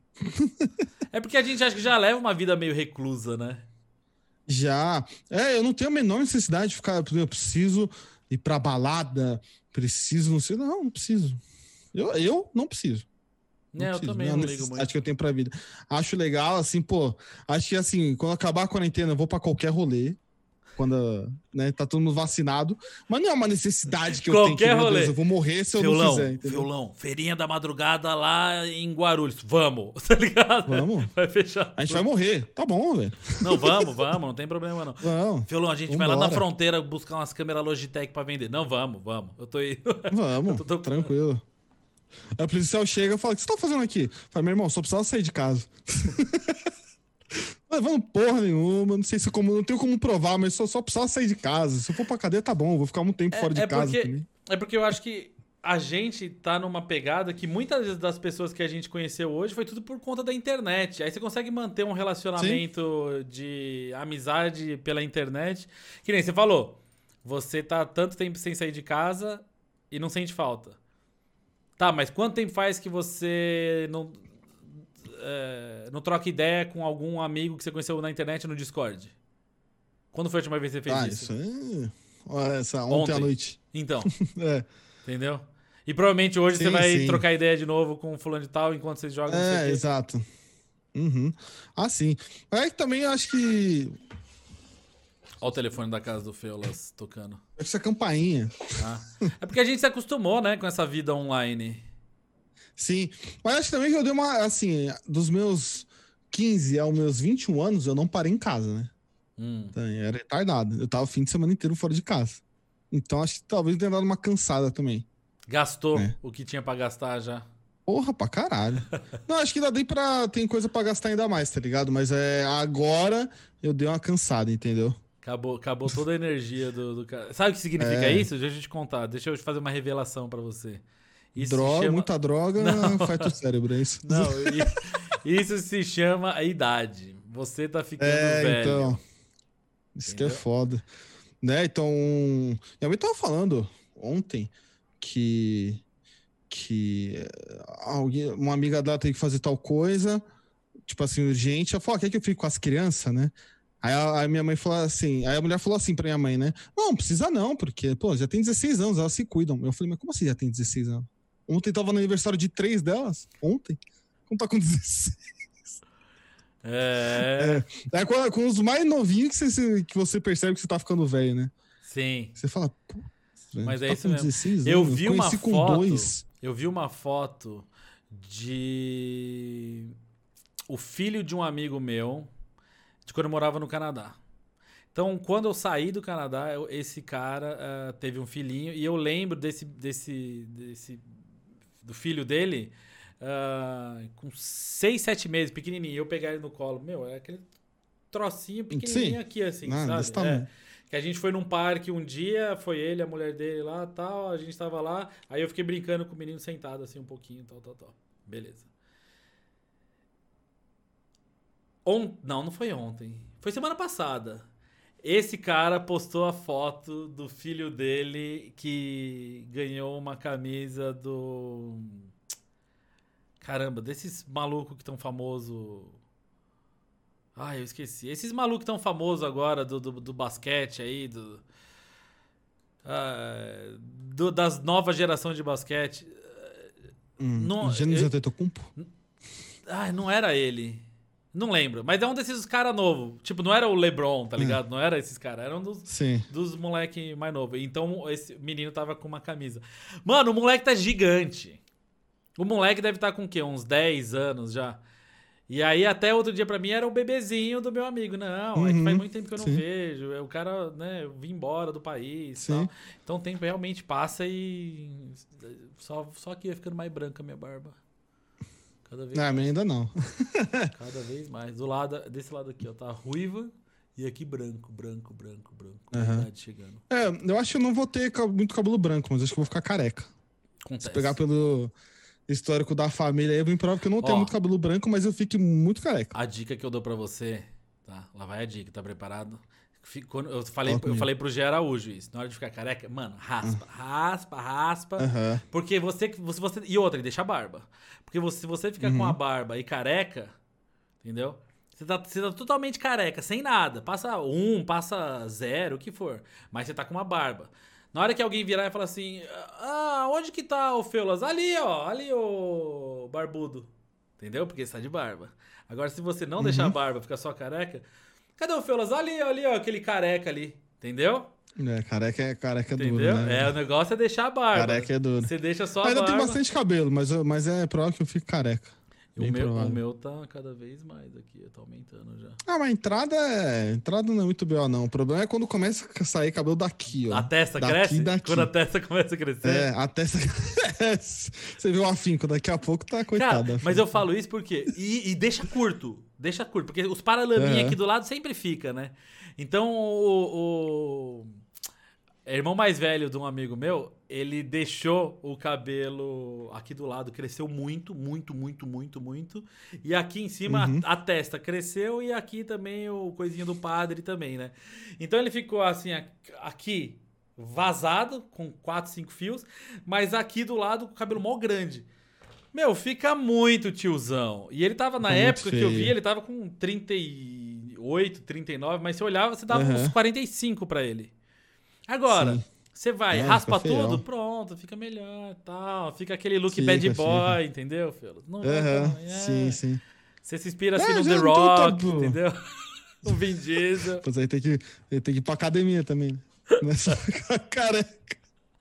É porque a gente acha que já leva uma vida meio reclusa, né? Já. É, eu não tenho a menor necessidade de ficar... Eu preciso ir pra balada, preciso, não sei... Não, não preciso. Eu, eu não preciso. Não é, eu preciso. também não, não ligo muito. Acho que eu tenho pra vida. Acho legal, assim, pô... Acho que, assim, quando acabar a quarentena, eu vou pra qualquer rolê. Quando, né, tá todo mundo vacinado. Mas não é uma necessidade que eu Qualquer tenho que, rolê. Deus, eu vou morrer se violão, eu não fizer, entendeu? Violão, feirinha da madrugada lá em Guarulhos. Vamos, tá ligado? Vamos. Vai fechar. A gente vai morrer. Tá bom, velho. Não, vamos, vamos, não tem problema não. Vamos. Violão, a gente Vambora. vai lá na fronteira buscar umas câmeras Logitech pra vender. Não, vamos, vamos. Eu tô indo. Vamos, eu tô... tranquilo. Aí o policial chega e fala, o que você tá fazendo aqui? Fala, meu irmão, só precisava sair de casa. Não levando porra nenhuma, não sei se como, não tenho como provar, mas só, só precisava sair de casa. Se eu for pra cadeia, tá bom, vou ficar um tempo é, fora de é casa porque, também. É porque eu acho que a gente tá numa pegada que muitas das pessoas que a gente conheceu hoje foi tudo por conta da internet. Aí você consegue manter um relacionamento Sim. de amizade pela internet. Que nem você falou, você tá tanto tempo sem sair de casa e não sente falta. Tá, mas quanto tempo faz que você não, é, não troca ideia com algum amigo que você conheceu na internet no Discord? Quando foi a última vez que você fez Ah, isso? isso aí... Olha, essa, ontem, Ontem. à noite. Então, É, entendeu? E provavelmente hoje você sim, vai sim. trocar ideia de novo com fulano de tal enquanto vocês jogam, não sei o É, quê. exato. Uhum. Ah, sim. É que também eu acho que... Olha o telefone da casa do Feulas tocando. Essa campainha. Ah. É porque a gente se acostumou, né, com essa vida online. Sim. Mas acho também que eu dei uma... Assim, dos meus quinze aos meus vinte e um anos, eu não parei em casa, né? Hum. Então, eu era retardado. Eu tava o fim de semana inteiro fora de casa. Então acho que talvez tenha dado uma cansada também. Gastou É. o que tinha pra gastar já. Porra, pra caralho. Não, acho que ainda dei pra... Tem coisa pra gastar ainda mais, tá ligado? Mas é... agora eu dei uma cansada, entendeu? Acabou, acabou toda a energia do, do cara. Sabe o que significa É. isso? Deixa eu te contar. Deixa eu te fazer uma revelação pra você. Isso Droga, se chama... muita droga Não. faz o cérebro, é isso? Não, i- isso se chama a idade. Você tá ficando É, velho. então. Isso que é Entendeu? foda. Né, então... Minha mãe tava falando ontem que... Que eh, alguém, uma amiga dela tem que fazer tal coisa, tipo assim, urgente. Ela falou, ah, quer que eu fique com as crianças, né? Aí a, a minha mãe falou assim, aí a mulher falou assim pra minha mãe, né? Não, precisa não, porque, pô, já tem dezesseis anos, elas se cuidam. Eu falei, mas como assim já tem dezesseis anos? Ontem tava no aniversário de três delas, ontem. Como tá com dezesseis? É, É com, com os mais novinhos que você, que você percebe que você tá ficando velho, né? sim. Você fala, pô, velho, Mas é tá isso com mesmo. dezesseis Eu anos, vi uma conheci com foto. dois. Eu vi uma foto de o filho de um amigo meu de quando eu morava no Canadá. Então, quando eu saí do Canadá, eu- esse cara ah, teve um filhinho e eu lembro desse, desse, desse do filho dele ah, com seis, sete meses, pequenininho. Eu pegar ele no colo, meu, é aquele trocinho pequenininho Sim. aqui, assim, Ah, desse sabe? tamanho. É. Que a gente foi num parque um dia, foi ele, a mulher dele lá, tal, a gente tava lá, aí eu fiquei brincando com o menino sentado assim um pouquinho, tal, tal, tal. Beleza. On... Não, não foi ontem. Foi semana passada. Esse cara postou a foto do filho dele que ganhou uma camisa do... Caramba, desses malucos que tão famoso. Ah, eu esqueci. Esses malucos tão famosos agora do, do, do basquete aí, do, ah, do- das novas gerações de basquete. Hum, Não, Giannis eu- Antetokounmpo? Ah, não era ele. Não lembro. Mas é um desses caras novos. Tipo, não era o LeBron, tá ligado? Não era esses caras. Era um dos, Sim. dos moleque mais novos. Então, esse menino tava com uma camisa. Mano, o moleque tá gigante. O moleque deve estar com o quê? Uns dez anos já. E aí, até outro dia pra mim, era o bebezinho do meu amigo. Não, é que faz Uhum, muito tempo que eu não sim. vejo. É o cara, né, eu vim embora do país e Sim. tal. Então o tempo realmente passa e... Só, só que ia ficando mais branca a minha barba. Cada vez Não, a minha ainda não. Cada vez mais. Do lado, desse lado aqui, ó, tá ruiva e aqui branco, branco, branco, branco. Com a Aham. idade chegando. É, eu acho que eu não vou ter ca- muito cabelo branco, mas acho que eu vou ficar careca. Acontece. Se pegar pelo histórico da família aí, eu bem provável que eu não tenho Ó. muito cabelo branco, mas eu fique muito careca. A dica que eu dou pra você, tá? Lá vai a dica, tá preparado? Fi- quando Eu falei, Fala eu comigo. falei pro Gé Araújo isso. Na hora de ficar careca, mano, raspa, raspa, raspa. Aham. Porque você, você, você. E outra, e deixa a barba. Porque você, se você ficar com a barba e careca, entendeu? Você tá, você tá totalmente careca, sem nada. Passa um, passa zero, o que for. Mas você tá com uma barba. Na hora que alguém virar e falar assim: Ah, onde que tá o Feulas? Ali, ó, ali o barbudo. Entendeu? Porque você tá de barba. Agora, se você não deixar a barba, ficar só careca. Cadê o Feulas? Ali, ali, ó, aquele careca ali. Entendeu? É, careca é, careca é duro, Entendeu? né? É, o negócio é deixar a barba. Careca é duro. Você deixa só a Ainda barba. tem bastante cabelo, mas, eu- mas é provável que eu fique careca. O Bem meu, o provável. meu tá cada vez mais aqui, tá aumentando já. Ah, mas a entrada é. Entrada não é muito B O, não. O problema é quando começa a sair cabelo daqui, ó. A testa daqui, cresce? Daqui. Quando a testa começa a crescer? É, a testa cresce. Você viu o afinco, daqui a pouco tá coitado. Cara, afinco. mas eu falo isso porque... E, e deixa curto. Deixa curto. Porque os paralaminhas Uhum. aqui do lado sempre fica, né? Então, o... o irmão mais velho de um amigo meu, ele deixou o cabelo aqui do lado, cresceu muito, muito, muito, muito, muito. E aqui em cima Uhum. a, a testa cresceu e aqui também o coisinho do padre também, né? Então ele ficou assim, a- aqui, vazado, com quatro, cinco fios, mas aqui do lado com o cabelo mó grande. Meu, fica muito tiozão. E ele tava, na Tá época muito que eu vi, feio. ele tava com trinta e oito, trinta e nove, mas se olhava, você dava Uhum. uns quarenta e cinco pra ele. Agora, Sim. você vai, É, raspa fica feião. tudo, pronto, fica melhor e tal. Fica aquele look Fica, bad boy, fica. entendeu, filho? Não vai Aham, tão- é. sim, sim. Você se inspira assim É, no já The não tem Rock, tempo. entendeu? O Vin Diesel. Pois aí tem que, tem que ir pra academia também. Né? Não é só ficar careca.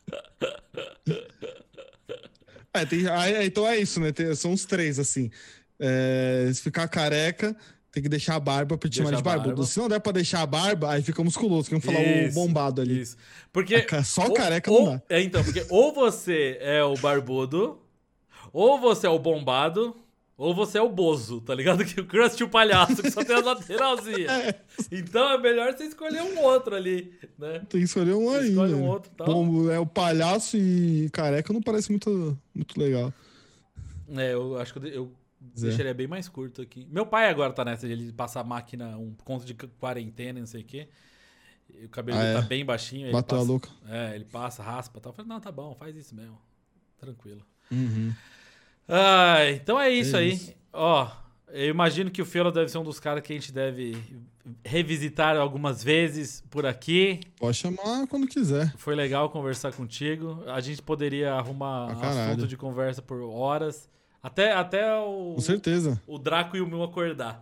É, tem, aí, então é isso, né? Tem- são os três, assim. É, se ficar careca, tem que deixar a barba pra te chamar Deixa de a barbudo. barba. Se não der pra deixar a barba, aí fica musculoso. Que vamos falar Isso, o bombado ali. Isso. Porque. A ca- só ou- careca ou, não dá. É, então, porque ou você é o barbudo, ou você é o bombado, ou você é o bozo, tá ligado? Que o Krusty o palhaço, que só tem as lateralzinhas. É, Então é melhor você escolher um outro ali, né? tem que escolher um aí. Escolhe um né? outro e tal. Bom, é o palhaço e careca não parece muito, muito legal. É, eu acho que eu, eu é. deixaria bem mais curto aqui. Meu pai agora tá nessa de ele passar a máquina, um conto de quarentena, não sei o quê. E o cabelo Ah, dele é? tá bem baixinho. Ele Bateu a passa, louca. É, ele passa, raspa e tal. Eu falei, não, tá bom, faz isso mesmo. Tranquilo. Uhum. Ah, então é isso É aí. isso. Ó, eu imagino que o Fiola deve ser um dos caras que a gente deve revisitar algumas vezes por aqui. Pode chamar quando quiser. Foi legal conversar contigo. A gente poderia arrumar Pra caralho. assunto de conversa por horas. Até, até o, Com certeza. o Draco e o Mil acordar.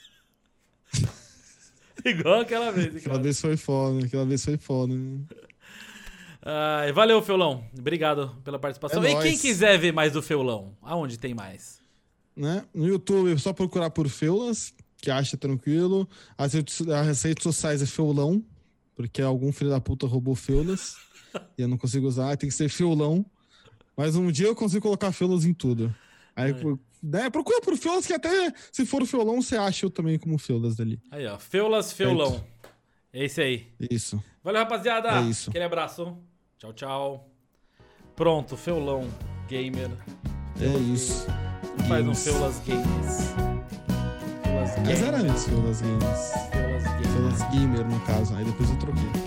Igual aquela vez. Aquela Cara. vez foi foda, aquela vez foi foda. Né? Ai, valeu, Feulão. Obrigado pela participação. É e nóis. quem quiser ver mais do Feulão, aonde tem mais? Né? No YouTube é só procurar por Feulas, que acha tranquilo. As redes, as redes sociais é Feulão, porque algum filho da puta roubou Feulas. e eu não consigo usar, tem que ser Feulão. Mas um dia eu consigo colocar Feulas em tudo. Aí, É. né, procura por Feulas, que até se for Feulão, você acha eu também como Feulas dali. Aí, ó. Feulas Feulão. É isso aí. Isso. Valeu, rapaziada. É isso. Aquele abraço. Tchau, tchau. Pronto, Feulão Gamer. É isso. Faz um Games. Feulas Games. Feulas Mas Games. era antes Feulas Games. Feulas Games. Feulas Gamer, no caso. Aí depois eu troquei.